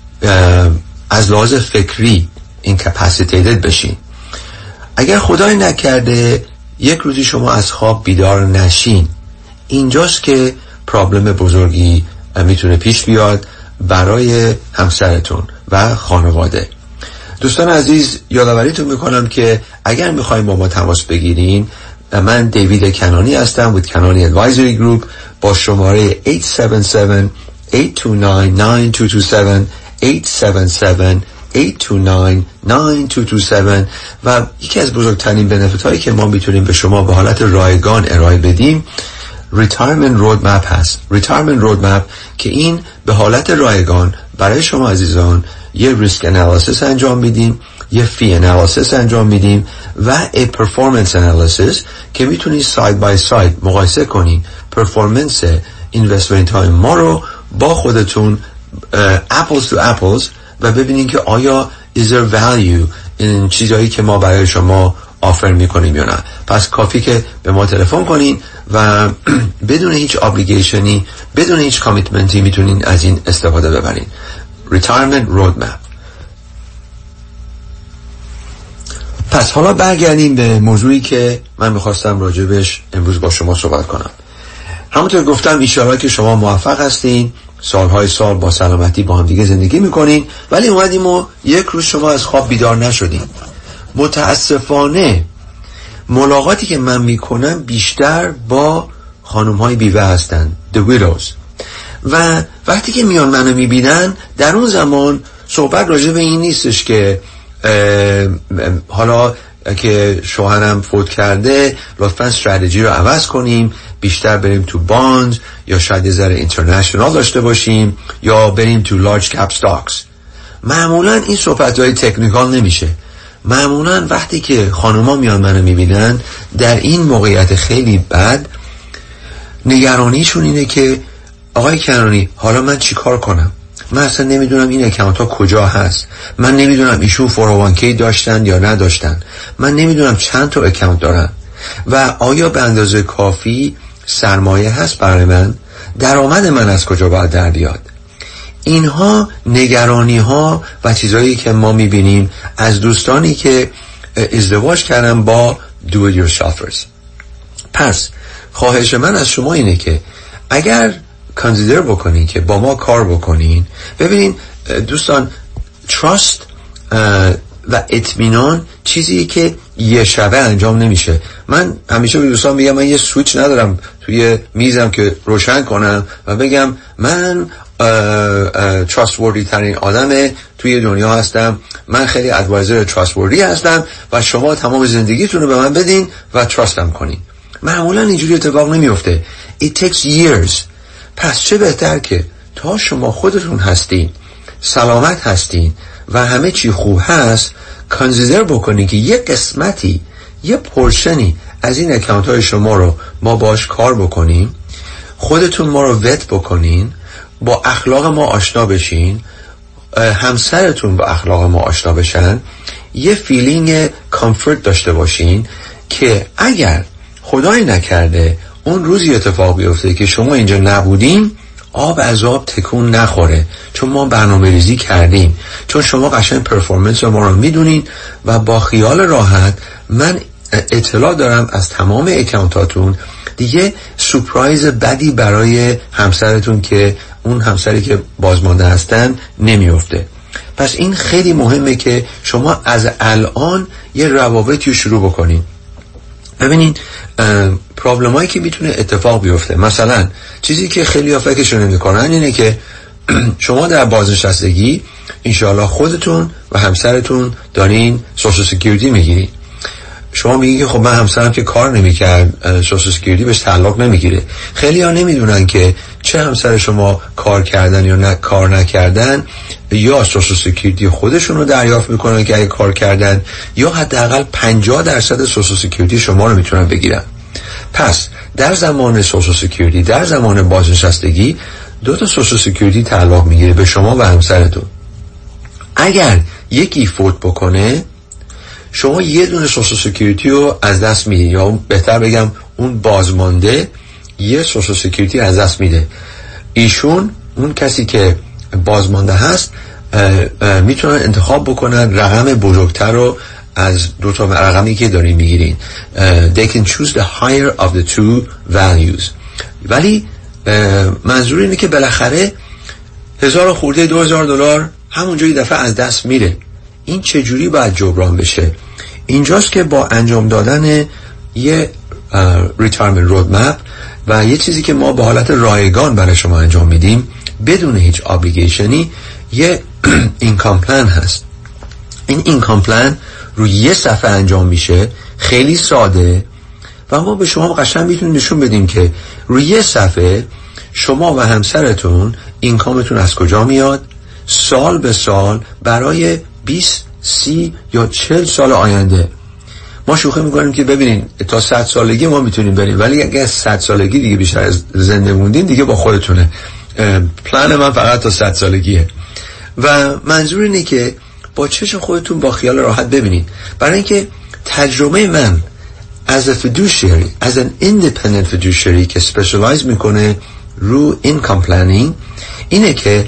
از لحاظ فکری incapacitated بشین، اگر خدای نکرده یک روزی شما از خواب بیدار نشین، اینجاست که پرابلم بزرگی میتونه پیش بیاد برای همسرتون و خانواده. دوستان عزیز، یادآوریتون میکنم که اگر میخوایم با ما تماس بگیرین، من دیوید کنانی هستم with کنانی Advisory Group با شماره هشت هفت هفت، هشت دو نه، نه دو دو هفت هشت هفت هفت، هشت دو نه، نه دو دو هفت و یکی از بزرگترین بنفیت هایی که ما میتونیم به شما به حالت رایگان ارائه بدیم Retirement Roadmap هست. Retirement Roadmap که این به حالت رایگان برای شما عزیزان یه ریسک انالیسیس انجام میدیم، یه فی انالیسیس انجام میدیم و ای پرفورمنس انالیسیس که میتونید ساید بای ساید مقایسه کنین پرفورمنس اینوستمنت های ما رو با خودتون apples to apples و ببینین که آیا is there value این چیزایی که ما برای شما آفر میکنیم یا نه. پس کافی که به ما تلفن کنین و بدون هیچ ابلیگیشنی، بدون هیچ کامیتمنتی میتونین از این استفاده ببرین. Retirement Roadmap. پس حالا برگردیم به موضوعی که من میخواستم راجبش امروز با شما صحبت کنم. همونطور گفتم ایشالا که شما موفق هستین، سالهای سال با سلامتی با هم دیگه زندگی میکنین، ولی اومدیم و یک روز شما از خواب بیدار نشدین. متاسفانه ملاقاتی که من میکنم بیشتر با خانم های بیوه هستن، the widows، و وقتی که میان منو میبینن در اون زمان صحبت راجع به این نیستش که حالا که شوهرم فوت کرده لطفاً استراتژی رو عوض کنیم، بیشتر بریم تو باند یا شاید یه ذره اینترنشنال داشته باشیم یا بریم تو لارج کپ استاکس. معمولاً این صحبت‌های تکنیکال نمیشه. معمولاً وقتی که خانوما میان منو میبینن در این موقعیت خیلی بد، نگرانیشون اینه که آقای کنانی حالا من چی کار کنم؟ من اصلا نمیدونم این اکانت ها کجا هست، من نمیدونم ایشون فور او وان کی داشتن یا نداشتن، من نمیدونم چند تا اکانت دارن و آیا به اندازه کافی سرمایه هست برای من، درآمد من از کجا باید در بیاد. اینها نگرانی ها و چیزایی که ما میبینیم از دوستانی که ازدواج کردن با do it yourselfers. پس خواهش من از شما اینه که اگر کانسیدر بکنین که با ما کار بکنین، ببینین دوستان trust و اطمینان چیزی که یه شبه انجام نمیشه. من همیشه به دوستان میگم من یه سویچ ندارم توی میزم که روشن کنم و بگم من trustworthy ترین آدم توی دنیا هستم، من خیلی ادوایزر trustworthy هستم و شما تمام زندگیتون رو به من بدین و trustم کنین. معمولا اینجوری اتفاق نمیفته. It takes years. پس چه بهتر که تا شما خودتون هستین، سلامت هستین و همه چی خوب هست، کانسیدر بکنین که یه قسمتی، یه پورشنی از این اکانت های شما رو ما باش کار بکنیم، خودتون ما رو وت بکنین، با اخلاق ما آشنا بشین، همسرتون با اخلاق ما آشنا بشن، یه فیلینگ کامفورت داشته باشین که اگر خدای نکرده اون روزی اتفاق بیفته که شما اینجا نبودین، آب از آب تکون نخوره، چون ما برنامه ریزی کردیم، چون شما قشنگ پرفورمنس ما رو میدونین و با خیال راحت من اطلاع دارم از تمام اکانتاتون، دیگه سورپرایز بدی برای همسرتون که اون همسری که بازمانده هستن نمیفته. پس این خیلی مهمه که شما از الان یه روابطی شروع بکنین. ببینین پرابلم هایی که میتونه اتفاق بیفته، مثلا چیزی که خیلی ها فکرشون نمیکنن اینه که شما در بازنشستگی انشاءالله خودتون و همسرتون دارین سوشال سکیوریتی میگیرین. شما میگین که خب من همسرم که کار نمیکرد سوشال سکیوریتی بهش تعلق نمیگیره. خیلی ها نمیدونن که چه همسر شما کار کردن یا نه کار نکردن، یا سوشال سکیوریتی خودشون رو دریافت میکنن که اگه کار کردن، یا حداقل پنجاه درصد سوشال سکیوریتی شما رو میتونن بگیرن. پس در زمان سوشال سکیوریتی، در زمان بازنشستگی، دو تا سوشال سکیوریتی تعلق میگیره به شما و همسرتون. اگر یکی فوت بکنه، شما یه دونه سوشال سکیوریتی رو از دست میدید، یا بهتر بگم اون بازمانده یه سوشال سکیوریتی از دست میده. ایشون، اون کسی که بازمانده هست، میتونن انتخاب بکنن رقم بزرگتر رو از دو تا رقمی که دارین میگیرین. they can choose the higher of the two values. ولی منظور اینه که بالاخره هزار خورده دو هزار دلار همونجا یه دفعه از دست میره. این چجوری باید جبران بشه؟ اینجاست که با انجام دادن یه ریتایرمنت رودمپ و یه چیزی که ما به حالت رایگان برای شما انجام میدیم بدون هیچ ابلیگیشنی، یه اینکام پلان هست. این اینکام پلان روی یه صفحه انجام میشه، خیلی ساده، و ما به شما قشنگ میتونیم نشون بدیم که روی یه صفحه شما و همسرتون اینکامتون از کجا میاد، سال به سال برای بیست، سی یا چهل سال آینده. ما شوخی میکنیم که ببینین تا صد سالگی ما میتونیم بریم، ولی اگه صد سالگی دیگه بیشتر از زنده موندین دیگه با خودتونه. پلان من فقط تا صد سالگیه. و منظور اینه که با چشم خودتون با خیال راحت ببینید. برای اینکه تجربه من as a fiduciary, as an independent fiduciary که specialize میکنه رو income planning، اینه که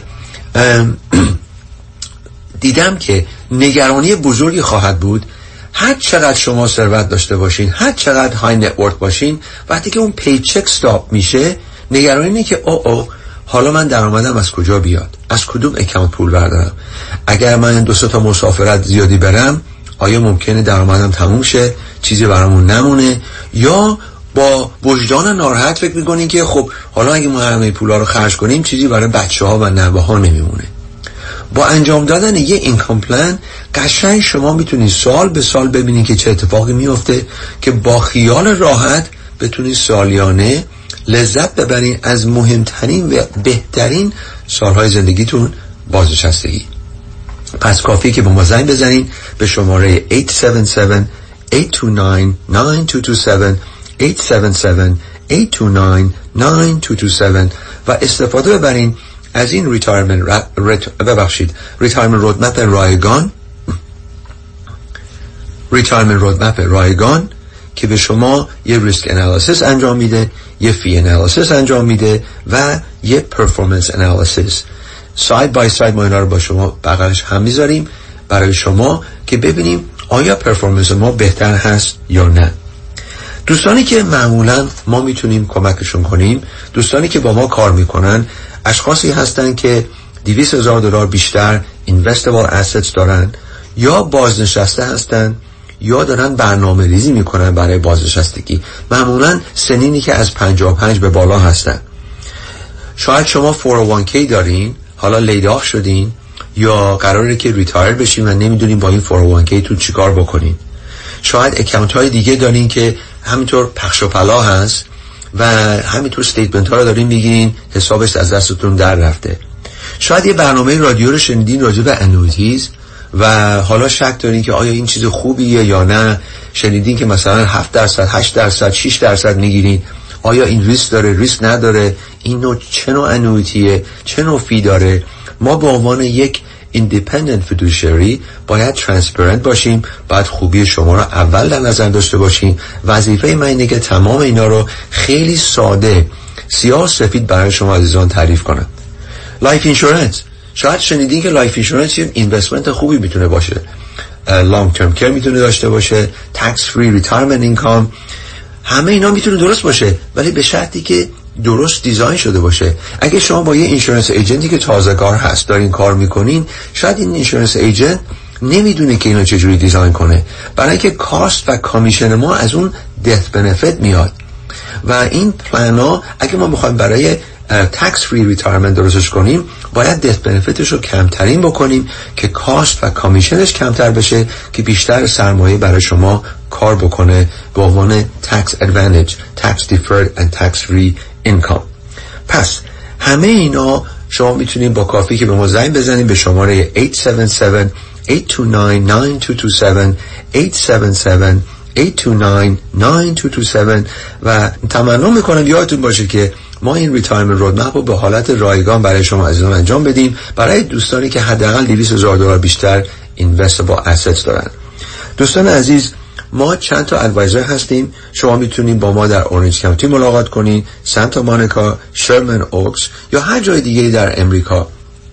دیدم که نگرانی بزرگی خواهد بود هر چقدر شما ثروت داشته باشین، هر چقدر های نت ورث باشین، وقتی که اون پیچک استاپ میشه، نگرانی اینه که او او حالا من درآمدم از کجا بیاد، از کدوم اکانت پول بردارم، اگر من دو سه تا مسافرت زیادی برم آیا ممکنه درآمدم تموم شه، چیزی برامون نمونه، یا با وجدان ناراحت فکر میکنین که خب حالا اگه ما همه پولا رو خرج کنیم چیزی برای بچه‌ها و نوه‌ها نمیمونه. با انجام دادن یه اینکام پلان قشنگ شما میتونید سال به سال ببینید که چه اتفاقی میفته که با خیال راحت بتونید سالیانه لذت ببرین از مهمترین و بهترین سالهای زندگیتون، بازنشستگی. پس کافیه که با ما زنگ بزنین به شماره هشت هفت هفت، هشت دو نه، نه دو دو هفت هشت هفت هفت، هشت دو نه، نه دو دو هفت و استفاده ببرین از این ریتایرمنت ببخشید ریتایرمنت رودمپ رایگان ریتایرمنت رودمپ رایگان که به شما یه ریسک انالیسیس انجام میده، یه فی انالیسیس انجام میده و یه پرفورمنس انالیسیس. ساید بای ساید ما اینا رو با شما بغلش هم میذاریم برای شما که ببینیم آیا پرفورمنس ما بهتر هست یا نه. دوستانی که معمولا ما میتونیم کمکشون کنیم، دوستانی که با ما کار میکنن اشخاصی هستن که دویست هزار دلار بیشتر اینوستبل اسیتس دارن، یا بازنشسته هستن، یا دارن برنامه ریزی میکنن برای بازنشستگی. معمولا سنینی که از پنجاه و پنج به بالا هستن. شاید شما فور او وان کی دارین، حالا لید آف شدین، یا قراره که ریتایر بشین و نمیدونین با این فور او وان کی تو چیکار بکنین. شاید اکانت های دیگه دارین که همینطور پخش و پلا هست و همینطور استیتمنت ها رو دارین میگیرین، حسابش از دستتون در رفته. شاید یه برنامه رادیو رو شنیدین راجع به انویتیز و حالا شک دارین که آیا این چیز خوبیه یا نه. شنیدین که مثلا هفت درصد، هشت درصد، شش درصد میگیرین، آیا این ریسک داره، ریسک نداره، این نوع چه نوع انویتیه، چه نوع فی داره. ما به عنوان یک ایندیپندنت فیدوشری باید ترانسپرنت باشیم، باید خوبی شما رو اول در نظر داشته باشیم. وظیفه من اینه که تمام اینا رو خیلی ساده سیاه سفید برای شما عزیزان تعریف کنم. لایف اینشورنس، شاید شنیدین که لایف اینشورنس یه اینوستمنت خوبی میتونه باشه، لانگ ترم کیر میتونه داشته باشه، تکس فری ریتایرمنت اینکام، همه اینا میتونه درست باشه، ولی به شرطی که درست دیزاین شده باشه. اگه شما با یه اینشورنس ایجنتی که تازه کار هست دارین کار میکنین، شاید این اینشورنس ایجنت نمیدونه که اینو چجوری دیزاین کنه، برای اینکه کاست و کامیشن ما از اون دث بنفیت میاد و این پلانا اگه ما میخوایم برای تکس فری ریتایرمنت درستش کنیم باید دث بنفیتش رو کمترین بکنیم که کاست و کامیشنش کمتر بشه که بیشتر سرمایه برای شما کار بکنه به عنوان tax advantage, tax deferred and tax free income. پس همه اینا شما میتونید با کافی که به ما زنگ بزنید به شماره هشت هفت هفت، هشت دو نه، نه دو دو هفت هشت هفت هفت، هشت دو نه، نه دو دو هفت و تمنا میکنم یادتون باشه که ما این ریتایرمنت رودمپ رو به حالت رایگان برای شما عزیزان انجام بدیم، برای دوستانی که حداقل دویست هزار دلار بیشتر اینوستبل اسیتس دارن. دوستان عزیز، ما چند تا ادوایزر هستیم. شما میتونید با ما در اورنج کانتی ملاقات کنین، سانتا مونیکا، شرمن اوکس یا هر جای دیگه در امریکا.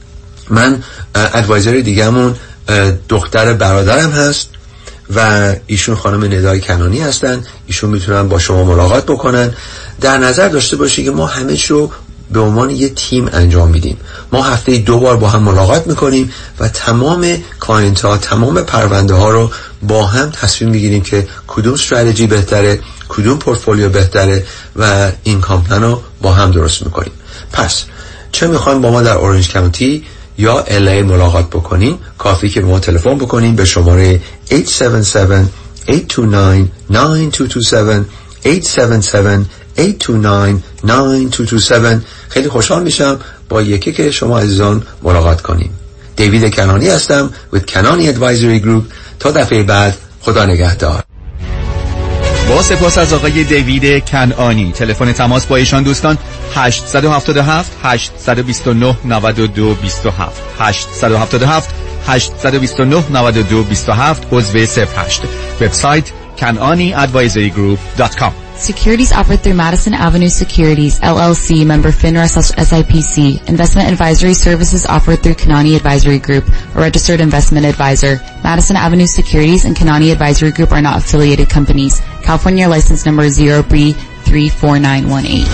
من ادوایزر دیگه‌مون دختر برادرم هست و ایشون خانم ندای کنانی هستن. ایشون میتونن با شما ملاقات بکنن. در نظر داشته باشید که ما همه رو به عنوان یه تیم انجام میدیم. ما هفته دو بار با هم ملاقات میکنیم و تمام کلاینت ها، تمام پرونده ها رو با هم تصمیم میگیریم که کدوم استراتژی بهتره، کدوم پورتفولیو بهتره و اینکام پلن رو با هم درست میکنیم. پس چه میخوایم با ما در اورنج کانتی یا ال ای ملاقات بکنین، کافی که به ما تلفن بکنین به شماره هشت هفت هفت، هشت دو نه، نه دو دو هفت هشت هفت هفت، هشت دو نه، نه دو دو هفت. خیلی خوشحال میشم با یکی که شما عزیزان ملاقات کنیم. دیوید کنانی هستم with کنانی ادوایزری گروپ. تا دفعه بعد، خدا نگهدار. با سپاس از آقای دیوید کنانی. تلفن تماس با ایشان دوستان هشت هفت هفت، هشت دو نه، نه دو دو هفت هشت هفت هفت، هشت دو نه، نه دو دو هفت عضو صفر هشت. وبسایت kanani advisory group dot com. Securities offered through Madison Avenue Securities, L L C, member FINRA S I P C. Investment advisory services offered through Kanani Advisory Group, a registered investment advisor. Madison Avenue Securities and Kanani Advisory Group are not affiliated companies. California license number zero B three four nine one eight.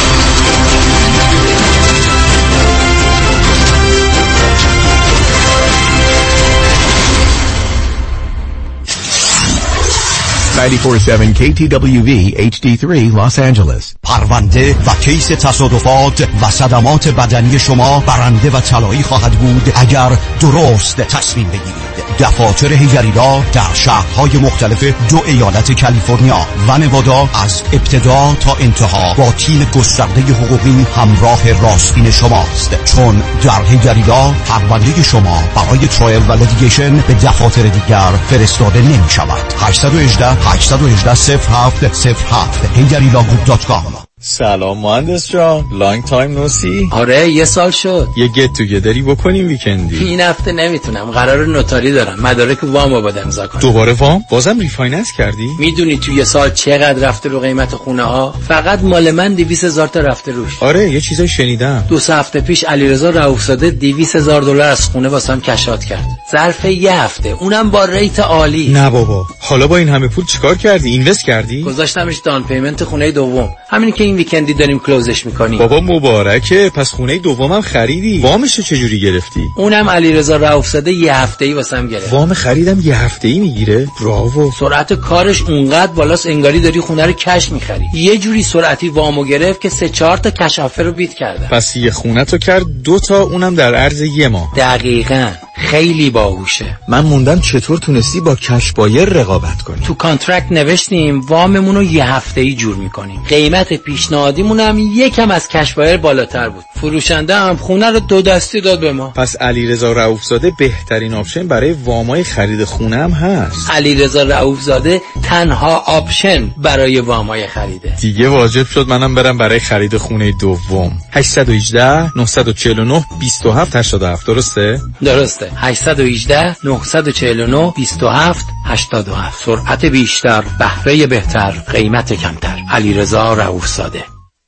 نود و چهار ممیز هفت کی تی دبلیو وی اچ دی سه Los Angeles. پرونده و کیس تصادفات و صدمات بدنی شما برنده و طلایی خواهد بود اگر درست تصمیم بگیرید. دفاتر هیگریلا در شهرهای مختلف دو ایالت کالیفرنیا و نوادا از ابتدا تا انتها با تیم گسترده حقوقی همراه راستین شماست، چون در هیگریلا پرونده شما برای ترایل و لیتیگیشن به دفاتر دیگر فرستاده نمی شود. هشت یک هشت، هشت یک هشت، صفر هفت صفر هفت هیگریلا گروپ دات کام. سلام مهندس جان، لانگ تایم نو سی. آره یه سال شد. یه گت توگیدری بکنیم ویکندی. این هفته نمیتونم، قرار نوتاری دارم، مدارک وام رو باید امضا کنم. دوباره وام؟ بازم ریفایننس کردی؟ میدونی تو یه سال چقدر رفته رو قیمت خونه ها؟ فقط مال من دویست هزار تا رفته روش. آره یه چیزای شنیدم. دو سه هفته پیش علیرضا رؤوفزاده دویست هزار دلار از خونه واسم کشات کرد. ظرف یه هفته، اونم با ریت عالی. نه بابا، حالا با این همه پول چیکار کردی؟ اینوست کردی؟ گذاشتمش دان پیمنت خونه دوم. همین که این ویکندی داریم کلوزش میکنیم. بابا مبارکه، پس خونه دومم خریدی. وامش رو چجوری گرفتی؟ اونم علیرضا رؤوفزاده یه هفته‌ای واسم گرفت. وام خریدم یه هفته‌ای میگیره؟ براوو. سرعت کارش اونقدر بالاست انگاری داری خونه رو کش میخری. یه جوری سرعتی وامو گرفت که سه چهار تا کش آفر رو بیت کرده. پس یه خونه تو کرد دو تا، اونم در عرض یه ماه. دقیقاً. خیلی باهوشه. من موندم چطور تونستی با کش بایر رقابت کنی؟ تو کانترکت نوشتیم واممون رو یه هفته‌ای جور میکنیم. قیمت پیشنهادیمون هم یکم از کش بایر بالاتر بود. فروشنده هم خونه رو دو دستی داد به ما. پس علیرضا رؤوفزاده بهترین آپشن برای وامای خرید خونه هم هست. علیرضا رؤوفزاده تنها آپشن برای وامای خریده. دیگه واجب شد منم برم برای خرید خونه دوم. هشت یک هشت نه چهار نه دو هفت هشت هفت درسته؟ درسته. هشت یک هشت نه چهار نه دو هفت هشت هفت. سرعت بیشتر، بهره بهتر، قیمت کمتر. علیرضا رؤوفزاده.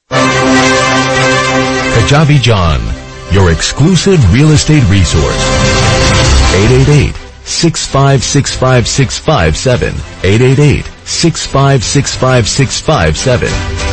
Kajabi John, your exclusive real estate resource. eight eight eight, six five six five six five seven. eight eight eight, six five six five six five seven.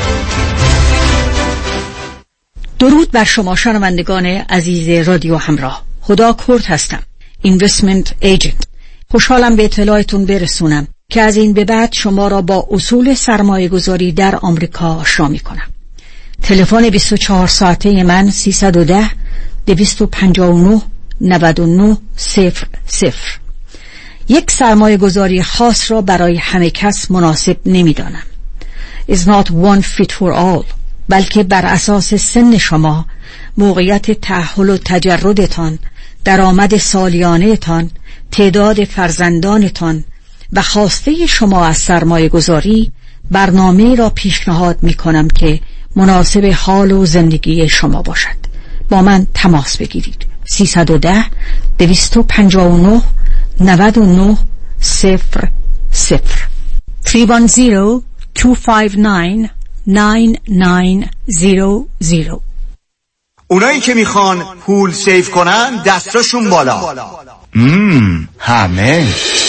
درود بر شما شنوندگان عزیز رادیو همراه. خدا کرد هستم، اینوستمنت ایجنت. خوشحالم به اطلاعتون برسونم که از این به بعد شما را با اصول سرمایه گذاری در آمریکا آشنا می کنم. تلفن بیست و چهار ساعته من سیصد و ده دویست و پنجاه و نه نود و نه صفر صفر. یک سرمایه گذاری خاص را برای همه کس مناسب نمی دانم. It's not one fit for all، بلکه بر اساس سن شما، موقعیت تأهل و تجردتان، درآمد سالیانه تان، تعداد فرزندانتان و خواسته شما از سرمایه گذاری برنامه را پیشنهاد می کنم که مناسب حال و زندگی شما باشد. با من تماس بگیرید. سیصد و ده دویست و پنجاه و نه نود و نه صفر صفر. سه یک صفر دو پنج نه نه نه صفر صفر. اونایی که میخوان پول سیف کنن دستاشون بالا. مم. همه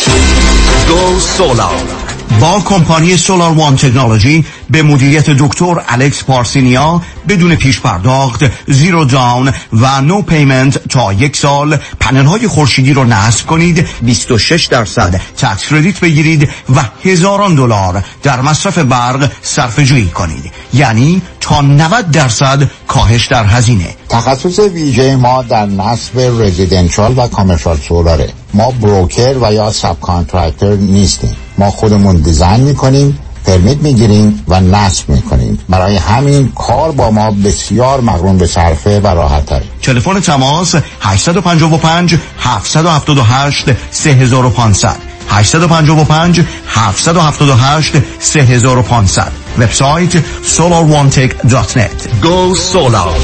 گو سولار با کمپانی سولار وان تکنولوژی به مدیریت دکتر الکس پارسینیا بدون پیش پرداخت، زیرو داون و نو پیمنت تا یک سال پنل های خورشیدی رو نصب کنید، بیست و شش درصد تکس کردیت بگیرید و هزاران دلار در مصرف برق صرفه جویی کنید، یعنی تا نود درصد کاهش در هزینه. تخصص ویژه ما در نصب رزیدنشال و کامرشال سولاره. ما بروکر و یا ساب کانترکتر نیستیم. ما خودمون دیزاین میکنیم، پرمیت میگیریم و نصب میکنیم. برای همین کار با ما بسیار مقرون به صرفه و راحت تره. تلفن تماس هشت پنج پنج هفت هفت هشت سه پانصد صفر هشت پنج پنج هفت هفت هشت سه پانصد. وبسایت سولار وان تک دات نت. Go Solar.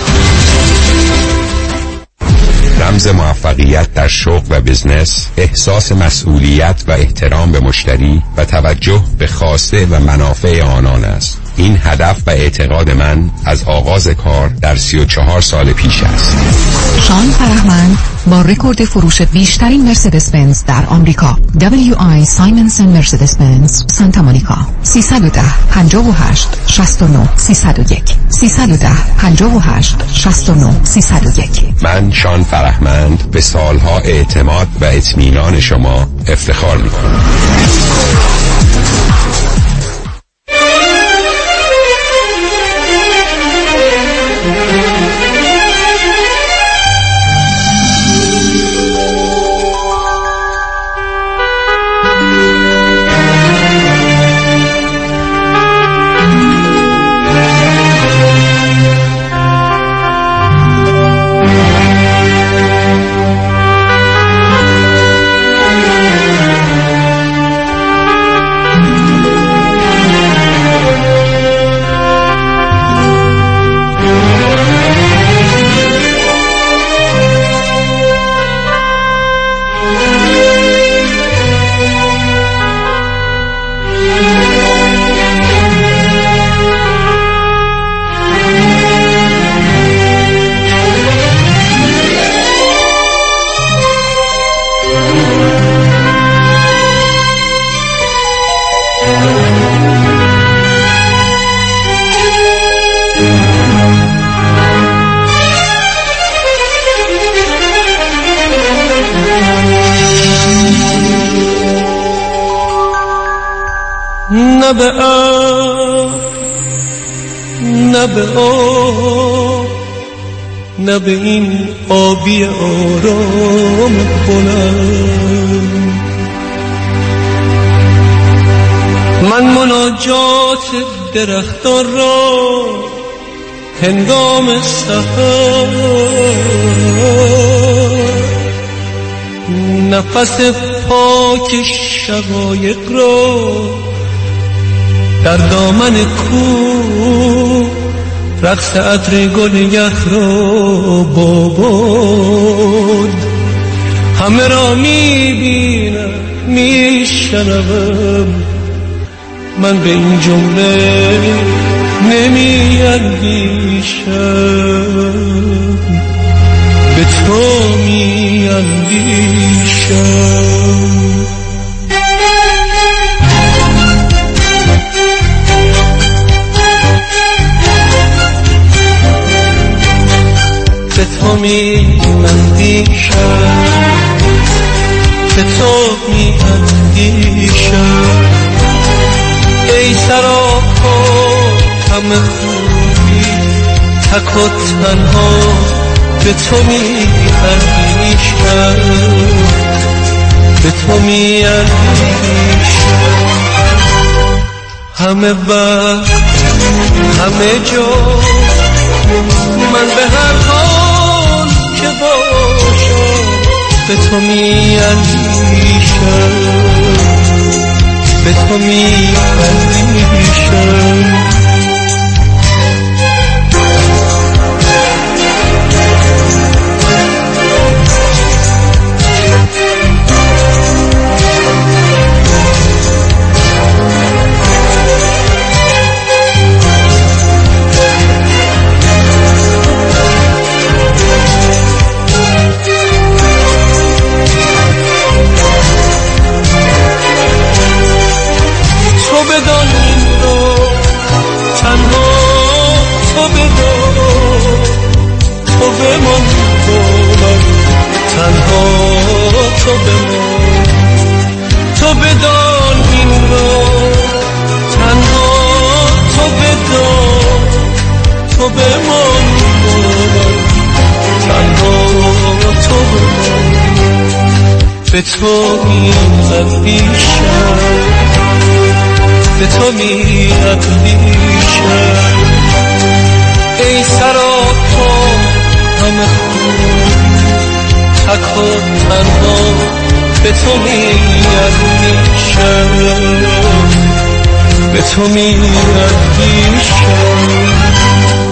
رمز موفقیت در شغل و بزنس، احساس مسئولیت و احترام به مشتری و توجه به خواسته و منافع آنان است. این هدف و اعتقاد من از آغاز کار در سی و چهار سال پیش است. شان فرهمند با رکورد فروش بیشترین مرسدس بنز در آمریکا، دبلیو آی سایمنسن مرسدس بنز سانتا مونیکا. سیصد و ده پنجاه و هشت شصت و نه سیصد و یک سیصد و ده پنجاه و هشت شصت و نه سیصد و یک. من شان فرهمند به سالها اعتماد و اطمینان شما افتخار می‌کنم. نه به ابر نه به آب نه به این آبی آرام بلند. من مناجات درختان را هنگام سحر، نفس پاک شقایق را در دامن کوه، رقص عطر گل یخ را باباد همه را میبینم میشنوم، من به این جمله نمی اندیشم، به تو می اندیشم. به تو می اندیشم، به تو می اندیشم. ای سراپا همه خوبی تک و تنها، به تو می اندیشم، به تو می اندیشم. همه وقت همه جا من به هر حال که باشم، به تو می اندیشم، به تو می اندیشم. بدان این رو تنها، تو بدان تو بمان با من تنها، تو بمان تو بدان این رو تنها، تو بدان تو بمان با من تنها، تو بمان. به تو می اندیشم، به تو می اندیشم. ای سراپا همه خوب تک و تنها، به تو می اندیشم، به تو می اندیشم.